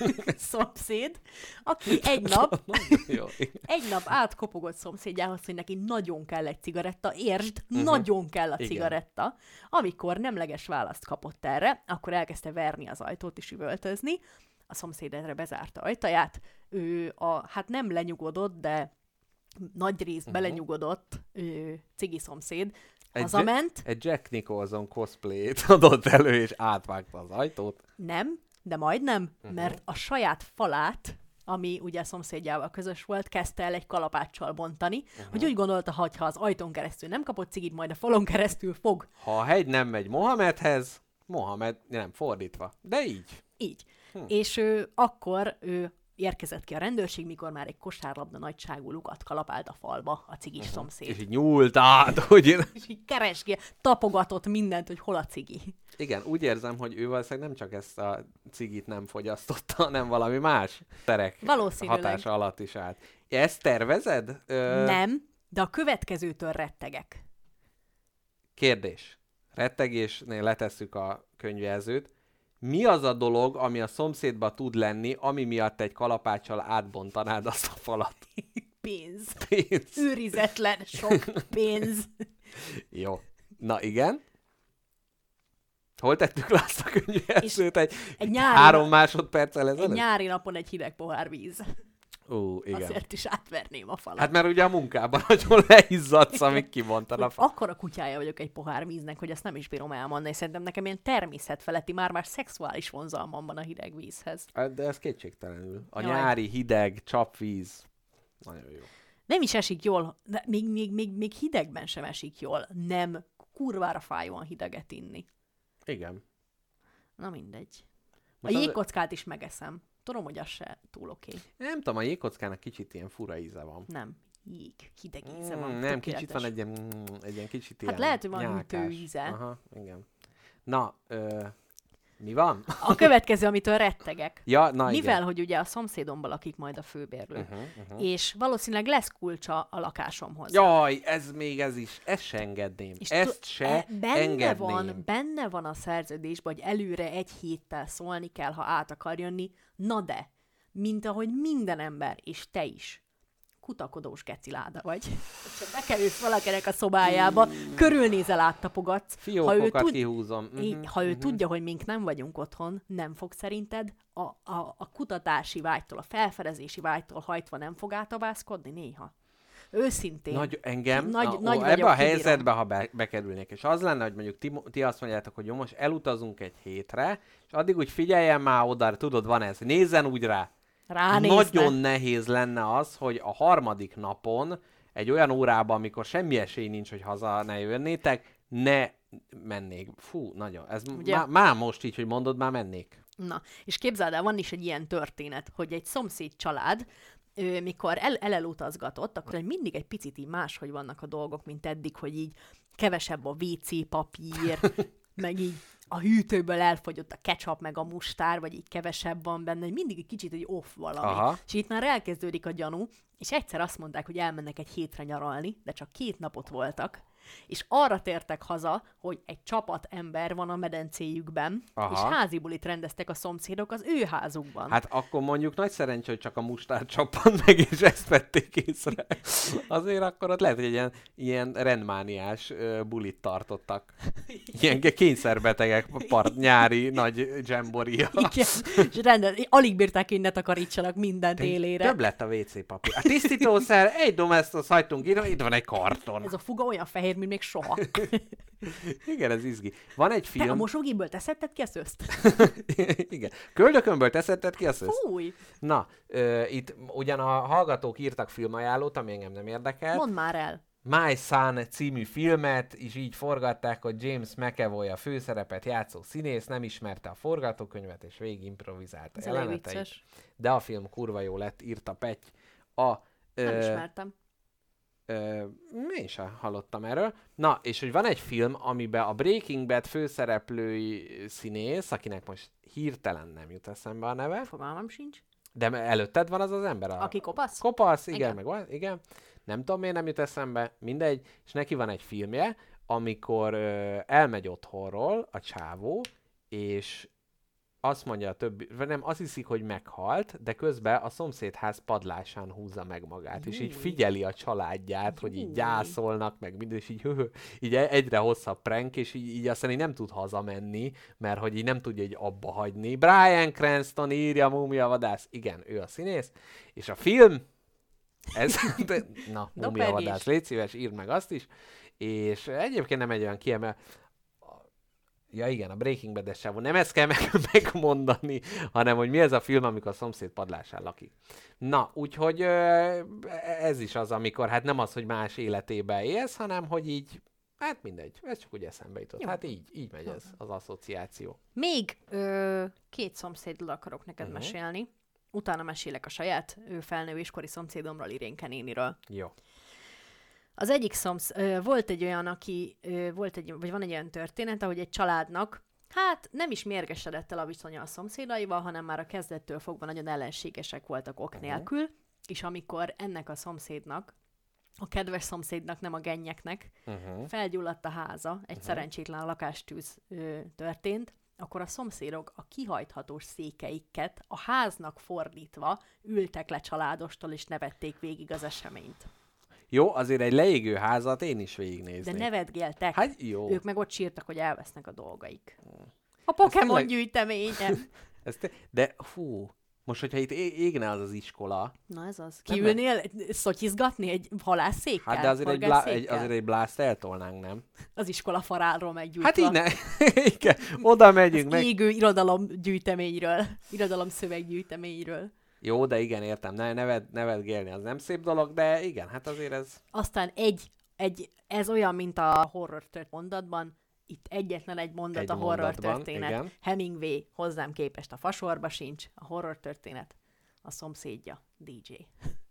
szomszéd, aki egy nap, Jó. egy nap átkopogott szomszédjához, hogy neki nagyon kell egy cigaretta, értsd, Mhm. nagyon kell a Igen. cigaretta. Amikor nemleges választ kapott erre, akkor elkezdte verni az ajtót és üvöltözni. A szomszéd erre bezárta ajtaját. Ő a, hát nem lenyugodott, de nagy részt Mhm. belenyugodott ő, cigi szomszéd. Egy Hazament, Egy Jack Nicholson cosplayt adott elő, és átvágta az ajtót. nem, de majdnem, Mhm. uh-huh. mert a saját falát, ami ugye szomszédjával közös volt, kezdte el egy kalapáccsal bontani, Mhm. uh-huh. hogy úgy gondolta, hogy ha az ajtón keresztül nem kapott cigit, majd a falon keresztül fog. Ha a hegy nem megy Mohamedhez, Mohamed nem fordítva. De így. Így. Hm. Hm. És ő akkor ő érkezett ki a rendőrség, mikor már egy kosárlabda nagyságú lukat kalapált a falba a cigis uh-huh. szomszéd. És így nyúlt át, hogy én... És így keresgél, tapogatott mindent, hogy hol a cigi. Igen, úgy érzem, hogy ő valószínűleg nem csak ezt a cigit nem fogyasztotta, hanem valami más szerek Valószínűleg. hatása alatt is állt. Ezt tervezed? Ö... Nem, de a következőtől rettegek. Kérdés. Rettegésnél letesszük a könyvjelzőt. Mi az a dolog, ami a szomszédba tud lenni, ami miatt egy kalapáccsal átbontanád azt a falat? Pénz. Pénz. Őrizetlen sok pénz. Jó. Na igen. Hol tettük le azt a könyvjelzőt? Egy, egy nyári három nap- másodperccel ezelőtt? Egy nyári napon egy hideg pohár víz. Ú, igen. Azért is átverném a falat. Hát mert ugye a munkában nagyon leizzadsz, amíg kibontad a falat. Akkora kutyája vagyok egy pohár víznek, hogy ezt nem is bírom elmondani. Szerintem nekem ilyen természetfeletti, már-már szexuális vonzalmam van a hideg vízhez. De ez kétségtelenül. A Jaj. nyári hideg csapvíz. Nagyon jó. Nem is esik jól, de még, még, még, még hidegben sem esik jól. Nem kurvára fájóan hideget inni. Igen. Na mindegy. Most a az- jégkockát is megeszem. Tudom, hogy az se túl oké. Okay. Nem tudom, a jégkockának kicsit ilyen fura íze van. Nem. Jég. Hideg íze van. Mm, nem, tökéletes. kicsit van egy ilyen, mm, egy ilyen kicsit Hát ilyen lehet, hogy van nyálkás. hűtőíze. Aha, igen. Na, ö, mi van? A következő, amitől rettegek. Ja, na Mivel, igen. hogy ugye a szomszédomban lakik majd a főbérlő, Uh-huh, uh-huh. és valószínűleg lesz kulcsa a lakásomhoz. Jaj, ez még ez is. Ezt se engedném. És Ezt tu- se e- benne engedném. van, benne van a szerződésben, hogy előre egy héttel szólni kell, ha át akar jönni. Na de, mint ahogy minden ember, és te is, kutakodós geciláda vagy. Csak bekerülsz valakinek a szobájába, körülnézel, áttapogatsz. Ha ő, Fiókokat tud, kihúzom. í- Mhm, ha ő mhm. tudja, hogy mink nem vagyunk otthon, nem fog szerinted a, a, a kutatási vágytól, a felfedezési vágytól hajtva nem fog átabászkodni néha? Őszintén. Nagy, engem, Nagy- a, nagy ó, vagyok, ebbe a kibírom. helyzetbe, ha be, bekerülnék, és az lenne, hogy mondjuk ti, ti azt mondjátok, hogy jó, most elutazunk egy hétre, és addig úgy figyeljen már oda, tudod, van ez, nézzen úgy rá. Ránézne. Nagyon nehéz lenne az, hogy a harmadik napon, egy olyan órában, amikor semmi esély nincs, hogy haza ne jönnétek, ne mennék. Fú, nagyon. Ez Ugye? má, már most így, hogy mondod, már mennék. Na, és képzeld el, van is egy ilyen történet, hogy egy szomszéd család, ő, mikor el, elelutazgatott, akkor egy mindig egy picit így máshogy vannak a dolgok, mint eddig, hogy így kevesebb a vé cé papír, meg így a hűtőből elfogyott a ketchup, meg a mustár, vagy így kevesebb van benne, hogy mindig egy kicsit egy off valami. Aha. És itt már elkezdődik a gyanú, és egyszer azt mondták, hogy elmennek egy hétre nyaralni, de csak két napot voltak, és arra tértek haza, hogy egy csapat ember van a medencéjükben, Aha. és házi bulit rendeztek a szomszédok az ő házukban. Hát akkor mondjuk nagy szerencsé, hogy csak a mustár csappant meg, és ezt vették észre. Azért akkor ott lehet, hogy egy ilyen, ilyen rendmániás uh, bulit tartottak. Ilyen kényszerbetegek part, nyári nagy dzsemboria. Igen, és rendet, alig bírták, hogy ne takarítsanak mindent élére. Több lett a vé cé papír. A tisztítószer, egy domestos hagytunk ide, itt van egy karton. Ez a fuga olyan fehér, mint még soha. Igen, ez izgi. Van egy Te a film... mosógépből teszed ki a szőzt? Igen. Köldökönből teszedted ki a szőzt? Fúj! Na, ö, itt ugyan a hallgatók írtak filmajánlót, ami engem nem érdekel. Mondd már el. My Son című filmet is így forgatták, hogy James McAvoy a főszerepet játszó színész nem ismerte a forgatókönyvet, és végig improvizálta Ez elég jeleneteit. vicces. De a film kurva jó lett, írta Petty. A, Nem ö, ismertem. Ö, én sem hallottam erről. Na, és hogy van egy film, amiben a Breaking Bad főszereplői színész, akinek most hirtelen nem jut eszembe a neve, Fogalmam sincs. de előtted van az az ember? A... Aki kopasz? Kopasz, igen, Igen. meg van, igen. Nem tudom, miért nem jut eszembe, mindegy. És neki van egy filmje, amikor ö, elmegy otthonról a csávó, és azt mondja a többi, vagy nem, azt hiszik, hogy meghalt, de közben a szomszédház padlásán húzza meg magát, és így Júj. figyeli a családját, hogy így Júj. gyászolnak, meg minden, és így, hö, hö, így egyre hosszabb prank, és így, így aztán így nem tud hazamenni, mert hogy így nem tudja így abba hagyni. Bryan Cranston írja, Múmia vadász, igen, ő a színész, és a film, ez, de, na, Múmia Dopergés. vadász, légy szíves, írd meg azt is, és egyébként nem egy olyan kiemel, ja igen, a Breaking Bad-es sávon. Nem ezt kell meg- megmondani, hanem hogy mi ez a film, amikor a szomszéd padlásán lakik. Na, úgyhogy ö, ez is az, amikor hát nem az, hogy más életébe élsz, hanem hogy így, hát mindegy, ez csak úgy eszembe jutott. Jó. Hát így, így megy ez az asszociáció. Még ö, két szomszédról akarok neked Mhm. uh-huh. mesélni. Utána mesélek a saját ő felnőtt és kori szomszédomról, Irénke néniről. Jó. Az egyik szomsz, ö, volt egy olyan, aki, ö, volt egy, vagy van egy olyan történet, ahogy egy családnak, hát nem is mérgesedett el a viszonya a szomszédaival, hanem már a kezdettől fogva nagyon ellenségesek voltak ok Mhm. nélkül, és amikor ennek a szomszédnak a kedves szomszédnak, nem a gennyeknek, Uh-huh. felgyulladt a háza, egy Uh-huh. szerencsétlen lakástűz ö, történt, akkor a szomszédok a kihajthatós székeiket a háznak fordítva ültek le családostól, és nevették végig az eseményt. Jó, azért egy leégő házat én is De végignéznék. nevetgéltek. Hát jó. Ők meg ott sírtak, hogy elvesznek a dolgaik. A Pokémon tényleg- gyűjteményem. Ez te... De fú, most, hogyha itt é- égne az az iskola, Na ez az. Nem Kiülnél szotyizgatni egy halászszékkel? hát de azért egy, blá- egy, horgásszékkel? azért egy blászt eltolnánk, nem? Az iskola farálról meggyújtva. Hát innen, igen, oda megyünk Az meg. égő irodalomgyűjteményről. Irodalomszöveggyűjteményről. Jó, de igen, értem, ne, neved, nevetgélni az nem szép dolog, de igen, hát azért ez... Aztán egy, egy, ez olyan, mint a horror történet mondatban, itt egyetlen egy mondat Egy a horror mondatban, történet. igen. Hemingway hozzám képest a fasorba sincs, a horror történet, a szomszédja, dé dzsé.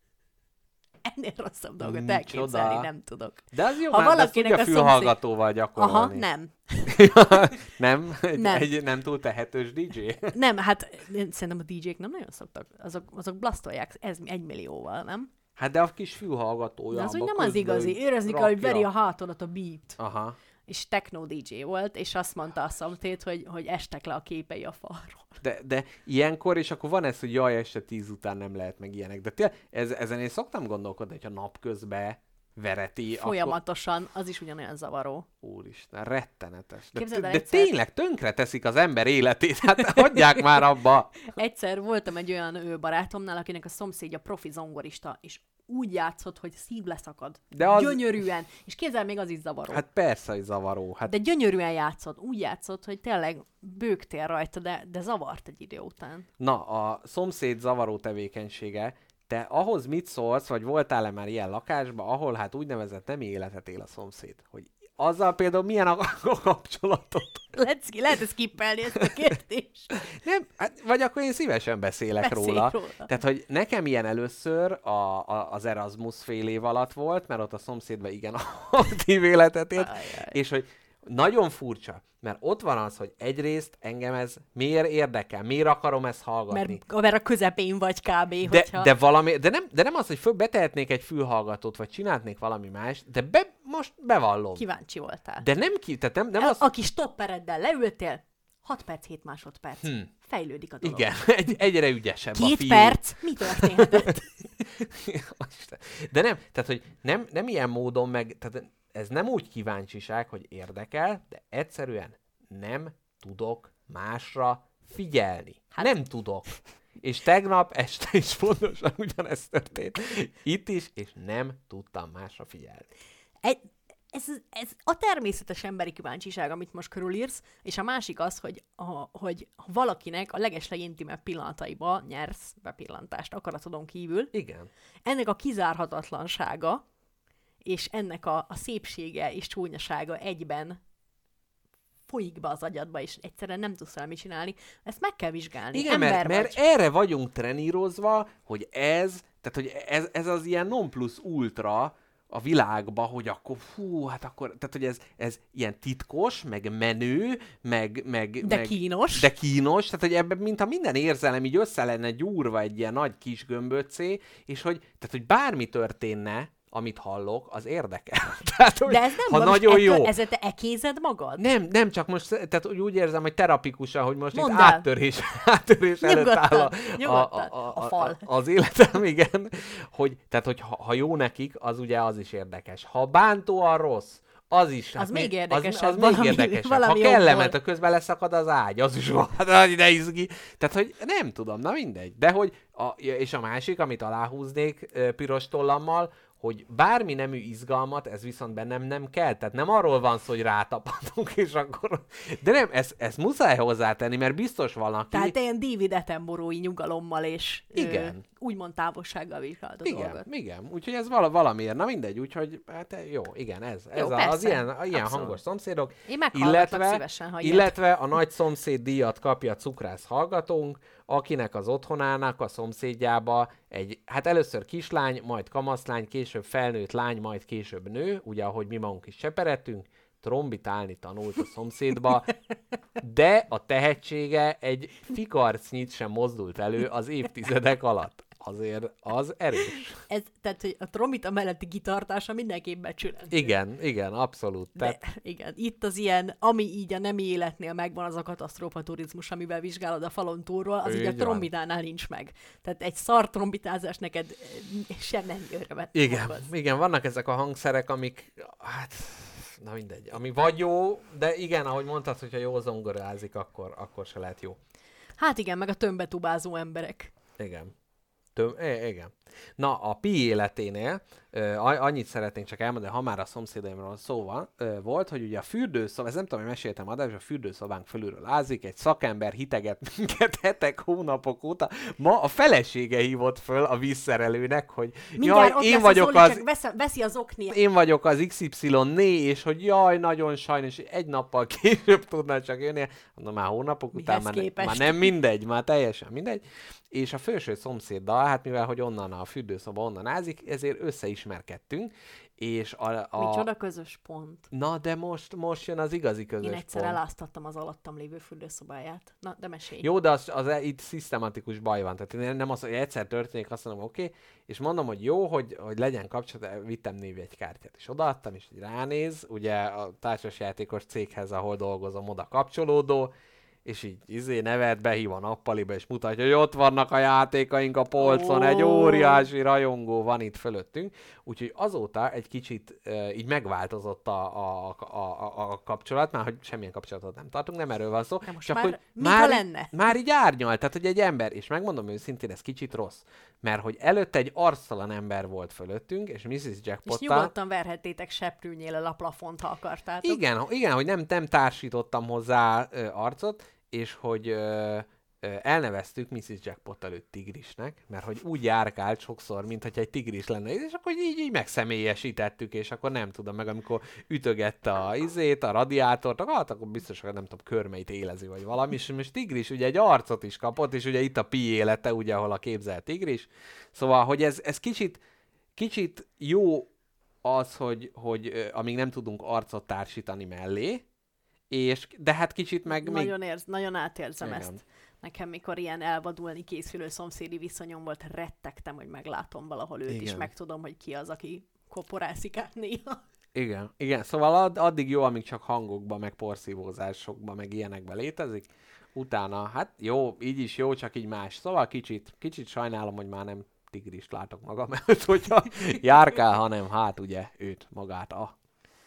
Ennél rosszabb dolgot Micsoda. elképzelni nem tudok. De az jó, Ha mert ezt valakinek tudja a szomszéd- fülhallgatóval gyakorolni. Aha, nem. nem? Egy, Nem. Egy nem túl tehetős dé dzsé? Nem, hát én szerintem a dé dzsék nem nagyon szoktak, azok, azok blasztolják ez egy millióval, nem? Hát de a kis fülhallgatója. De az úgy abba nem az közben igazi, úgy érezni kell, hogy rakja. veri a hátodat a beat. Aha. És techno dé dzsé volt, és azt mondta a szomszéd, hogy, hogy estek le a képei a falról. De, de ilyenkor, és akkor van ez, hogy jaj, este tíz után nem lehet meg ilyenek. De tényleg, ez, ezen én szoktam gondolkodni, hogyha napközben vereti, Folyamatosan, az is ugyanolyan zavaró. akkor... Úristen, rettenetes. De, Képzeld el de egyszer- tényleg tönkre teszik az ember életét, hát hagyják már abba. Egyszer voltam egy olyan ő barátomnál, akinek a szomszédja profi zongorista, és úgy játszott, hogy szív leszakad. De az- Gyönyörűen. És képzeld, még az is zavaró. Hát persze, hogy zavaró. Hát De gyönyörűen játszott. Úgy játszott, hogy tényleg bőgtél rajta, de, de zavart egy idő után. na, a szomszéd zavaró tevékenysége, te ahhoz mit szólsz, vagy voltál-e már ilyen lakásban, ahol hát úgynevezett nem életet él a szomszéd? Hogy azzal például milyen a, a kapcsolatot? Lehet, lehet ezt skippelni, ezt a kérdést. Nem, hát, vagy akkor én szívesen beszélek Beszélj róla. róla. Tehát, hogy nekem ilyen először a, a, az Erasmus fél év alatt volt, mert ott a szomszédban igen aktív életet élt, Ajaj. és hogy nagyon furcsa, mert ott van az, hogy egyrészt engem ez miért érdekel, miért akarom ezt hallgatni. Mert, mert a közepén vagy kb. De, hogyha... de, valami, de, nem, de nem az, hogy föl betehetnék egy fülhallgatót, vagy csinálnék valami más, de be, most bevallom. Kíváncsi voltál. De nem ki, tehát nem, nem a, az... a kis stoppereddel leültél, hat perc, hét másodperc. Hm. Fejlődik a dolog. Igen, egy, egyre ügyesebb a Két fiú. perc? Mi történhetett? Isten. De nem, tehát, hogy nem, nem ilyen módon meg, tehát ez nem úgy kíváncsiság, hogy érdekel, de egyszerűen nem tudok másra figyelni. Hát... Nem tudok. És tegnap este is pontosan ugyanezt történt. Itt is, és nem tudtam másra figyelni. Egy, ez, ez a természetes emberi kíváncsiság, amit most körülírsz, és a másik az, hogy, a, hogy valakinek a legeslegintimebb pillanataiba nyersz bepillantást akaratodon kívül. Igen. Ennek a kizárhatatlansága, és ennek a, a szépsége és csúnyasága egyben folyik be az agyadba, és egyszerűen nem tudsz el mit csinálni. Ezt meg kell vizsgálni. Igen, Ember mert, mert vagy. erre vagyunk trenírozva, hogy ez, tehát hogy ez, ez az ilyen non plus ultra a világba, hogy akkor fú, hát akkor, tehát hogy ez, ez ilyen titkos, meg menő, meg... meg De meg, kínos. De kínos, tehát hogy ebben mintha minden érzelem így össze lenne gyúrva egy ilyen nagy kis gömböccé, és hogy, tehát, hogy bármi történne, amit hallok, az érdekel. Tehát, hogy De ez nem ha van, nagyon most jó. ettől, ezzel te ekézed magad? Nem, nem, csak most, tehát úgy, úgy érzem, hogy terapikusan, hogy most Mondd itt el. áttörés, áttörés előtt áll a, Nyugodtan, nyugodtan. a, a, A fal. az életem, igen. Hogy, tehát, hogy ha, ha jó nekik, az ugye az is érdekes. Ha bántóan rossz, az is. Az még Az, érdekesebb, az még valami- érdekesebb. valami Ha kellemet, okból. a közben leszakad az ágy, az is van. Hát, de izgi. Tehát, hogy nem tudom, na mindegy. De hogy, a, és a másik, amit aláhúznék ö, piros tollammal, hogy bármi nemű izgalmat, ez viszont bennem nem kell. Tehát nem arról van szó, hogy rátapadunk, és akkor... De nem, ezt, ezt muszáj hozzátenni, mert biztos valaki... Tehát te ilyen David Attenborough-i nyugalommal és Igen. Ö, úgymond távolsággal vizsgálod a Igen, dolgot. igen. Úgyhogy ez vala, valamiért. Na mindegy, úgyhogy hát jó, igen, ez. ez Jó, a, az persze. ilyen, a, ilyen Abszolút. hangos szomszédok. Én meghallgatlak Illetve, szívesen, ha ilyet. illetve a nagy szomszéd díjat kapja a cukrász hallgatónk, akinek az otthonának a szomszédjába egy, hát először kislány, majd kamaszlány, később felnőtt lány, majd később nő, ugye ahogy mi magunk is cseperedtünk, trombitálni tanult a szomszédba, de a tehetsége egy fikarcnyit sem mozdult elő az évtizedek alatt. azért az erős. Ez, tehát, hogy a trombita melletti kitartása mindenképp becsülendő. Igen, igen, abszolút. Tehát... De, igen, itt az ilyen, ami így a nemi életnél megvan, az a katasztrófa turizmus, amivel vizsgálod a falon túlról, az így, így a trombitánál nincs meg. Tehát egy szar trombitázás neked sem nem örömet. Igen, igen, vannak ezek a hangszerek, amik, hát, na mindegy, ami vagy jó, de igen, ahogy mondtad, hogyha jól zongorázik, akkor, akkor se lehet jó. Hát igen, meg a tömbetubázó emberek. Igen. Töm, igen. Na, a Pi életénél uh, annyit szeretnénk csak elmondani, ha már a szomszédaimról szó van, uh, volt, hogy ugye a fürdőszoba, ez nem tudom, hogy meséltem adás, a fürdőszobánk fölülről ázik, egy szakember hiteget minket hetek, hónapok óta. Ma a felesége hívott föl a vízszerelőnek, hogy mindjárt jaj, én vagyok Zoli, az... Vesz, veszi az okniát. Én vagyok az iksz ipszilon né, és hogy jaj, nagyon sajnos, egy nappal később tudna csak jönni. Mondom, már hónapok Mihez után már, már nem mindegy, már teljesen mindegy. És a felső szomszéddal, hát mivel, hogy onnan a fürdőszoba onnan ázik, ezért összeismerkedtünk, és a... a... Micsoda közös pont. Na, de most, most jön az igazi közös pont. Én egyszer pont. eláztattam az alattam lévő fürdőszobáját. Na, de mesélj. Jó, de az, az, az itt szisztematikus baj van. Tehát nem az, hogy egyszer történik, azt mondom, oké, okay, és mondom, hogy jó, hogy, hogy legyen kapcsolat, vittem névjegykártyát, és odaadtam, és így ránéz, ugye a társasjátékos céghez, ahol dolgozom, oda kapcsolódó, és így izé nevet, behív a nappaliba, és mutatja, hogy ott vannak a játékaink a polcon, oh. Egy óriási rajongó van itt fölöttünk. Úgyhogy azóta egy kicsit uh, így megváltozott a, a, a, a, a kapcsolat, már hogy semmilyen kapcsolatot nem tartunk, nem erről van szó. De most csak már, hogy már, lenne? Már így árnyalt, tehát hogy egy ember, és megmondom őszintén, ez kicsit rossz, mert hogy előtte egy arctalan ember volt fölöttünk, és missus Jackpottal... És nyugodtan verhettétek seprűnyél a plafont, ha akartátok. Igen, igen, hogy nem, nem társítottam hozzá ö, arcot, és hogy ö, ö, elneveztük missus Jackpot előtt tigrisnek, mert hogy úgy járkált sokszor, mintha egy tigris lenne, és akkor így, így megszemélyesítettük, és akkor nem tudom, meg amikor ütögette a izét, a radiátort, hát akkor biztos, hogy nem tudom, körmeit élezi, vagy valami, és most tigris ugye egy arcot is kapott, és ugye itt a Pi élete, ugye, ahol a képzelt tigris. Szóval, hogy ez, ez kicsit, kicsit jó az, hogy, hogy amíg nem tudunk arcot társítani mellé, és, de hát kicsit meg... Nagyon, még... érz, nagyon átérzem Igen. ezt. Nekem, mikor ilyen elvadulni készülő szomszédi viszonyom volt, rettegtem, hogy meglátom valahol őt, Igen. és megtudom, hogy ki az, aki koporászik át néha. Igen, igen. Szóval add, addig jó, amíg csak hangokban, meg porszívózásokban, meg ilyenekben létezik. Utána, hát jó, így is jó, csak így más. Szóval kicsit, kicsit sajnálom, hogy már nem tigrist látok magam előtt, hogyha járkál, hanem hát ugye őt, magát a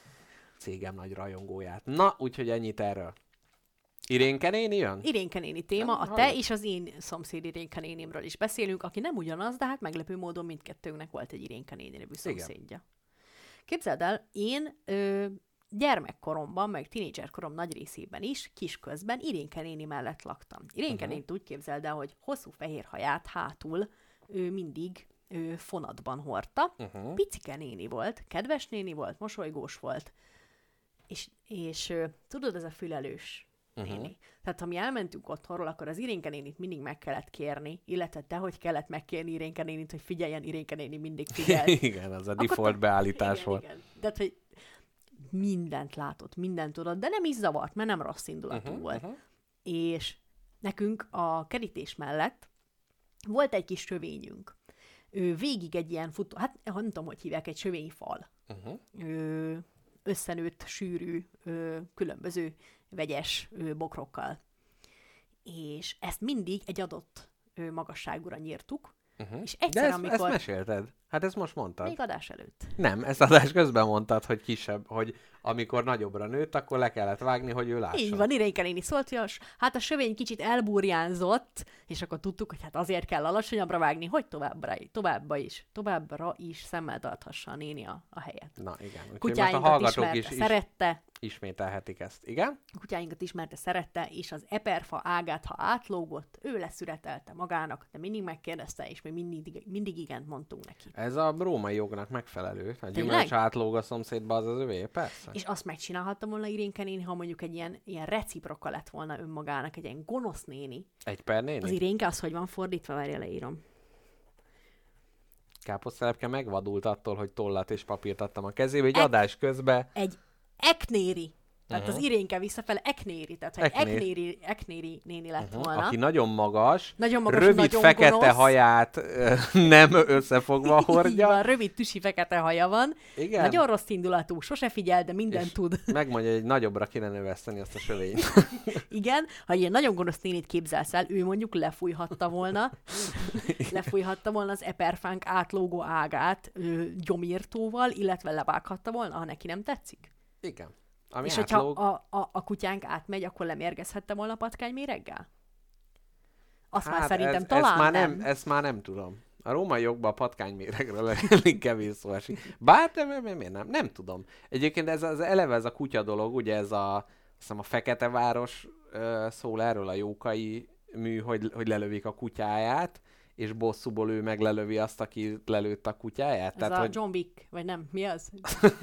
cégem nagy rajongóját. Na, úgyhogy ennyit erről. Irénke néni jön? Irénke néni téma, a te és az én szomszéd Irénke nénimről is beszélünk, aki nem ugyanaz, de hát meglepő módon mindkettőnknek volt egy Irénke néni nevű szomszédja. Képzeld el, én ö, gyermekkoromban, meg tínédzserkorom nagy részében is, kisközben Irénke néni mellett laktam. Irénke uh-huh. nénit úgy képzeld el, hogy hosszú fehér haját hátul ő mindig ő fonatban hordta. Uh-huh. Picike néni volt, kedves néni volt, mosolygós volt, és, és ö, tudod, ez a fülelős néni. Uh-huh. Tehát ha mi elmentünk otthonról, akkor az Irénke nénit mindig meg kellett kérni, illetve te, hogy kellett megkérni Irénke nénit, hogy figyeljen, Irénke néni mindig figyel. Igen, az a default beállítás igen, volt. Igen. De hogy mindent látott, mindent tudott, de nem is zavart, mert nem rossz indulatú uh-huh, volt. Uh-huh. És nekünk a kerítés mellett volt egy kis sövényünk. Ő végig egy ilyen futó, hát nem tudom, hogy hívják, egy sövényfal. Uh-huh. Ő összenőtt, sűrű, különböző vegyes bokrokkal. És ezt mindig egy adott magasságúra nyírtuk, uh-huh. és egyszer, De ezt, amikor... ezt mesélted. Hát ezt most mondtad. Még adás előtt. Nem, ezt adás közben mondtad, hogy kisebb, hogy amikor nagyobbra nőtt, akkor le kellett vágni, hogy ő lássa. Így van, Irénke néni szólt, hogy hát a sövény kicsit elburjánzott, és akkor tudtuk, hogy hát azért kell alacsonyabbra vágni, hogy továbbra, továbbra is, továbbra is szemmel tarthassa a néni a, a helyet. Na igen. Úgyhogy kutyáinkat most a hallgatók ismerte, is, is szerette. Ismételhetik ezt, igen? A kutyáinkat ismerte, szerette, és az eperfa ágát, ha átlógott, ő leszüretelte magának, de mindig megkérdezte, és mi mindig, mindig igent mondtunk neki. Ez a római jognak megfelelő. A gyümölcs átlóg a szomszédba, az az övé, persze. És azt megcsinálhatta volna Irénke néni, ha mondjuk egy ilyen, ilyen reciproka lett volna önmagának, egy ilyen gonosz néni. Egy per néni? Az Irénke az, hogy van fordítva, várja, leírom. Káposztelepke megvadult attól, hogy tollat és papírt adtam a kezébe, egy Ek- adás közben. Egy eknéri. Tehát uh-huh. az Irénke visszafele Eknéri, tehát ha egy Eknér. Eknéri, Eknéri néni lett uh-huh. volna. Aki nagyon magas, nagyon magas rövid nagyon fekete gonosz. haját ö, nem összefogva hordja. Így van, rövid tüsi fekete haja van. Igen. Nagyon rossz indulatú, sose figyel, de mindent És tud. megmondja, hogy nagyobbra kéne növeszteni azt a sövényt. Igen, ha ilyen nagyon gonosz nénit képzelsz el, ő mondjuk lefújhatta volna, lefújhatta volna az eperfánk átlógó ágát ö, gyomírtóval, illetve levághatta volna, ha neki nem tetszik. Igen. Ami És átlóg... hogyha a, a, a kutyánk átmegy, akkor lemérgezhette volna a patkányméreggel? Azt hát már szerintem ez, talán ezt már nem. nem. Ezt már nem tudom. A római jogban a patkányméregről elég kevés szó esik. Bár nem, miért nem? Nem tudom. Egyébként ez az eleve ez a kutya dolog, ugye ez a, azt hiszem a Fekete Város uh, szól erről a jókai mű, hogy, hogy lelövik a kutyáját, és bosszúból ő meg lelövi azt, aki lelőtt a kutyáját. Ez Tehát, a hogy... John Wick, vagy nem, mi az?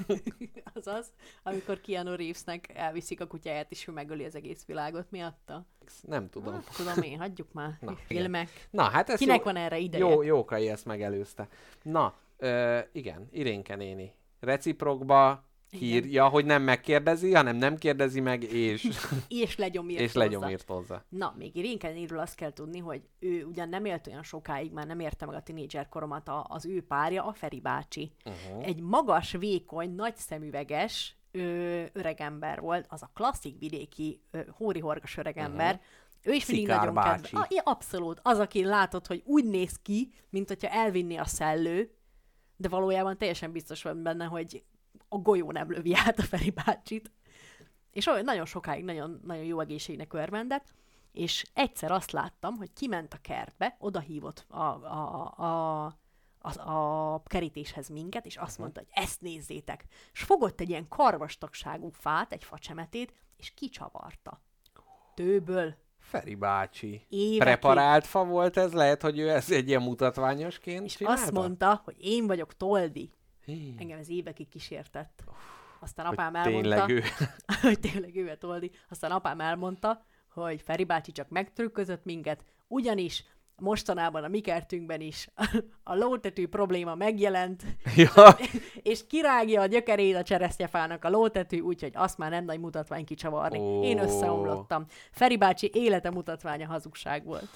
az az, amikor Keanu Reevesnek elviszik a kutyáját, és ő megöli az egész világot miatta. Nem tudom. Hát, tudom én, hagyjuk már. Na, Filmek. Na, hát ez Kinek jó... van erre ideje? Jó, Jókai ezt megelőzte. Na, ö, igen, Irénke néni. Reciprokba hírja, hogy nem megkérdezi, hanem nem kérdezi meg, és, és legyomírt és legyomírtozza. Na, még Irénke néniről azt kell tudni, hogy ő ugyan nem élt olyan sokáig, már nem érte meg a tinédzser koromat, a, az ő párja, a Feri bácsi. Uh-huh. Egy magas, vékony, nagy szemüveges ö, öregember volt, az a klasszik vidéki ö, hóri-horgas öregember. Uh-huh. Ő is mindig Szikár nagyon bácsi. kedves. Ah, ja, abszolút. Az, aki látod, hogy úgy néz ki, mint hogyha elvinni a szellő, de valójában teljesen biztos van benne, hogy a golyó nem lövi át a Feri bácsit. És olyan nagyon sokáig nagyon, nagyon jó egészségnek örvendett, és egyszer azt láttam, hogy kiment a kertbe, oda hívott a, a, a, a, a kerítéshez minket, és azt mondta, hogy ezt nézzétek. És fogott egy ilyen karvastagságú fát, egy facsemetét, és kicsavarta. Tőből. Feri bácsi. Évekig. Preparált fa volt ez? Lehet, hogy ő ez egy ilyen mutatványosként És csinálta? azt mondta, hogy én vagyok Toldi. Hí. Engem ez évekig kísértett. Aztán Hogy apám elmondta, tényleg ő. hogy tényleg ő a Toldi. Aztán apám elmondta, hogy Feri bácsi csak megtrükközött minket, ugyanis mostanában a mi kertünkben is a lótetű probléma megjelent, Ja. és kirágja a gyökerét a cseresznyefának a lótetű, úgyhogy azt már nem nagy mutatvány kicsavarni. Ó. Én összeomlottam. Feri bácsi élete mutatványa hazugság volt.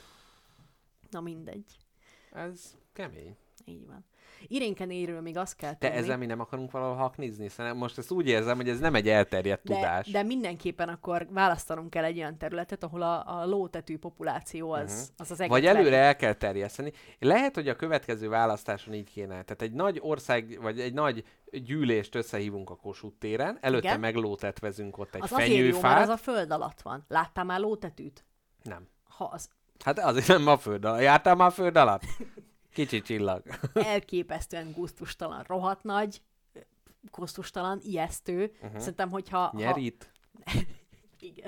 Na mindegy. Ez kemény. Így van. Irénke néniről még azt kell Te tudni. ezzel mi nem akarunk valahol haknizni? Szerintem most ezt úgy érzem, hogy ez nem egy elterjedt De, tudás. de mindenképpen akkor választanunk kell egy olyan területet, ahol a, a lótetű populáció az, Uh-huh. az az egész. Vagy előre el kell terjeszteni. Lehet, hogy a következő választáson így kéne. Tehát egy nagy ország, vagy egy nagy gyűlést összehívunk a Kossuth téren, előtte Igen. meglótetvezünk ott egy Az azért jó, mert fenyőfát. az a föld alatt van. Láttál már lótetűt? Nem. Ha az Hát azért nem a föld alatt. Jártál már a föld alatt? Kicsi csillag. elképesztően gusztustalan, rohadt nagy, gusztustalan, ijesztő. Uh-huh. Szerintem, hogyha... Ha... Nyerít. Igen.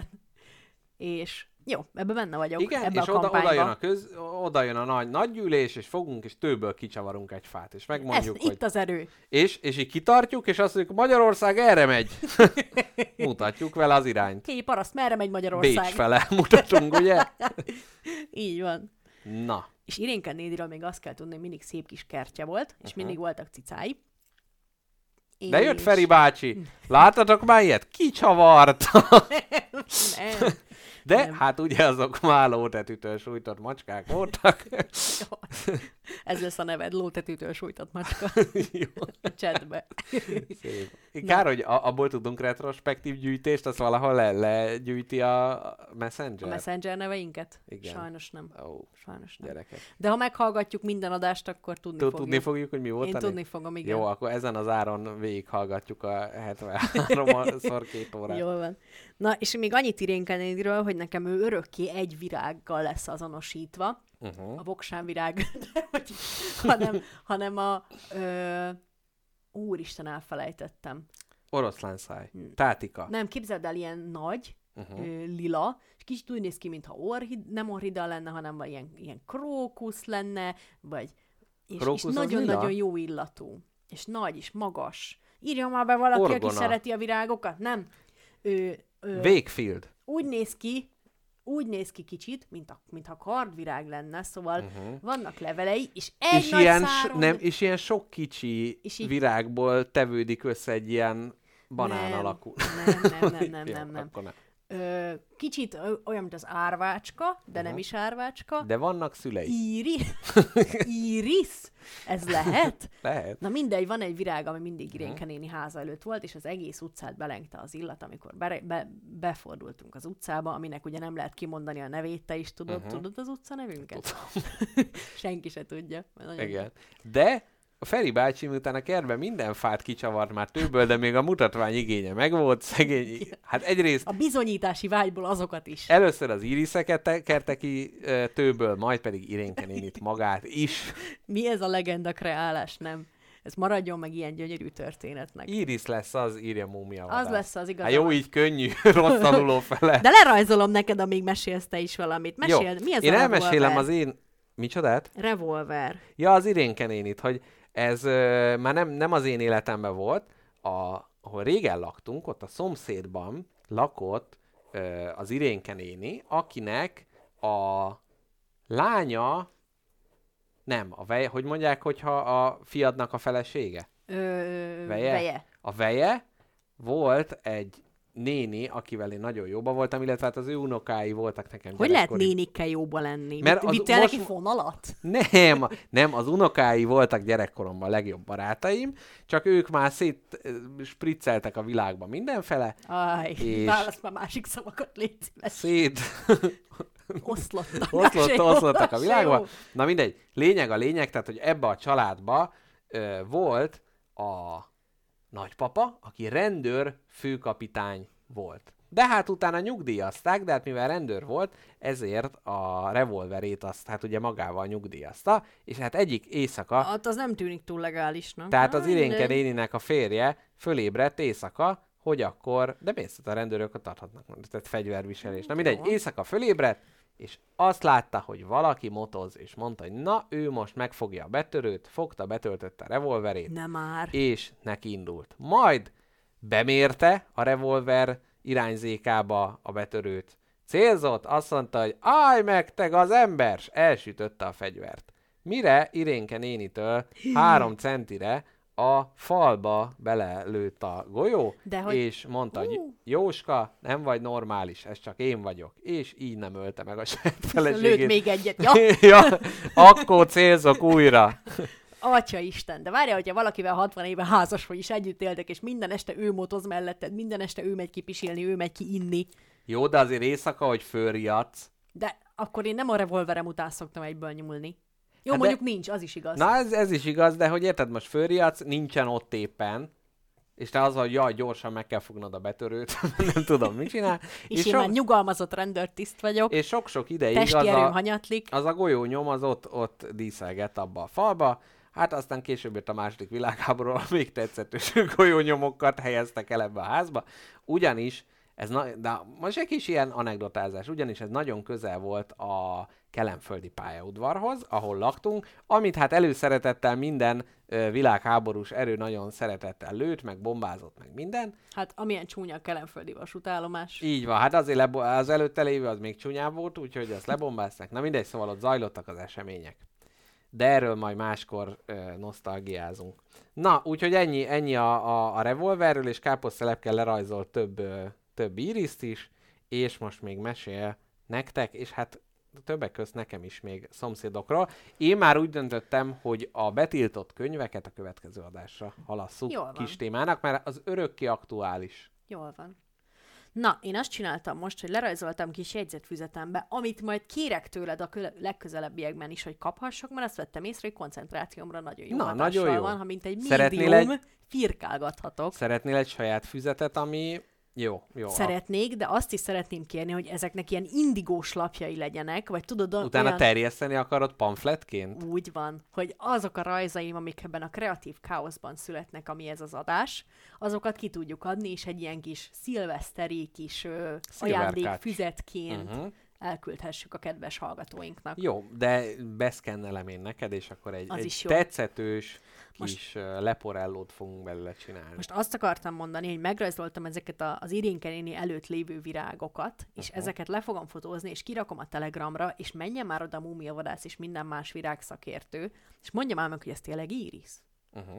És jó, ebben benne vagyok. Igen, ebbe és a oda, kampányba. oda, jön a köz, oda jön a nagy, nagy gyűlés, és fogunk, és tőből kicsavarunk egy fát, és megmondjuk, Ez, hogy... itt az erő. És, és így kitartjuk, és azt mondjuk, Magyarország erre megy. Mutatjuk vele az irányt. Hé, paraszt, merre megy Magyarország? Bécs fele mutatunk, ugye? Így van. Na. És Irénke néniről még azt kell tudni, hogy mindig szép kis kertje volt, és Uh-huh. mindig voltak cicái. De jött És- Feri bácsi. Láttatok már ilyet? Kicsavarta. Nem. De Nem. hát ugye azok már lótetűtől sújtott macskák voltak. Jó. Ez lesz a neved, lótetűtől sújtott macska Jó. a chatbe. Szép. Kár, hogy a, abból tudunk retrospektív gyűjtést, azt valahol le, legyűjti a Messenger. A Messenger neveinket? Igen. Sajnos nem. Ó, Sajnos nem. gyerekek. De ha meghallgatjuk minden adást, akkor tudni Tud, fogjuk. tudni fogjuk, hogy mi volt Én a név? tudni fogom, igen. Jó, akkor ezen az áron végighallgatjuk a hetvenhárom szor két órát. Jól van. Na, és még annyit Irénke néniről, hogy nekem ő örökké egy virággal lesz azonosítva. Uh-huh. A voksánvirág, hogy- hanem, hanem a... Ö, úristen, elfelejtettem. Oroszlánszáj. Hmm. Tátika. Nem, képzeld el, ilyen nagy, Uh-huh. ö, lila, és kicsit úgy néz ki, mintha orhid, nem orhida lenne, hanem vagy ilyen, ilyen krókusz lenne, vagy... És, és Krókusz az nagyon-nagyon lila? jó illatú. És nagy, és magas. Írja már be valaki, Orgona. aki szereti a virágokat? Nem. Ő, ő, Wakefield. úgy néz ki, úgy néz ki kicsit, mint a, mintha kardvirág lenne, szóval Uh-huh. vannak levelei, és egy És nagy ilyen, száron... s- nem, és ilyen sok kicsi És így- virágból tevődik össze egy ilyen banán nem, alakú. Nem, nem, nem, nem, Jó, nem, nem. akkor nem. Ö, kicsit ö, olyan, mint az árvácska, de Aha. nem is árvácska. De vannak szülei. Íri. Íris? Ez lehet? Lehet. Na mindegy, van egy virág, ami mindig Irénke néni háza előtt volt, és az egész utcát belengte az illat, amikor be, be, befordultunk az utcába, aminek ugye nem lehet kimondani a nevét, te is tudod, Uh-huh. tudod az utca nevünket? Senki se tudja. Nagyon Igen. De a Feri bácsi miután a kertben minden fát kicsavart már tőből, de még a mutatvány igénye megvolt, szegény. Hát egyrészt A bizonyítási vágyból azokat is. először az íriszeket te- kerte ki ö, tőből, majd pedig Irénke nénit magát is. Mi ez a legenda kreálás, nem? Ez maradjon meg ilyen gyönyörű történetnek. Íris lesz az, írja Múmia vadász. Az lesz az igaz. Hát jó, így könnyű, rossz tanuló fele. De lerajzolom neked, amíg mesélsz te is valamit. Meséld, mi ez Én a elmesélem revolver? az én... Micsodát? Revolver. Ja, az Irénke nénit, hogy ez ö, már nem, nem az én életemben volt, a, ahol régen laktunk, ott a szomszédban lakott ö, az Irénke néni, akinek a lánya, nem, a veje, hogy mondják, hogyha a fiadnak a felesége? Ö, Veje? veje. A veje volt egy néni, akivel én nagyon jóban voltam, illetve hát az ő unokái voltak nekem Hogy lehet gyerekkori- nénikkel jóba lenni? Mert Mit, az- vittél most- neki fonalat? Nem, nem, az unokái voltak gyerekkoromban a legjobb barátaim, csak ők már szét ö, spricceltek a világba mindenfele, Aj, És- válasz már másik szavakat, légy szíves. szét Oszlottak. oszlott, Se jó, oszlottak a se világba. jó. Na mindegy, lényeg a lényeg, tehát hogy ebbe a családba ö, volt a nagypapa, aki rendőr főkapitány volt. De hát utána nyugdíjazták, de hát mivel rendőr volt, ezért a revolverét azt hát ugye magával nyugdíjazta, és hát egyik éjszaka, Hát az nem tűnik túl legálisnak. tehát az Aj, Irénke de- néninek a férje fölébredt éjszaka, hogy akkor, de mész, a rendőrök adhatnak, tehát fegyverviselés. Na mindegy, Jó. éjszaka fölébredt, és azt látta, hogy valaki motoz, és mondta, hogy na, ő most megfogja a betörőt, fogta, betöltötte a revolverét, Nem már. és neki indult. Majd bemérte a revolver irányzékába a betörőt. Célzott, azt mondta, hogy állj meg, te az ember, s elsütötte a fegyvert. Mire Irénke nénitől három centire a falba belelőtt a golyó, De hogy- és mondta, hogy Ú. Jóska, nem vagy normális, ez csak én vagyok. És így nem ölte meg a saját Lőtt feleségét. még egyet. Ja, ja, akkor célzok újra. atya Isten. De várjál, hogyha valakivel hatvan éve házas vagy, és együtt éltek, és minden este ő motoz melletted, minden este ő megy kipisilni, ő megy ki inni. Jó, de azért éjszaka, hogy fölriadsz. De akkor én nem a revolverem után szoktam egyből nyúlni. Jó, Hát de- mondjuk nincs, az is igaz. Na, ez, ez is igaz, de hogy érted, most fölriadsz, nincsen ott éppen, és te az, hogy jaj, gyorsan meg kell fognod a betörőt, nem tudom, mit csinál. és, és, én sok, már nyugalmazott rendőrtiszt vagyok, és sok-sok ideig az testi erőm a, hanyatlik. az a golyónyom az ott, ott díszelgett abba a falba, hát aztán később jött a második világháborúról, még tetszetős golyónyomokat helyeztek el ebbe a házba, ugyanis ez na- de most egy kis ilyen anekdotázás, ugyanis ez nagyon közel volt a kelenföldi pályaudvarhoz, ahol laktunk, amit hát előszeretettel minden ö, világháborús erő nagyon szeretettel lőtt, meg bombázott, meg minden. Hát amilyen csúnya a kelenföldi vasútállomás. Így van, hát azért lebo- az előtte lévő az még csúnyább volt, úgyhogy azt lebombázták. Na mindegy, szóval ott zajlottak az események. De erről majd máskor ö, nosztalgiázunk. Na, úgyhogy ennyi, ennyi a, a, a revolverről, és Káposztelepke lerajzolt több, ö, több íriszt is, és most még mesél nektek, és hát többek közt nekem is még szomszédokról. Én már úgy döntöttem, hogy a betiltott könyveket a következő adásra halasszuk Jól van. kis témának, mert az örökké aktuális. Jól van. Na, én azt csináltam most, hogy lerajzoltam kis jegyzetfüzetembe, amit majd kérek tőled a köle- legközelebbiekben is, hogy kaphassak, mert azt vettem észre, hogy koncentrációmra nagyon jó Na, hatással nagyon jó. van, ha mint egy Szeretnél médium egy- firkálgathatok. Szeretnél egy saját füzetet, ami jó, jó. Szeretnék, de azt is szeretném kérni, hogy ezeknek ilyen indigós lapjai legyenek, vagy tudod, o- Utána olyan... terjeszteni akarod pamfletként? Úgy van, hogy azok a rajzaim, amik ebben a kreatív káoszban születnek, ami ez az adás, azokat ki tudjuk adni, és egy ilyen kis szilveszteri kis ö, ajándékfüzetként Uh-huh. elküldhessük a kedves hallgatóinknak. Jó, de beszkennelem én neked, és akkor egy, Az egy is jó. tetszetős Most- kis uh, leporellót fogunk belőle csinálni. Most azt akartam mondani, hogy megrajzoltam ezeket a, az Irénke néni előtt lévő virágokat, és Aha. ezeket le fogom fotózni, és kirakom a Telegramra, és menjen már oda a múmiavadász és minden más virágszakértő, és mondja már meg, hogy ez tényleg íris. Uh-huh.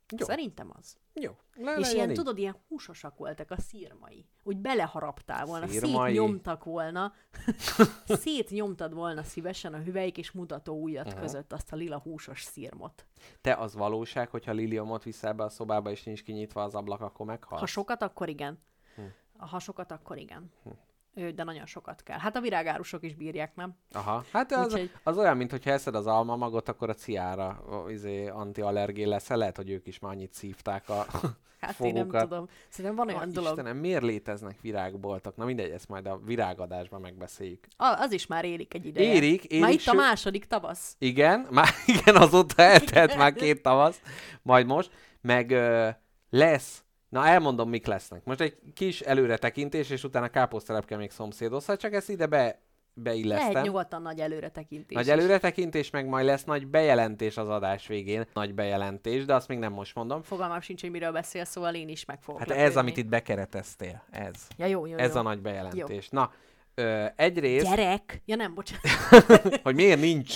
Jó. Szerintem az. Jó. Le, És ilyen, így. tudod, ilyen húsosak voltak a szírmai. Úgy beleharaptál volna, szírmai. Szétnyomtak volna, szétnyomtad volna szívesen a hüvelyk és mutató ujjat uh-huh. között azt a lila húsos szírmot. Te az valóság, hogyha Liliomot viszel be a szobába, és nincs kinyitva az ablak, akkor meghalsz? Ha sokat, akkor igen. Hm. Ha sokat, akkor igen. Hm. De nagyon sokat kell. Hát a virágárusok is bírják, nem? Aha. Hát az, Úgyhogy... az olyan, mintha eszed az almamagot, akkor a ciára izé, antiallergén lesz. Lehet, hogy ők is már annyit szívták a Hát fogukat. én nem tudom. Szerintem van olyan ah, dolog. Istenem, miért léteznek virágboltok? Na mindegy, ezt majd a virágadásban megbeszéljük. A, az is már érik egy ideje. Érik, érik. Már itt ső... a második tavasz. Igen, már, igen, azóta eltelt már két tavasz. Majd most. Meg ö, lesz. Na, elmondom, mik lesznek. Most egy kis előretekintés, és utána káposztelepke még szomszédozhat, csak ezt ide be, beillesztem. Lehet nyugodtan nagy előretekintés. Nagy előretekintés, meg majd lesz nagy bejelentés az adás végén. Nagy bejelentés, de azt még nem most mondom. Fogalmam sincs, hogy miről beszél, szóval én is meg fogok Hát lepődni. ez, amit itt bekereteztél. Ez. Ja, jó, jó, ez jó. a nagy bejelentés. Jó. Na, ö, egyrészt... Gyerek! Ja nem, bocsánat. hogy miért nincs.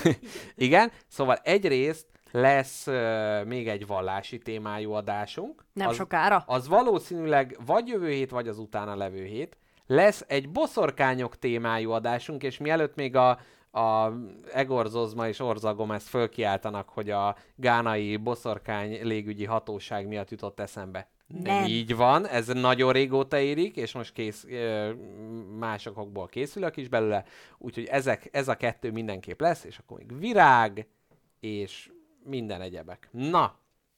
Igen, szóval egyrészt lesz uh, még egy vallási témájú adásunk. Nem az, sokára. Az valószínűleg vagy jövő hét, vagy az utána levő hét. Lesz egy boszorkányok témájú adásunk, és mielőtt még a, a Egor Zozma és Orza Gomez fölkiáltanak, hogy a gánai boszorkány légügyi hatóság miatt jutott eszembe. Nem. Nem így van, ez nagyon régóta érik, és most kész, másokból készülök is belőle, úgyhogy ezek, ez a kettő mindenképp lesz, és akkor még virág, és minden egyebek. Na!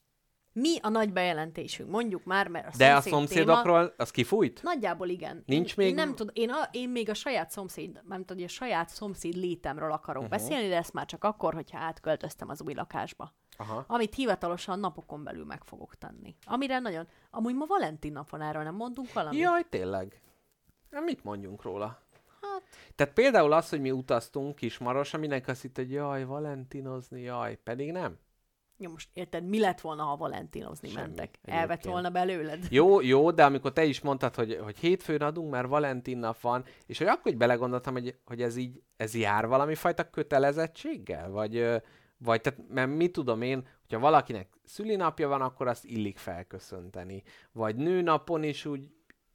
Mi a nagy bejelentésünk? Mondjuk már, mert a De szomszéd a szomszédokról téma... az kifújt? Nagyjából igen. Nincs én, még... Én nem tudom, én, a, én még a saját szomszéd, nem tudom, a saját szomszéd létemről akarok uh-huh. beszélni, de ezt már csak akkor, hogyha átköltöztem az új lakásba. Aha. Amit hivatalosan napokon belül meg fogok tenni. Amire nagyon... Amúgy ma Valentin nap van, erről nem mondunk valamit? Jaj, tényleg. Hát mit mondjunk róla? Hát... Tehát például az, hogy mi utaztunk Kismarosra, mindenki azt hitt, hogy jaj, valentinozni, jaj, pedig nem. Jó, most érted, mi lett volna, ha valentinozni Semmi, mentek? egyébként. Elvett volna belőled? Jó, jó, de amikor te is mondtad, hogy, hogy hétfőn adunk, mert Valentin nap van, és hogy akkor így belegondoltam, hogy, hogy ez így, ez jár valami fajta kötelezettséggel? Vagy, vagy tehát, mert mit tudom én, hogyha valakinek szülinapja van, akkor azt illik felköszönteni. Vagy nőnapon is úgy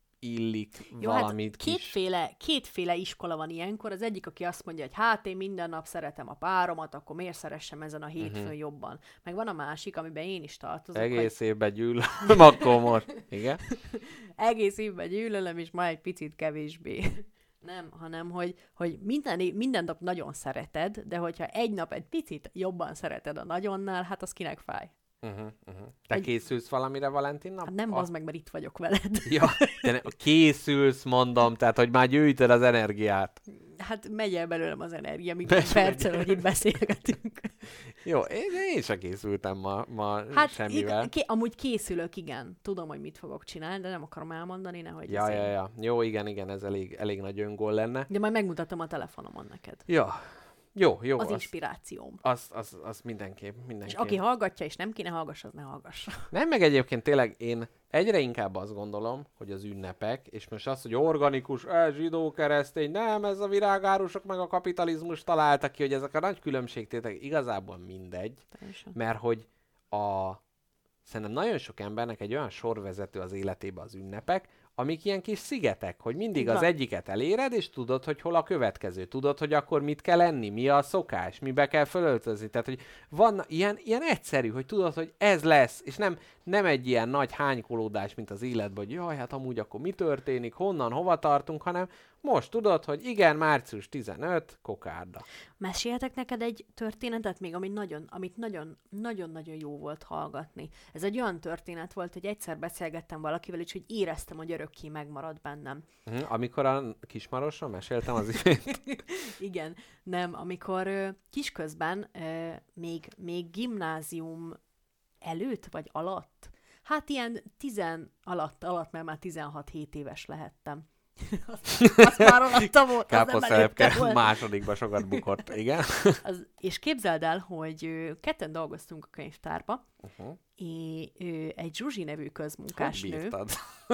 illik Jó, valamit hát kétféle, kétféle iskola van ilyenkor. Az egyik, aki azt mondja, hogy hát én minden nap szeretem a páromat, akkor miért szeressem ezen a hétfőn uh-huh. jobban. Meg van a másik, amiben én is tartozok. Egész hogy... évben gyűlölöm, akkor most. Igen? Egész évben gyűlölöm, és majd egy picit kevésbé. Nem, hanem, hogy, hogy minden, minden nap nagyon szereted, de hogyha egy nap egy picit jobban szereted a nagyonnál, hát az kinek fáj. Uh-huh, uh-huh. Te egy... készülsz valamire Valentin nap? Hát nem a... bazd meg, mert itt vagyok veled. Ja, de ne, készülsz, mondom, tehát, hogy már gyűjtöd az energiát. Hát megy el belőlem az energia, minden perccel, hogy itt beszélgetünk. Jó, én, én sem készültem ma, ma hát semmivel. Itt, ké, amúgy készülök, igen. Tudom, hogy mit fogok csinálni, de nem akarom elmondani, nehogy Ja, ja, ja. Jó, igen, igen, ez elég, elég nagy öngól lenne. De majd megmutatom a telefonomon neked. Ja. Jó, jó. Az, az inspirációm. Az, az, az mindenképp, mindenképp. És aki hallgatja, és nem kéne hallgass, az ne hallgassa. Nem, meg egyébként tényleg én egyre inkább azt gondolom, hogy az ünnepek, és most az, hogy organikus, eh, zsidó, keresztény, nem, ez a virágárusok meg a kapitalizmus találtak ki, hogy ezek a nagy különbségtétek igazából mindegy, Teljesen. mert hogy a... Szerintem nagyon sok embernek egy olyan sorvezető az életébe az ünnepek, amik ilyen kis szigetek, hogy mindig Van. az egyiket eléred, és tudod, hogy hol a következő. Tudod, hogy akkor mit kell enni, mi a szokás, mibe kell fölöltözni. Tehát, hogy van ilyen, ilyen egyszerű, hogy tudod, hogy ez lesz, és nem, nem egy ilyen nagy hánykolódás, mint az életben, hogy jaj, hát amúgy akkor mi történik, honnan, hova tartunk, hanem most tudod, hogy igen, március tizenötödike, kokárda. Meséltek neked egy történetet még, amit nagyon, amit nagyon, nagyon-nagyon jó volt hallgatni. Ez egy olyan történet volt, hogy egyszer beszélgettem valakivel, és hogy éreztem, hogy örökké megmarad bennem. Uh-huh. Amikor a Kismarosról meséltem az imént. Igen, nem, amikor ö, kisközben ö, még, még gimnázium előtt, vagy alatt, hát ilyen tizen alatt, alatt, mert már tizenhat hét éves lehettem. azt, azt már alatta volt, Káposztelepke másodikba sokat bukott, igen. Az, és képzeld el, hogy ö, ketten dolgoztunk a könyvtárba, Uh-huh. és ö, egy Zsuzsi nevű Hogy közmunkásnő. bírtad?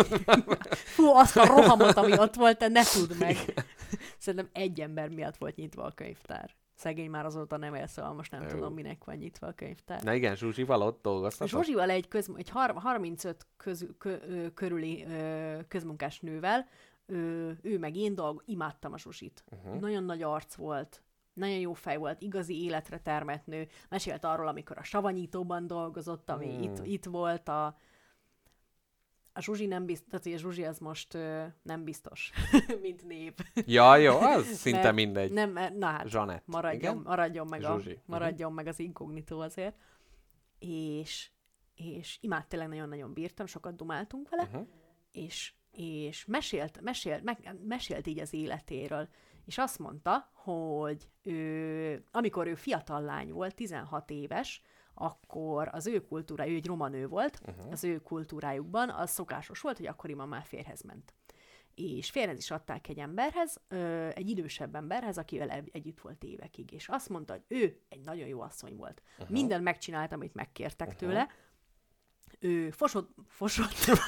Fú, azt a rohamot, ami ott volt, te ne tudd meg. Szerintem egy ember miatt volt nyitva a könyvtár. Szegény már azóta nem él, szóval most nem Jó. tudom, minek van nyitva a könyvtár. Na igen, Zsuzsival ott dolgoztatok? Zsuzsival egy, köz, egy har- harmincöt köz, kö, ö, körüli ö, közmunkás nővel, ö, ő meg én dolg, imádtam a Zsuzsit. Uh-huh. Nagyon nagy arc volt, nagyon jó fej volt, igazi életre termett nő. Mesélt arról, amikor a savanyítóban dolgozott, ami Hmm. itt, itt volt. A, a Zsuzsi nem biztos, tehát hogy a Zsuzsi az most ö, nem biztos, mint név. Ja, jó, az szinte Mert mindegy. Nem, mert- na hát, Zsanett. maradjon, Igen? maradjon, meg, a, Zsuzsi. maradjon meg az inkognitó azért. És, és imád tényleg nagyon-nagyon bírtam, sokat dumáltunk vele, Uh-huh. és, és mesélt, mesélt, meg, mesélt így az életéről. És azt mondta, hogy ő, amikor ő fiatal lány volt, tizenhat éves, akkor az ő kultúrája, ő egy roma nő volt, Uh-huh. az ő kultúrájukban az szokásos volt, hogy akkoriban már férjhez ment. És férjhez is adták egy emberhez, ö, egy idősebb emberhez, akivel egy- együtt volt évekig. És azt mondta, hogy ő egy nagyon jó asszony volt. Uh-huh. Mindent megcsinált, amit megkértek Uh-huh. tőle. Ő fosott, fosott,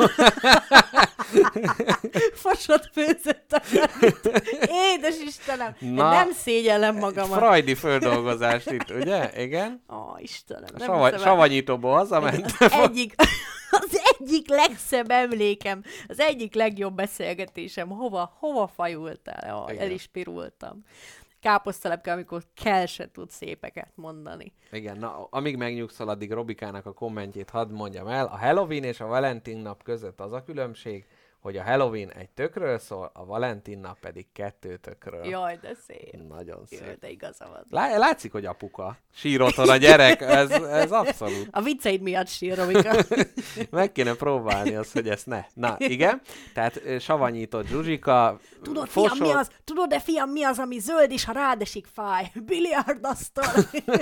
fosott főzött a semmit. Édes Istenem, Na, nem szégyellem magamat. Freudi földolgozást itt, ugye? Igen? Ó, Istenem, A nem sava- hiszem el. savanyítóból hazament. Az egyik, az egyik legszebb emlékem, az egyik legjobb beszélgetésem, hova, hova fajultál? Jaj, Igen. el is pirultam. Káposztelepke, amikor kell se tud szépeket mondani. Igen, na, amíg megnyugszol, addig Robikának a kommentjét hadd mondjam el. A Halloween és a Valentin nap között az a különbség, hogy a Halloween egy tökről szól, a Valentin nap pedig kettő tökről. Jaj, de szép. Nagyon Jaj, szép. de igaza van. Lá- látszik, hogy apuka. Sír otthon a gyerek, ez, ez abszolút. A vicceid miatt sír, Robika. Meg kéne próbálni azt, hogy ezt ne. Na, igen. Tehát ö, savanyított Zsuzsika. Tudod, fiam, fosol- mi az? Tudod, de fiam, mi az, ami zöld, és ha rád esik, fáj? Biliárdasztal.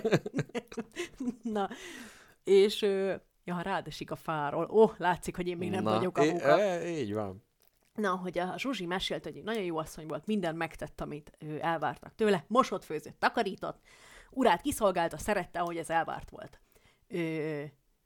Na, és... Ö, ja, ha rád esik a fáról. Ó, oh, látszik, hogy én még nem Na, vagyok í- apuka. ö, Így van. Na, hogy a Zsuzsi mesélt, hogy egy nagyon jó asszony volt, mindent megtett, amit ő elvártak tőle, mosott, főzött, takarított, urát kiszolgálta, szerette, ahogy ez elvárt volt. Ö,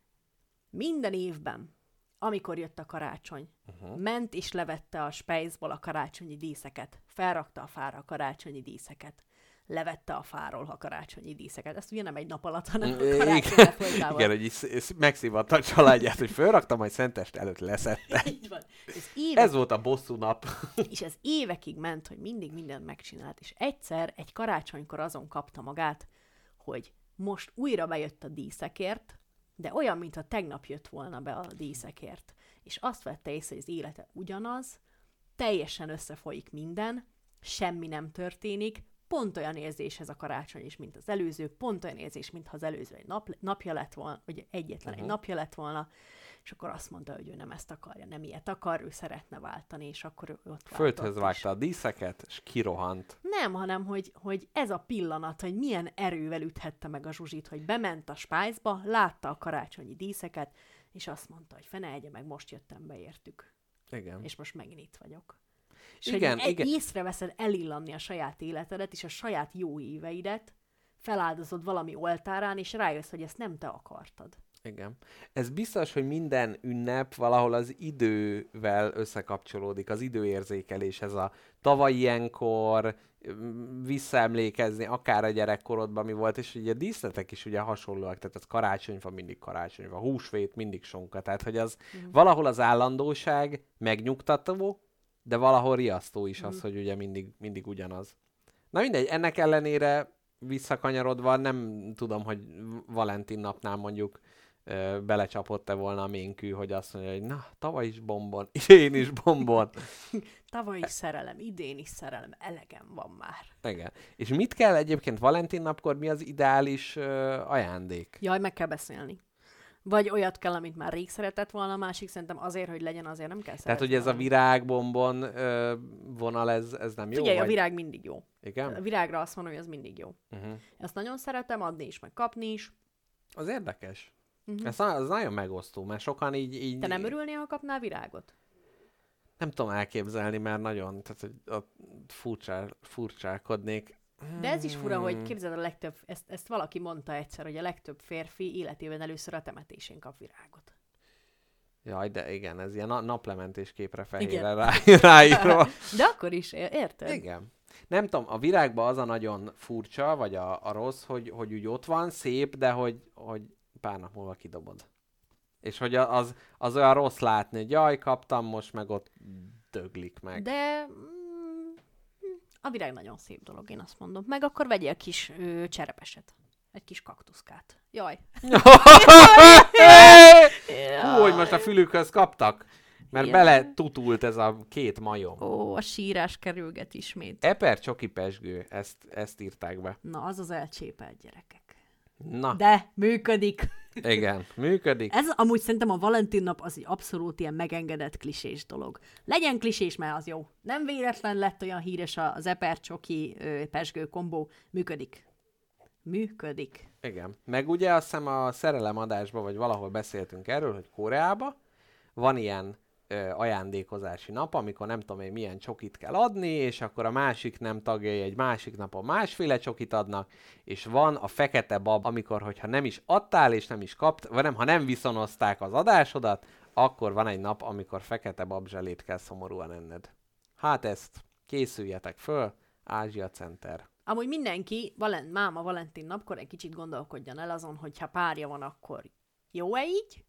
minden évben, amikor jött a karácsony, Uh-huh. uh-huh. ment és levette a spejzból a karácsonyi díszeket, felrakta a fára a karácsonyi díszeket, levette a fáról a karácsonyi díszeket. Ezt ugye nem egy nap alatt, hanem a karácsony lefolytával. Igen, hogy így sz- megszívatta a családját, hogy fölrakta, majd szentest előtt leszette. Így van. Ez évek, Ez volt a bosszú nap. és ez évekig ment, hogy mindig mindent megcsinált, és egyszer egy karácsonykor azon kapta magát, hogy most újra bejött a díszekért, de olyan, mintha tegnap jött volna be a díszekért. És azt vette észre, hogy az élete ugyanaz, teljesen összefolyik minden, semmi nem történik, pont olyan érzés ez a karácsony is, mint az előző, pont olyan érzés, mintha az előző egy nap, napja lett volna, vagy egyetlen Uh-huh. egy napja lett volna, és akkor azt mondta, hogy ő nem ezt akarja, nem ilyet akar, ő szeretne váltani, és akkor ő ott Földhöz váltott is. vágta a díszeket, és kirohant. Nem, hanem, hogy, hogy ez a pillanat, hogy milyen erővel üthette meg a Zsuzsit, hogy bement a spájzba, látta a karácsonyi díszeket, és azt mondta, hogy fene egye meg, most jöttem be értük. Igen. És most megint itt vagyok. És Igen, hogy igen. észreveszed elillanni a saját életedet, és a saját jó éveidet, feláldozod valami oltárán, és rájössz, hogy ezt nem te akartad. Igen. Ez biztos, hogy minden ünnep valahol az idővel összekapcsolódik, az időérzékelés, ez a tavaly ilyenkor mm, visszaemlékezni, akár a gyerekkorodban mi volt, és ugye a díszletek is ugye hasonlóak, tehát az karácsonyfa mindig karácsonyfa, húsvét mindig sonka, tehát hogy az Mhm. valahol az állandóság megnyugtató, de valahol riasztó is az, Mhm. hogy ugye mindig, mindig ugyanaz. Na mindegy, ennek ellenére visszakanyarodva nem tudom, hogy Valentin napnál mondjuk ö, belecsapott-e volna a ménkű, hogy azt mondja, hogy na, tavaly is bombon, én is bombon. Tavaly is szerelem, idén is szerelem, elegem van már. Igen. És mit kell egyébként Valentin napkor, mi az ideális ö, ajándék? Jaj, meg kell beszélni. Vagy olyat kell, amit már rég szeretett volna, a másik szerintem azért, hogy legyen, azért nem kell szeretni. Tehát, hogy ez a valamit. virágbombon ö, vonal, ez, ez nem jó? Figyelj, a vagy? virág mindig jó. A Igen? virágra azt mondom, hogy az mindig jó. Uh-huh. Ezt nagyon szeretem adni is, meg kapni is. Az érdekes. Uh-huh. Ez, na- az nagyon megosztó, mert sokan így... így Te nem örülnél, ha kapnál virágot? Nem tudom elképzelni, mert nagyon, tehát hogy ott furcsál, furcsálkodnék. De ez is fura, Hmm. hogy képzeld, a legtöbb, ezt, ezt valaki mondta egyszer, hogy a legtöbb férfi életében először a temetésén kap virágot. Jaj, de igen, ez ilyen na- naplementés képre Igen. fehérre rá, ráírva. De akkor is, é- érted? Igen. Nem tudom, a virágban az a nagyon furcsa, vagy a, a rossz, hogy, hogy úgy ott van, szép, de hogy, hogy pár nap múlva kidobod. És hogy az, az olyan rossz látni, hogy jaj, kaptam, most meg ott döglik meg. De mm, a virág nagyon szép dolog, én azt mondom. Meg akkor vegyél kis ö, cserepeset. Egy kis kaktuszkát. Jaj. Hú, hogy most a fülükhöz kaptak? Mert Igen. bele tutult ez a két majom. Ó, a sírás kerülget ismét. Eper csoki pesgő, ezt, ezt írták be. Na, az az elcsépelt gyerekek. Na, De működik. igen, működik. Ez amúgy szerintem a Valentin nap az egy abszolút ilyen megengedett klisés dolog. Legyen klisés, mert az jó. Nem véletlen lett olyan híres az eper csoki ö, pesgő kombó. Működik. Működik. Igen. Meg ugye azt hiszem a szerelemadásban, vagy valahol beszéltünk erről, hogy Koreában van ilyen ö, ajándékozási nap, amikor nem tudom én milyen csokit kell adni, és akkor a másik nem tagjai egy másik napon másféle csokit adnak, és van a fekete bab, amikor, hogyha nem is adtál, és nem is kapt, vagy nem, ha nem viszonozták az adásodat, akkor van egy nap, amikor fekete babzselét kell szomorúan enned. Hát ezt készüljetek föl, Ázsia Center. Amúgy mindenki, valen, máma Valentin napkor egy kicsit gondolkodjon el azon, hogyha párja van, akkor jó-e így?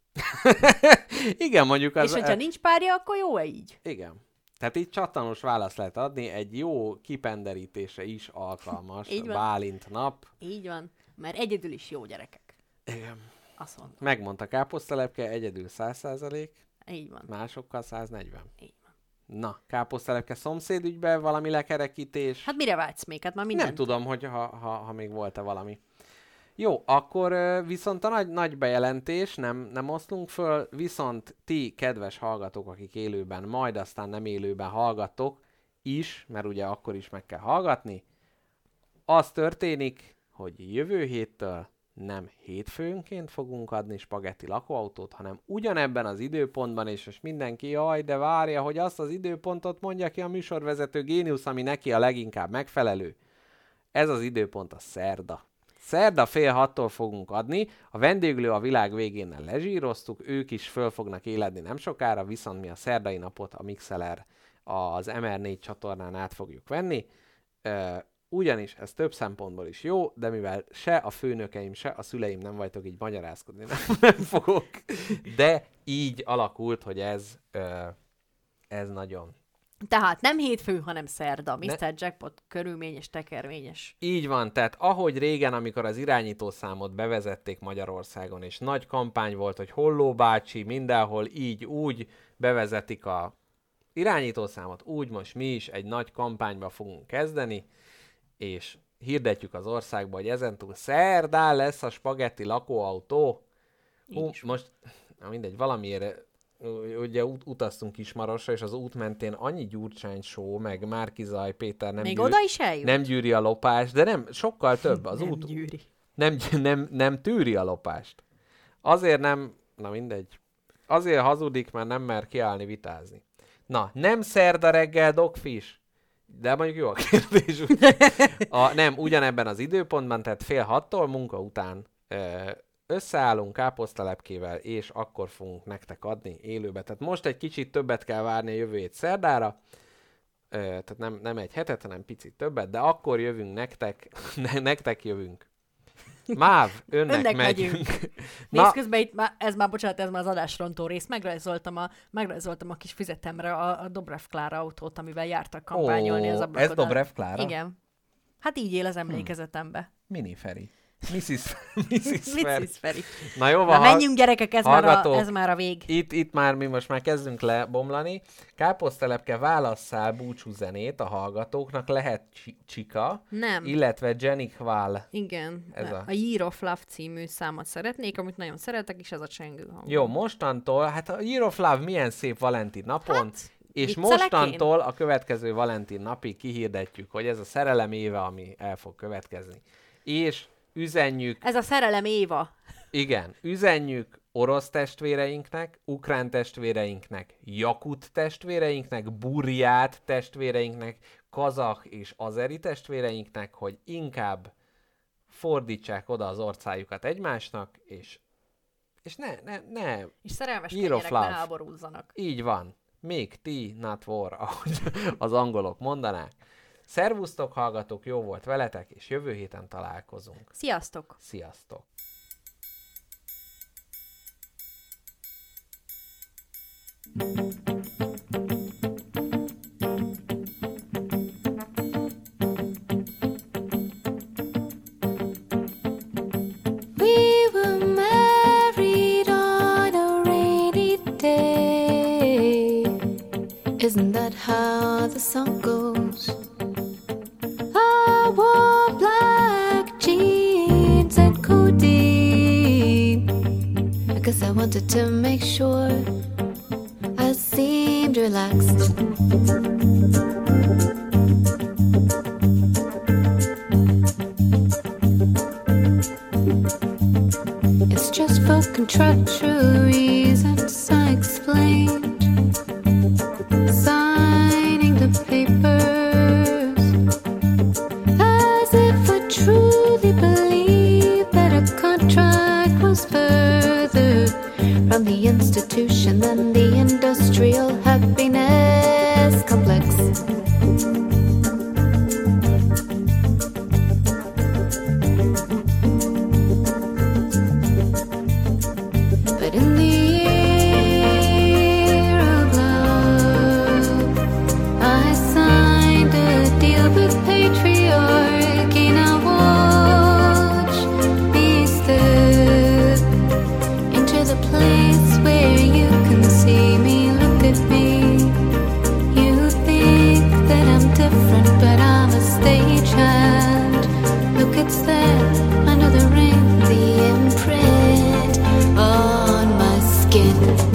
Igen, mondjuk az... És hogyha nincs párja, akkor jó-e így? Igen. Tehát itt csattanós választ lehet adni, egy jó kipenderítésre is alkalmas Így van. Bálint nap. Így van, mert egyedül is jó gyerekek. Igen. Azt mondom. Megmondta káposztelepke, egyedül száz százalék, Így van. másokkal száznegyven. Így van. Na, káposztelepke szomszédügyben valami lekerekítés? Hát mire vágysz még? Hát már mindent. Nem tudom, hogy ha, ha, ha még volt-e valami. Jó, akkor ö, viszont a nagy, nagy bejelentés, nem, nem oszlunk föl, viszont ti, kedves hallgatók, akik élőben, majd aztán nem élőben hallgattok is, mert ugye akkor is meg kell hallgatni, az történik, hogy jövő héttől nem hétfőnként fogunk adni spagetti lakóautót, hanem ugyanebben az időpontban, és most mindenki, jaj, de várja, hogy azt az időpontot mondja ki a műsorvezető géniusz, ami neki a leginkább megfelelő. Ez az időpont a szerda. Szerda fél hattól fogunk adni, a vendéglő a világ végénnel lezsíroztuk, ők is föl fognak éledni nem sokára, viszont mi a szerdai napot a Mixeler az em er négy csatornán át fogjuk venni. Ö, ugyanis ez több szempontból is jó, de mivel se a főnökeim, se a szüleim nem vagytok, így magyarázkodni nem, nem fogok. De így alakult, hogy ez, ö, ez nagyon... Tehát nem hétfő, hanem szerda. Ne- miszter Jackpot körülményes, tekervényes. Így van, tehát ahogy régen, amikor az irányítószámot bevezették Magyarországon, és nagy kampány volt, hogy Holló bácsi mindenhol így úgy bevezetik a irányítószámot, úgy most mi is egy nagy kampányba fogunk kezdeni, és hirdetjük az országba, hogy ezentúl szerdán lesz a spagetti lakóautó. Hú, most, na mindegy, valamiért ugye ut- utaztunk Kismarosra, és az út mentén annyi Gyurcsány show, meg Márki-Zay Péter nem, Még gyűr, oda is eljut? nem gyűri a lopást, de nem, sokkal több az nem út. gyűri. Nem, nem, nem tűri a lopást. Azért nem, na mindegy. Azért hazudik, mert nem mer kiállni vitázni. Na, nem szerda reggel Dogfish, de mondjuk jó a kérdés. A, nem, ugyanebben az időpontban, tehát fél hattól munka után ö, összeállunk káposztalepkével, és akkor fogunk nektek adni élőbe. Tehát most egy kicsit többet kell várni a jövő hét szerdára, ö, tehát nem, nem egy hetet, hanem picit többet, de akkor jövünk nektek, ne, nektek jövünk. Máv, önnek, Önnek megyünk. megyünk. Na, Nézd, közben itt már, ez már, bocsánat, ez már az adásrontó rész. Megrajzoltam a, megrajzoltam a kis füzetemre a, a Dobrev Klára autót, amivel jártak kampányolni Ó, az ez ablakon. Dobrev Klára? Igen. Hát így él az emlékezetembe. Mini Feri. miszisz miszisz Feri. miszisz Feri. Na jó, Na van. menjünk gyerekek, ez már, a, hallgatók. ez már a vég. Itt, itt már mi most már kezdünk lebomlani. Káposztelepke, válasszál búcsú zenét a hallgatóknak, lehet csi- Csika, Nem. illetve Jenny Kval. Igen. Ez a- a... a Year of Love című számot szeretnék, amit nagyon szeretek, és ez a csengő hang. Jó, mostantól, hát a Year of Love milyen szép Valentin napon, Hát, és viccelek mostantól a következő Valentin napig kihirdetjük, hogy ez a szerelem éve, ami el fog következni. És üzenjük, Ez a szerelem Éva. igen, üzenjük orosz testvéreinknek, ukrán testvéreinknek, jakut testvéreinknek, burját testvéreinknek, kazah és azeri testvéreinknek, hogy inkább fordítsák oda az orcájukat egymásnak, és, és ne, ne, ne, És szerelmes Year of kenyerek ne Love. háborúzzanak. így van. Make tea, not war, ahogy az angolok mondanák. Szervusztok, hallgatók, jó volt veletek, és jövő héten találkozunk. Sziasztok! Sziasztok! We were married on a rainy day. Isn't that how the song goes? I wore black jeans and codeine. I guess I wanted to make sure I seemed relaxed. It's just for contractual reasons I explained. Signing the papers as if I truly believed that a contract was further from the institution than the industrial happiness complex. But in the year of love, I signed a deal with patriarchy. Now watch me step into the place where you can see me. Look at me. You think that I'm different, but I'm a stagehand. Look, it's there under the ring, the imprint on my skin.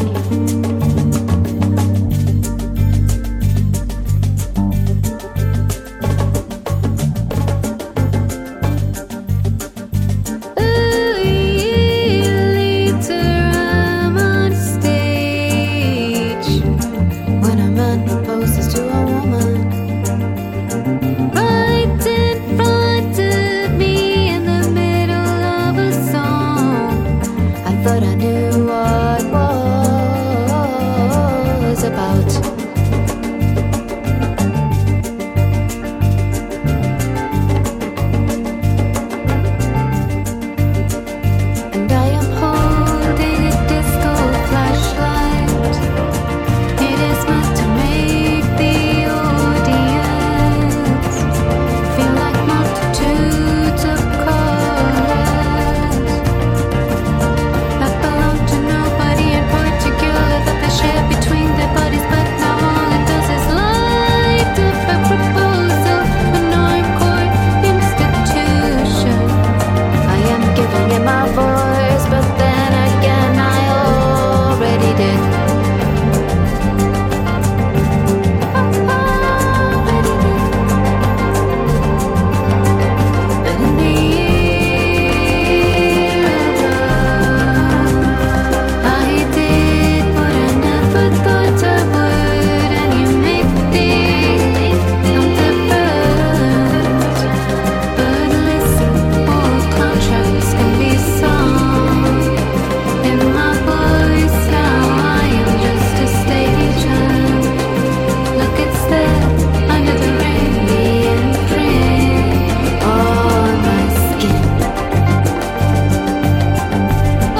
Ooh, later I'm on stage when a man proposes to a woman right in front of me in the middle of a song. I thought I knew what was about. And I am holding a disco flashlight. It is meant to make the audience feel like multitudes of colors that belong to nobody in particular, that they share between their bodies, but now all it does is light up a proposal, an encore institution. I am giving it my voice, but then again I already did. Already did. But in the year of love, I did what I never thought I would, and you make things not different. But listen, all contracts can be sung in my voice. Now I am just a stagehand. Look, it's there under the rain, the imprint on my skin. Oh.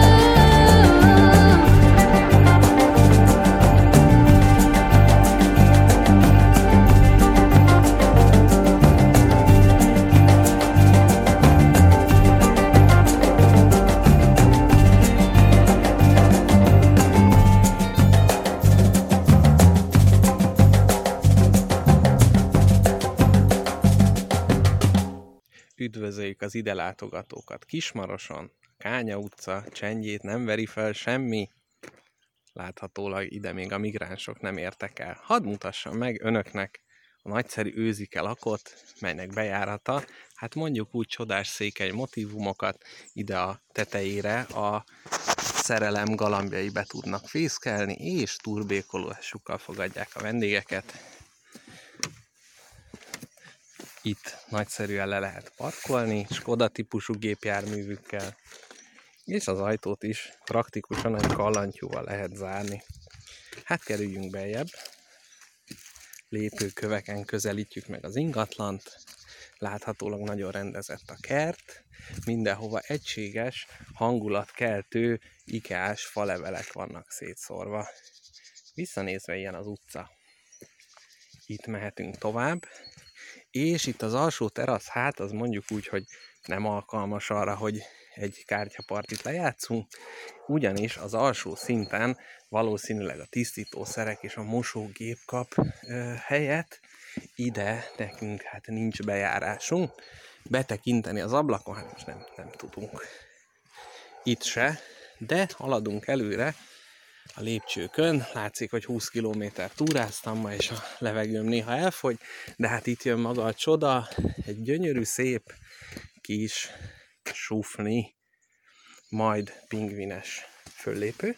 Üdvözöljük az ide látogatókat Kismaroson. Kánya utca csendjét nem veri fel semmi. Láthatólag ide még a migránsok nem értek el. Hadd mutassam meg önöknek a nagyszerű őzike lakot, melynek bejárata, hát mondjuk úgy csodás székely motívumokat, ide a tetejére a szerelem galambjai be tudnak fészkelni, és turbékolásukkal fogadják a vendégeket. Itt nagyszerűen le lehet parkolni, Skoda típusú gépjárművükkel, és az ajtót is praktikusan egy kallantyúval lehet zárni. Hát kerüljünk beljebb. lépőköveken közelítjük meg az ingatlant, láthatólag nagyon rendezett a kert, mindenhova egységes, hangulatkeltő, ikeás falevelek vannak szétszórva. Visszanézve ilyen az utca. Itt mehetünk tovább, és itt az alsó terasz, hát az mondjuk úgy, hogy nem alkalmas arra, hogy egy kártyapartit lejátszunk, ugyanis az alsó szinten valószínűleg a tisztítószerek és a mosógép kap ö, helyet, ide nekünk hát nincs bejárásunk, betekinteni az ablakon, hát most nem, nem tudunk. Itt se, de haladunk előre a lépcsőkön, látszik, hogy húsz kilométer túráztam ma, és a levegőm néha elfogy, de hát itt jön maga a csoda, egy gyönyörű, szép kis sufni, majd pingvines föllépő.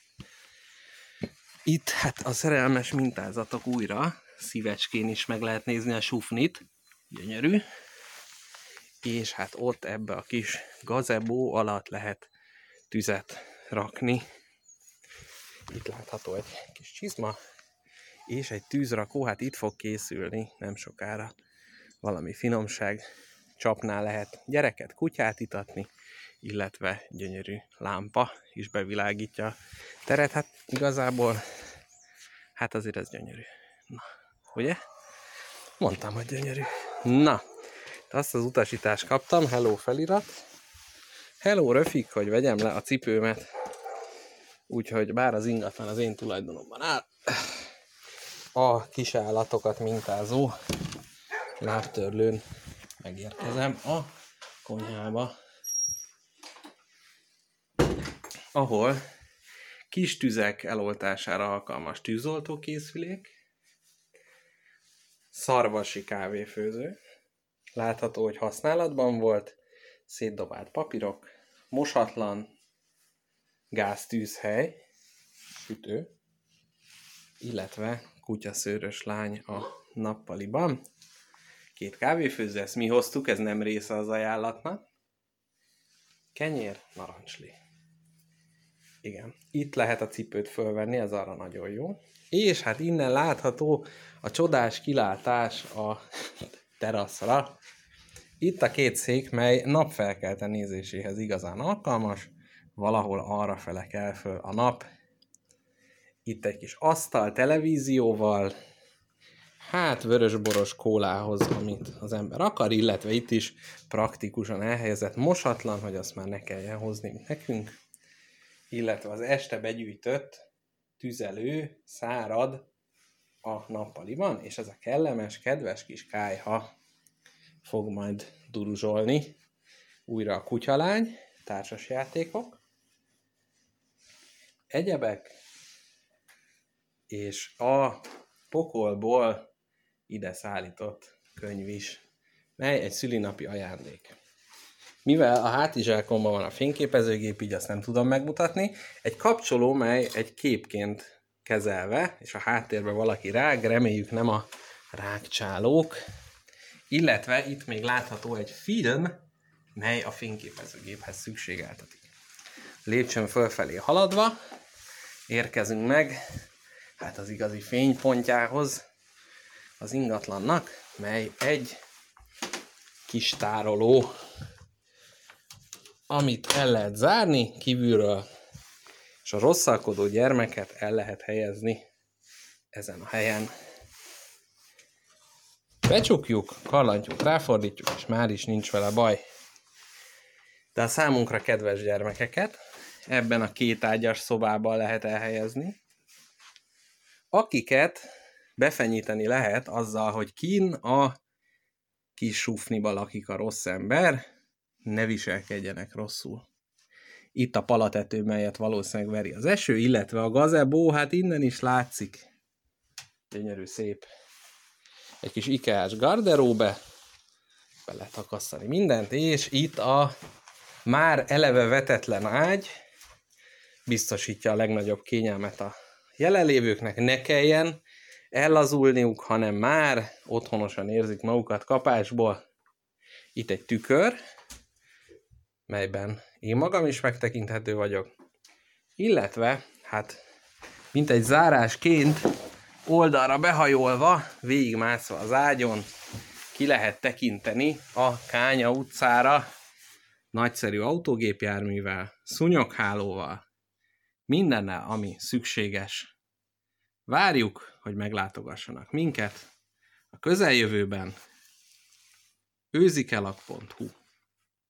Itt hát a szerelmes mintázatok újra, szívecskén is meg lehet nézni a sufnit, gyönyörű, és hát ott ebbe a kis gazebó alatt lehet tüzet rakni. Itt látható egy kis csizma, és egy tűzrakó, hát itt fog készülni nem sokára valami finomság. Csapnál lehet gyereket, kutyát itatni, illetve gyönyörű lámpa is bevilágítja a teret. Hát igazából, hát azért ez gyönyörű. Na, ugye? Mondtam, hogy gyönyörű. Na, azt az utasítást kaptam, hello felirat. Hello Röfik, hogy vegyem le a cipőmet. Úgyhogy bár az ingatlan az én tulajdonomban áll, a kisállatokat mintázó lábtörlőn megérkezem a konyhába, ahol kis tüzek eloltására alkalmas tűzoltókészülék, szarvasi kávéfőző, látható, hogy használatban volt, szétdobált papírok, mosatlan gáztűzhely, sütő, illetve kutyaszőrös lány a nappaliban. Két kávéfőző, ezt mi hoztuk, ez nem része az ajánlatnak. Kenyér, narancsli. Igen, itt lehet a cipőt fölvenni, ez arra nagyon jó. És hát innen látható a csodás kilátás a teraszra. Itt a két szék, mely napfelkelte nézéséhez igazán alkalmas, valahol arrafele kell föl a nap. Itt egy kis asztal televízióval, hát vörösboros kólához, amit az ember akar, illetve itt is praktikusan elhelyezett mosatlan, hogy azt már ne kelljen hozni, mint nekünk, illetve az este begyűjtött tüzelő, szárad a nappaliban, és ez a kellemes, kedves kis kályha fog majd duruzsolni. Újra a kutyalány, társasjátékok, egyebek, és a pokolból ide szállított könyv is, mely egy szülinapi ajándék. Mivel a hátizsákomban van a fényképezőgép, így azt nem tudom megmutatni, egy kapcsoló, mely egy képként kezelve, és a háttérben valaki rág, reméljük nem a rágcsálók, illetve itt még látható egy film, mely a fényképezőgéphez szükségeltetik. Lépcsőn fölfelé haladva érkezünk meg hát az igazi fénypontjához az ingatlannak, mely egy kis tároló, amit el lehet zárni kívülről, és a rosszalkodó gyermeket el lehet helyezni ezen a helyen. Becsukjuk, kallantjuk, ráfordítjuk, és már is nincs vele baj. De a számunkra kedves gyermekeket ebben a két ágyas szobában lehet elhelyezni, akiket befenyíteni lehet azzal, hogy kín a kis sufniba lakik a rossz ember, ne viselkedjenek rosszul. Itt a palatető, melyet valószínűleg veri az eső, illetve a gazebó, hát innen is látszik. Gyönyörű, szép. Egy kis ikeás garderóbe, be lehet akasztani mindent, és itt a már eleve vetetlen ágy biztosítja a legnagyobb kényelmet a jelenlévőknek, ne kelljen ellazulniuk, hanem már otthonosan érzik magukat kapásból. Itt egy tükör, melyben én magam is megtekinthető vagyok, illetve, hát, mint egy zárásként oldalra behajolva, végigmászva az ágyon, ki lehet tekinteni a Kánya utcára, nagyszerű autógépjárművel, szúnyoghálóval, mindennel, ami szükséges. Várjuk, hogy meglátogassanak minket a közeljövőben. őzikelak pont hu